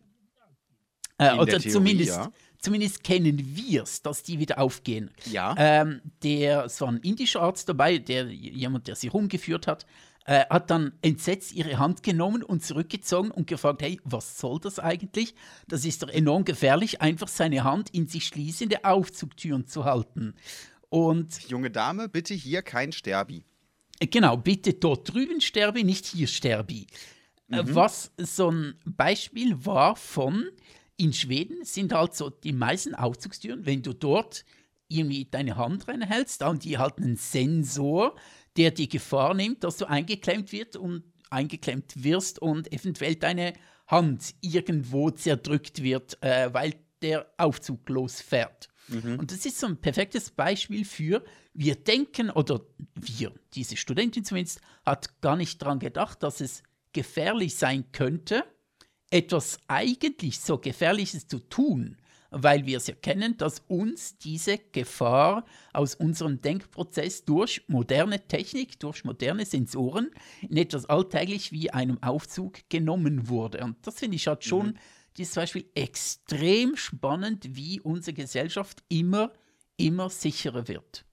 Äh, In oder der Theorie, zumindest, ja. zumindest kennen wir es, dass die wieder aufgehen. Ja. Ähm, der, es war ein indischer Arzt dabei, der, jemand, der sie rumgeführt hat, äh, hat dann entsetzt ihre Hand genommen und zurückgezogen und gefragt, hey, was soll das eigentlich? Das ist doch enorm gefährlich, einfach seine Hand in sich schließende Aufzugtüren zu halten. Und Junge Dame, bitte hier kein Sterbi. äh, genau, bitte dort drüben sterbe, nicht hier sterbe. Äh, Mhm. Was so ein Beispiel war von, in Schweden sind halt so die meisten Aufzugstüren, wenn du dort irgendwie deine Hand reinhältst, dann die halt einen Sensor, der die Gefahr nimmt, dass du eingeklemmt wird und eingeklemmt wirst und eventuell deine Hand irgendwo zerdrückt wird, äh, weil der Aufzug losfährt. Mhm. Und das ist so ein perfektes Beispiel für, wir denken, oder wir, diese Studentin zumindest, hat gar nicht daran gedacht, dass es gefährlich sein könnte, etwas eigentlich so Gefährliches zu tun, weil wir es erkennen, dass uns diese Gefahr aus unserem Denkprozess durch moderne Technik, durch moderne Sensoren in etwas alltäglich wie einem Aufzug genommen wurde. Und das finde ich halt schon, Mhm. dieses Beispiel extrem spannend, wie unsere Gesellschaft immer immer sicherer wird.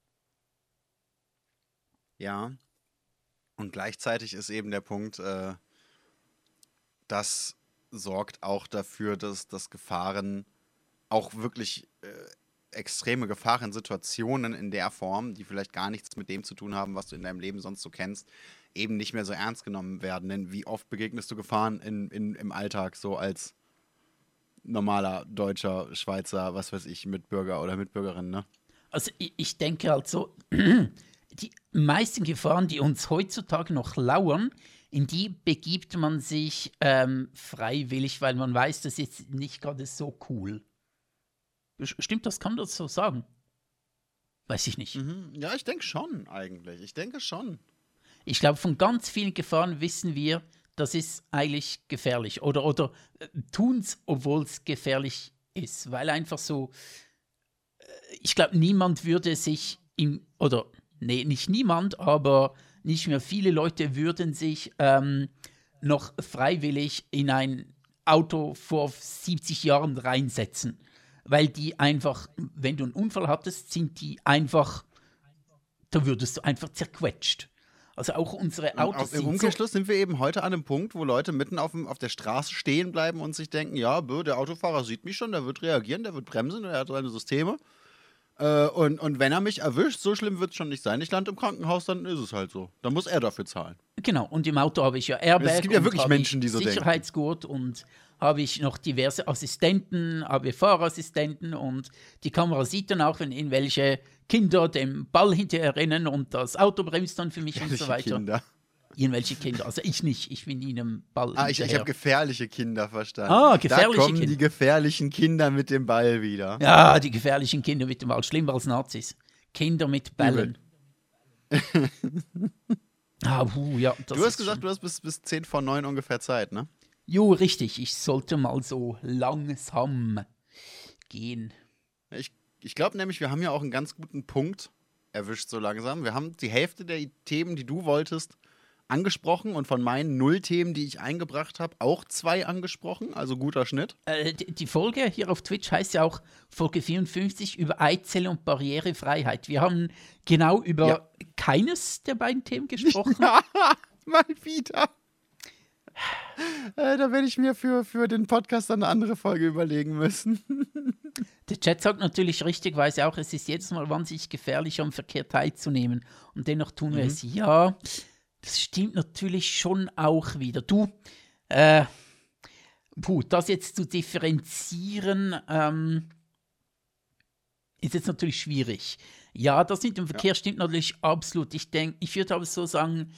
Ja. Und gleichzeitig ist eben der Punkt, äh, das sorgt auch dafür, dass, dass Gefahren, auch wirklich äh, extreme Gefahrensituationen in der Form, die vielleicht gar nichts mit dem zu tun haben, was du in deinem Leben sonst so kennst, eben nicht mehr so ernst genommen werden. Denn wie oft begegnest du Gefahren in, in, im Alltag so als normaler Deutscher, Schweizer, was weiß ich, Mitbürger oder Mitbürgerin, ne? Also ich, ich denke also, die meisten Gefahren, die uns heutzutage noch lauern, in die begibt man sich ähm, freiwillig, weil man weiß, das ist nicht gerade so cool. Stimmt das? Kann man das so sagen? Weiß ich nicht. Mhm. Ja, ich denke schon eigentlich. Ich denke schon. Ich glaube, von ganz vielen Gefahren wissen wir, das ist eigentlich gefährlich. Oder, oder äh, tun es, obwohl es gefährlich ist. Weil einfach so, äh, ich glaube, niemand würde sich im, oder, nee, nicht niemand, aber nicht mehr viele Leute würden sich ähm, noch freiwillig in ein Auto vor siebzig Jahren reinsetzen. Weil die einfach, wenn du einen Unfall hattest, sind die einfach, da würdest du einfach zerquetscht. Also auch unsere Autos Und sind im Umkehrschluss so sind wir eben heute an einem Punkt, wo Leute mitten auf, dem, auf der Straße stehen bleiben und sich denken, ja, bö, der Autofahrer sieht mich schon, der wird reagieren, der wird bremsen, der hat seine Systeme. Äh, und, und wenn er mich erwischt, so schlimm wird es schon nicht sein. Ich lande im Krankenhaus, dann ist es halt so. Dann muss er dafür zahlen. Genau, und im Auto habe ich ja Airbag, es gibt ja wirklich und Menschen, die so denken. Sicherheitsgurt und habe ich noch diverse Assistenten, habe Fahrassistenten und die Kamera sieht dann auch, wenn irgendwelche Kinder dem Ball hinterher rennen und das Auto bremst dann für mich und so weiter. Kinder. Irgendwelche Kinder, also ich nicht, ich bin ihnen Ball Ah, ich, ich hinterher. habe gefährliche Kinder verstanden. Ah, gefährliche Da kommen Kinder. die gefährlichen Kinder mit dem Ball wieder. Ja, die gefährlichen Kinder mit dem Ball, schlimmer als Nazis. Kinder mit Bällen. ah, puh, ja, das Du hast ist gesagt, schon- du hast bis, bis zehn vor neun ungefähr Zeit, ne? Jo, richtig, ich sollte mal so langsam gehen. Ich, ich glaube nämlich, wir haben ja auch einen ganz guten Punkt erwischt so langsam. Wir haben die Hälfte der Themen, die du wolltest, angesprochen und von meinen null Themen, die ich eingebracht habe, auch zwei angesprochen. Also guter Schnitt. Äh, die, die Folge hier auf Twitch heißt ja auch Folge vierundfünfzig über Eizelle und Barrierefreiheit. Wir haben genau über Ja. keines der beiden Themen gesprochen. Mal wieder. Äh, da werde ich mir für, für den Podcast dann eine andere Folge überlegen müssen. Der Chat sagt natürlich richtigweise auch, es ist jedes Mal wahnsinnig gefährlich, am Verkehr teilzunehmen. Und dennoch tun wir Mhm. es. Ja, das stimmt natürlich schon auch wieder. Du, äh, puh, das jetzt zu differenzieren, ähm, ist jetzt natürlich schwierig. Ja, das mit dem Verkehr stimmt natürlich absolut. Ich denke, ich würde aber so sagen,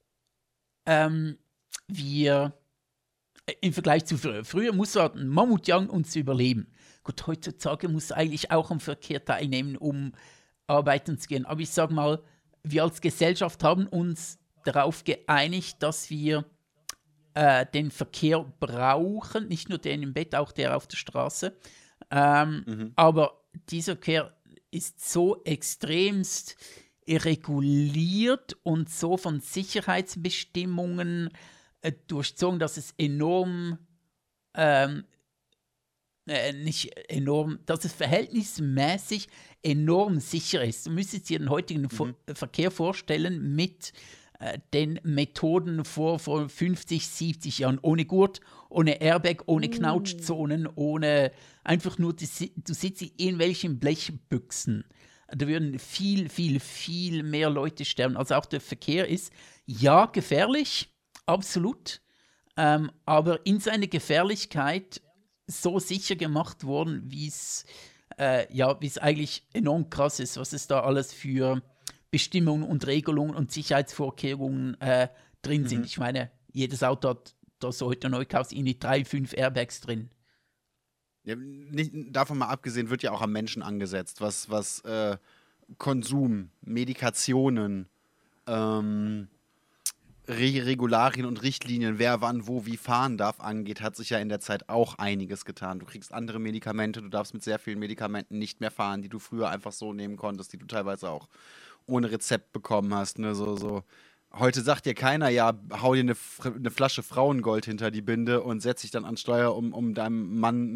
ähm, wir äh, im Vergleich zu früher. Früher musst du halt einen Mammut jagen, um zu überleben. Gut, heutzutage musst du eigentlich auch am Verkehr teilnehmen, um arbeiten zu gehen. Aber ich sage mal, wir als Gesellschaft haben uns darauf geeinigt, dass wir äh, den Verkehr brauchen, nicht nur den im Bett, auch der auf der Straße. Ähm, Mhm. Aber dieser Verkehr ist so extremst reguliert und so von Sicherheitsbestimmungen äh, durchzogen, dass es enorm, ähm, äh, nicht enorm, dass es verhältnismäßig enorm sicher ist. Du müsstest dir den heutigen Vo- Verkehr vorstellen mit äh, den Methoden vor, vor fünfzig, siebzig Jahren, ohne Gurt, ohne Airbag, ohne Knautschzonen, ohne einfach nur, du, si- du sitzt in irgendwelchen Blechbüchsen. Da würden viel, viel, viel mehr Leute sterben. Also auch der Verkehr ist, ja, gefährlich, absolut, ähm, aber in seiner Gefährlichkeit so sicher gemacht worden, wie es äh, ja, wie es eigentlich enorm krass ist, was es da alles für Bestimmungen und Regelungen und Sicherheitsvorkehrungen äh, drin sind. Mhm. Ich meine, jedes Auto hat da so heute neu kaufst, irgendwie drei, fünf Airbags drin. Ja, nicht, davon mal abgesehen, wird ja auch am Menschen angesetzt, was, was äh, Konsum, Medikationen, ähm, Re Regularien und Richtlinien, wer wann wo wie fahren darf, angeht, hat sich ja in der Zeit auch einiges getan. Du kriegst andere Medikamente, du darfst mit sehr vielen Medikamenten nicht mehr fahren, die du früher einfach so nehmen konntest, die du teilweise auch ohne Rezept bekommen hast. Ne? So, so. Heute sagt dir keiner, ja, hau dir eine, F- eine Flasche Frauengold hinter die Binde und setz dich dann an Steuer, um, um deinem Mann ein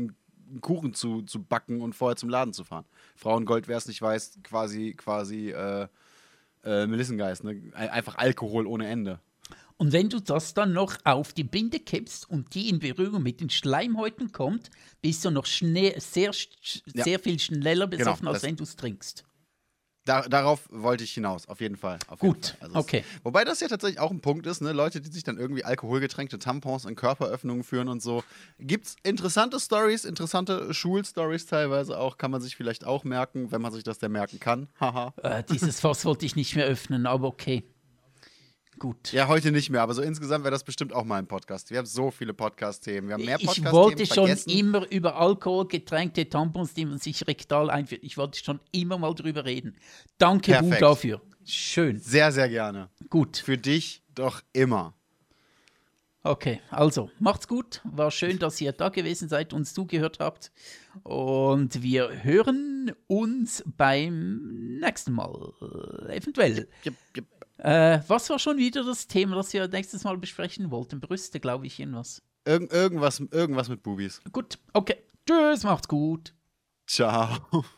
einen Kuchen zu, zu backen und vorher zum Laden zu fahren. Frauengold, wer es nicht weiß, quasi, quasi äh, äh, Melissengeist, ne? Einfach Alkohol ohne Ende. Und wenn du das dann noch auf die Binde kippst und die in Berührung mit den Schleimhäuten kommt, bist du noch schnell, sehr, Ja. sehr viel schneller besoffen, Genau, als das- wenn du es trinkst. Da, darauf wollte ich hinaus, auf jeden Fall. Auf jeden Gut, Fall. Also es- okay. Wobei das ja tatsächlich auch ein Punkt ist, ne? Leute, die sich dann irgendwie alkoholgetränkte Tampons in Körperöffnungen führen und so. Gibt's interessante Stories, interessante Schulstories teilweise auch, kann man sich vielleicht auch merken, wenn man sich das denn merken kann. Haha. Äh, dieses Fass wollte ich nicht mehr öffnen, aber okay. Gut. Ja, heute nicht mehr, aber so insgesamt wäre das bestimmt auch mal ein Podcast. Wir haben so viele Podcast-Themen. Wir haben mehr Ich Podcast-Themen wollte schon vergessen. immer über alkoholgetränkte Tampons, die man sich rektal einführt. Ich wollte schon immer mal drüber reden. Danke, Bu, Perfekt. dafür. Schön. Sehr, sehr gerne. Gut. Für dich doch immer. Okay, also macht's gut. War schön, dass ihr da gewesen seid, uns zugehört habt. Und wir hören uns beim nächsten Mal. Eventuell. Jupp, jupp. Äh, was war schon wieder das Thema, das wir nächstes Mal besprechen wollten? Brüste, glaube ich, irgendwas. Irgend, irgendwas, irgendwas mit Bubis. Gut, okay. Tschüss, macht's gut. Ciao.